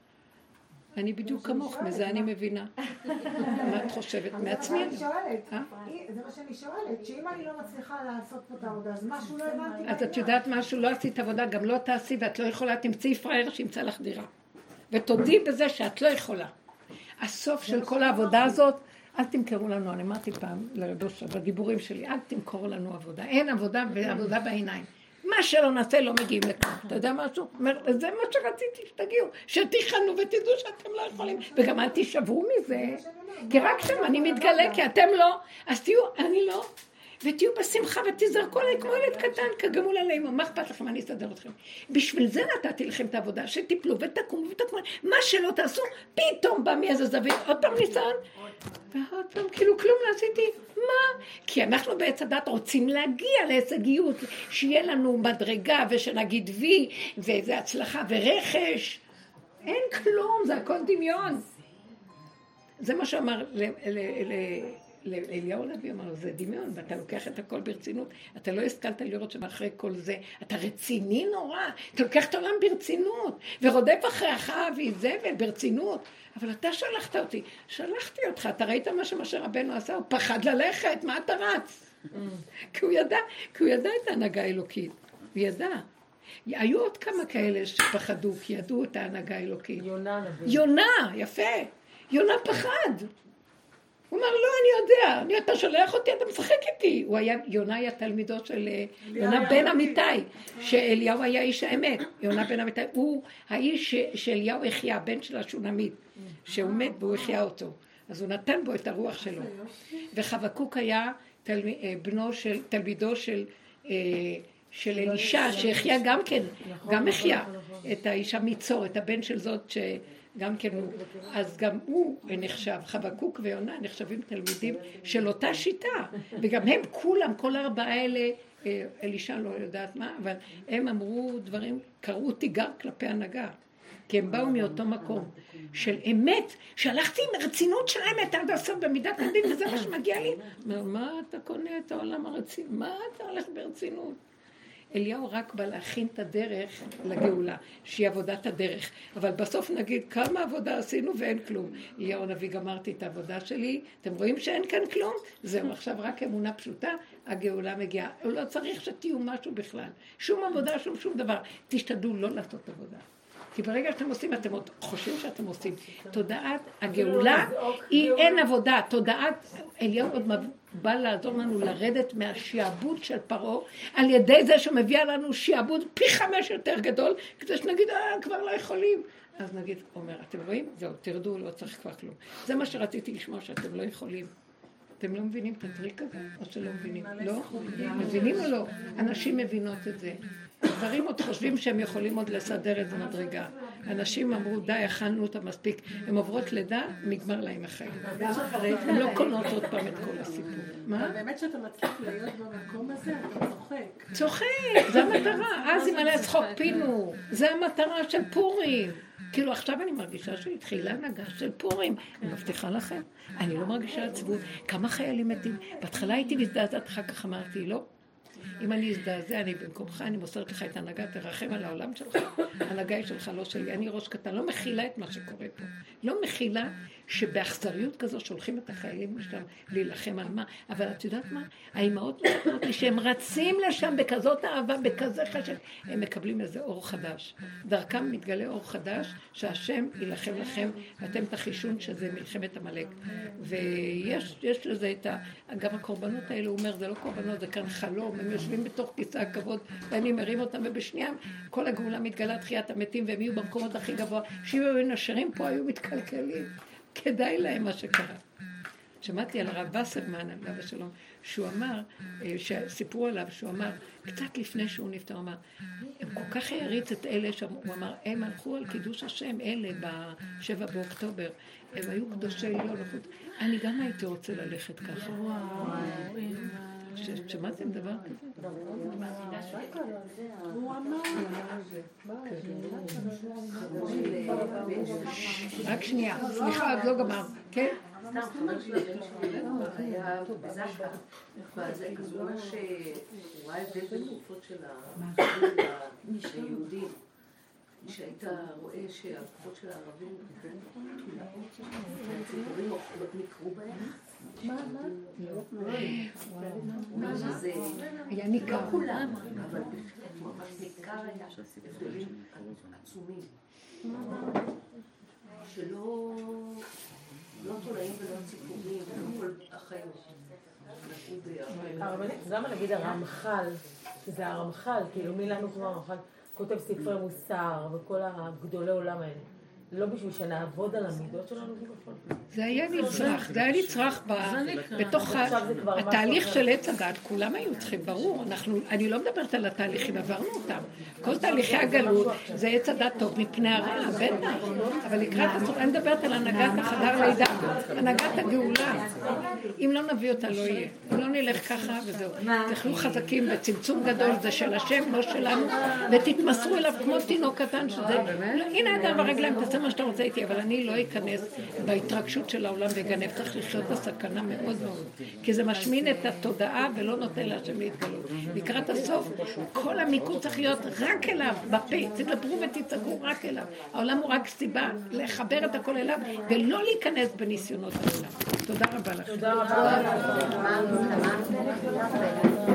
אני בדיוק כמוך, מזה אני מבינה. מה את חושבת? מעצמי? זה מה שאני שואלת, שאם אני לא מצליחה לעשות פה את העבודה, אז משהו לא הבנתי. אז את יודעת משהו, לא עשית עבודה, גם לא תעשי, ואת לא יכולה, תמצאי פראייר שימצא לך דירה. ותודי בזה שאת לא יכולה. הסוף של כל העבודה הזאת, אל תמכרו לנו, אני אמרתי פעם לרדושה, בדיבורים שלי, אל תמכור לנו עבודה. אין עבודה ועבודה בעיניים. מה שלא נעשה לא מגיעים לכאן. אתה יודע משהו? זה מה שרציתי שתגיעו, שתיכנו ותדעו שאתם לא יכולים, וגם אל תישברו מזה, כי רק שם אני מתגלה, כי אתם לא, אז תהיו, אני לא, ותהיו בשמחה ותזרקו עליי כמו ילד קטן, כגמול עליהם, מה אכפת לכם, אני אסדר אתכם. בשביל זה נתתי לכם את העבודה, שתיפלו ותקומו ותקומו, מה שלא תעשו, פתאום בא מאיזה זווית, עוד פעם ניסיון, ועוד פעם, כאילו כלום לא עשיתי, מה? כי אנחנו בעץ הדת רוצים להגיע להישגיות, שיהיה לנו מדרגה ושנגיד וי, ואיזה הצלחה ורכש, אין כלום, זה הכל דמיון. זה מה שאמר ל... ל, ל אליהו הנביא אמר, זה דמיון, ואתה לוקח את הכל ברצינות, אתה לא השכלת לראות שמאחרי כל זה, אתה רציני נורא, אתה לוקח את העולם ברצינות, ורודף אחרי אחאבי זבל ברצינות, אבל אתה שלחת אותי, שלחתי אותך, אתה ראית מה שמשה רבנו עשה, הוא פחד ללכת, מה אתה רץ? כי הוא ידע, כי הוא ידע את ההנהגה האלוקית, הוא ידע. היו עוד כמה כאלה שפחדו, כי ידעו את ההנהגה האלוקית. יונה נביא. יונה, יפה. יונה פחד. הוא אמר, לא, אני יודע, אני, אתה שולח אותי, אתה משחק איתי. הוא היה, יונה היה תלמידו של יונה בן אמיתי, שאליהו היה איש האמת. יונה בן אמיתי, הוא האיש שאליהו החיה, בן של השונמית, שהוא מת והוא החיה אותו. אז הוא נתן בו את הרוח שלו. וחבקוק היה בנו של, תלמידו של, של אלישע, שהחיה גם כן, גם החיה את האישה מצור, את הבן של זאת ש... גם כן הוא, אז גם הוא נחשב, חבקוק ויונה נחשבים תלמידים של אותה שיטה, וגם הם כולם, כל הארבעה האלה, אלישע לא יודעת מה, אבל הם אמרו דברים, קראו תיגר כלפי הנהגה, כי הם באו מאותו מקום של אמת, שהלכתי עם הרצינות של האמת עד הסוף במידת הדין, וזה מה שמגיע לי. מה אתה קונה את העולם הרצינות? מה אתה הולך ברצינות? אליהו רק בא להכין את הדרך לגאולה, שהיא עבודת הדרך. אבל בסוף נגיד כמה עבודה עשינו ואין כלום. אליהו הנביא, גמרתי את העבודה שלי, אתם רואים שאין כאן כלום? זהו, עכשיו רק אמונה פשוטה, הגאולה מגיעה. הוא לא צריך שתהיו משהו בכלל. שום עבודה, שום שום דבר. תשתדלו לא לעשות עבודה. כי ברגע שאתם עושים, אתם חושבים שאתם עושים. תודעת הגאולה היא אין עבודה. תודעת, אליהו עוד בא לעזור לנו לרדת מהשיעבוד של פרעה, על ידי זה שמביאה לנו שיעבוד פי חמש יותר גדול, כדי שנגיד, אה, כבר לא יכולים. אז נגיד, אומר, אתם רואים? זהו, תרדו, לא צריך כבר כלום. זה מה שרציתי לשמוע, שאתם לא יכולים. אתם לא מבינים את הטריק הזה? או שלא מבינים? לא? מבינים או לא? אנשים מבינות את זה. דברים עוד חושבים שהם יכולים עוד לסדר את מדרגה. אנשים אמרו, די, אכלנו אותה מספיק. הן עוברות לידה, נגמר להם החיים. הן לא קונות עוד פעם את כל הסיפור. מה? באמת שאתה מצליח להיות במקום הזה, אתה צוחק. צוחק, זה המטרה. אז אם עליה צחוק פינו. זה המטרה של פורים. כאילו עכשיו אני מרגישה שהתחילה הנהגה של פורים. אני מבטיחה לכם. אני לא מרגישה עצבות. כמה חיילים מתים. בהתחלה הייתי מזדעזעת, אחר כך אמרתי, לא. אם אני אזדעזע, אני במקומך, אני מוסרת לך את ההנהגה, תרחם על העולם שלך. ההנהגה היא שלך, לא שלי. אני ראש קטן, לא מכילה את מה שקורה פה. לא מכילה שבאכזריות כזו שולחים את החיילים לשם להילחם על מה. אבל את יודעת מה? האימהות מספרות לי שהם רצים לשם בכזאת אהבה, בכזה חשב. הם מקבלים איזה אור חדש. דרכם מתגלה אור חדש, שהשם יילחם לכם, ואתם תחישון שזה מלחמת המלאק. ויש יש לזה את ה... גם הקורבנות האלה, הוא אומר, זה לא קורבנות, זה כאן חלום. הם יושבים בתוך כיסא הכבוד, ואני מרים אותם, ובשנייה כל הגאולה מתגלה תחיית המתים, והם יהיו במקומות הכי גבוה. שאם היו נשארים פה, היו מתקלקלים. כדאי להם מה שקרה. שמעתי על הרב וסרמן, עליו השלום, שהוא אמר, שסיפרו עליו, שהוא אמר, קצת לפני שהוא נפטר, הוא אמר, הם כל כך העריץ את אלה, הוא אמר, הם הלכו על קידוש השם, אלה בשבע באוקטובר, הם היו קדושי עליון, אני גם הייתי רוצה ללכת ככה. שמעתם דבר כזה? הוא אמר. רק שנייה, סליחה, עוד לא גמר, כן? סתם חבר שלי היה בזשבה, אז הוא אומר שהוא ראה הבדל בין תקופות של היהודים, שהיית רואה שהתקופות של הערבים הציבורים נקרו בהם. מה? מה? זה היה ניכר. לא כולם, אבל ממש ניכר היה הבדלים עצומים. שלא לא תולעים ולא ציפורים, ולא כל החיים נקעו ביחד. למה נגיד הרמח"ל, שזה הרמח"ל, כאילו מי לנו כמו הרמח"ל, כותב ספרי מוסר וכל הגדולי עולם האלה. לא בשביל שנעבוד על המידות שלנו בכלל. זה היה נצרך, זה היה נצרך בתוך התהליך של עץ הדת, כולם היו צריכים, ברור, אני לא מדברת על התהליכים, עברנו אותם. כל תהליכי הגלות זה עץ הדת טוב מפני הרע, בטח, אבל לקראת הסוף, אני מדברת על הנהגת החדר לידה, הנהגת הגאולה. אם לא נביא אותה לא יהיה, אם לא נלך ככה וזהו. תחלו חזקים בצמצום גדול, זה של השם, לא שלנו, ותתמסרו אליו כמו תינוק קטן שזה, הנה אדם ברגליים, תעשה מה שאתה רוצה איתי, אבל אני לא אכנס בהתרגשות של העולם וגנב, צריך לחיות בסכנה מאוד מאוד, כי זה משמין את התודעה ולא נותן להשם להתגלות. לקראת הסוף, כל המיקוד צריך להיות רק אליו, בפה, תדברו ותצעקו רק אליו. העולם הוא רק סיבה לחבר את הכל אליו, ולא להיכנס בניסיונות העולם. תודה רבה לכם. תודה רבה.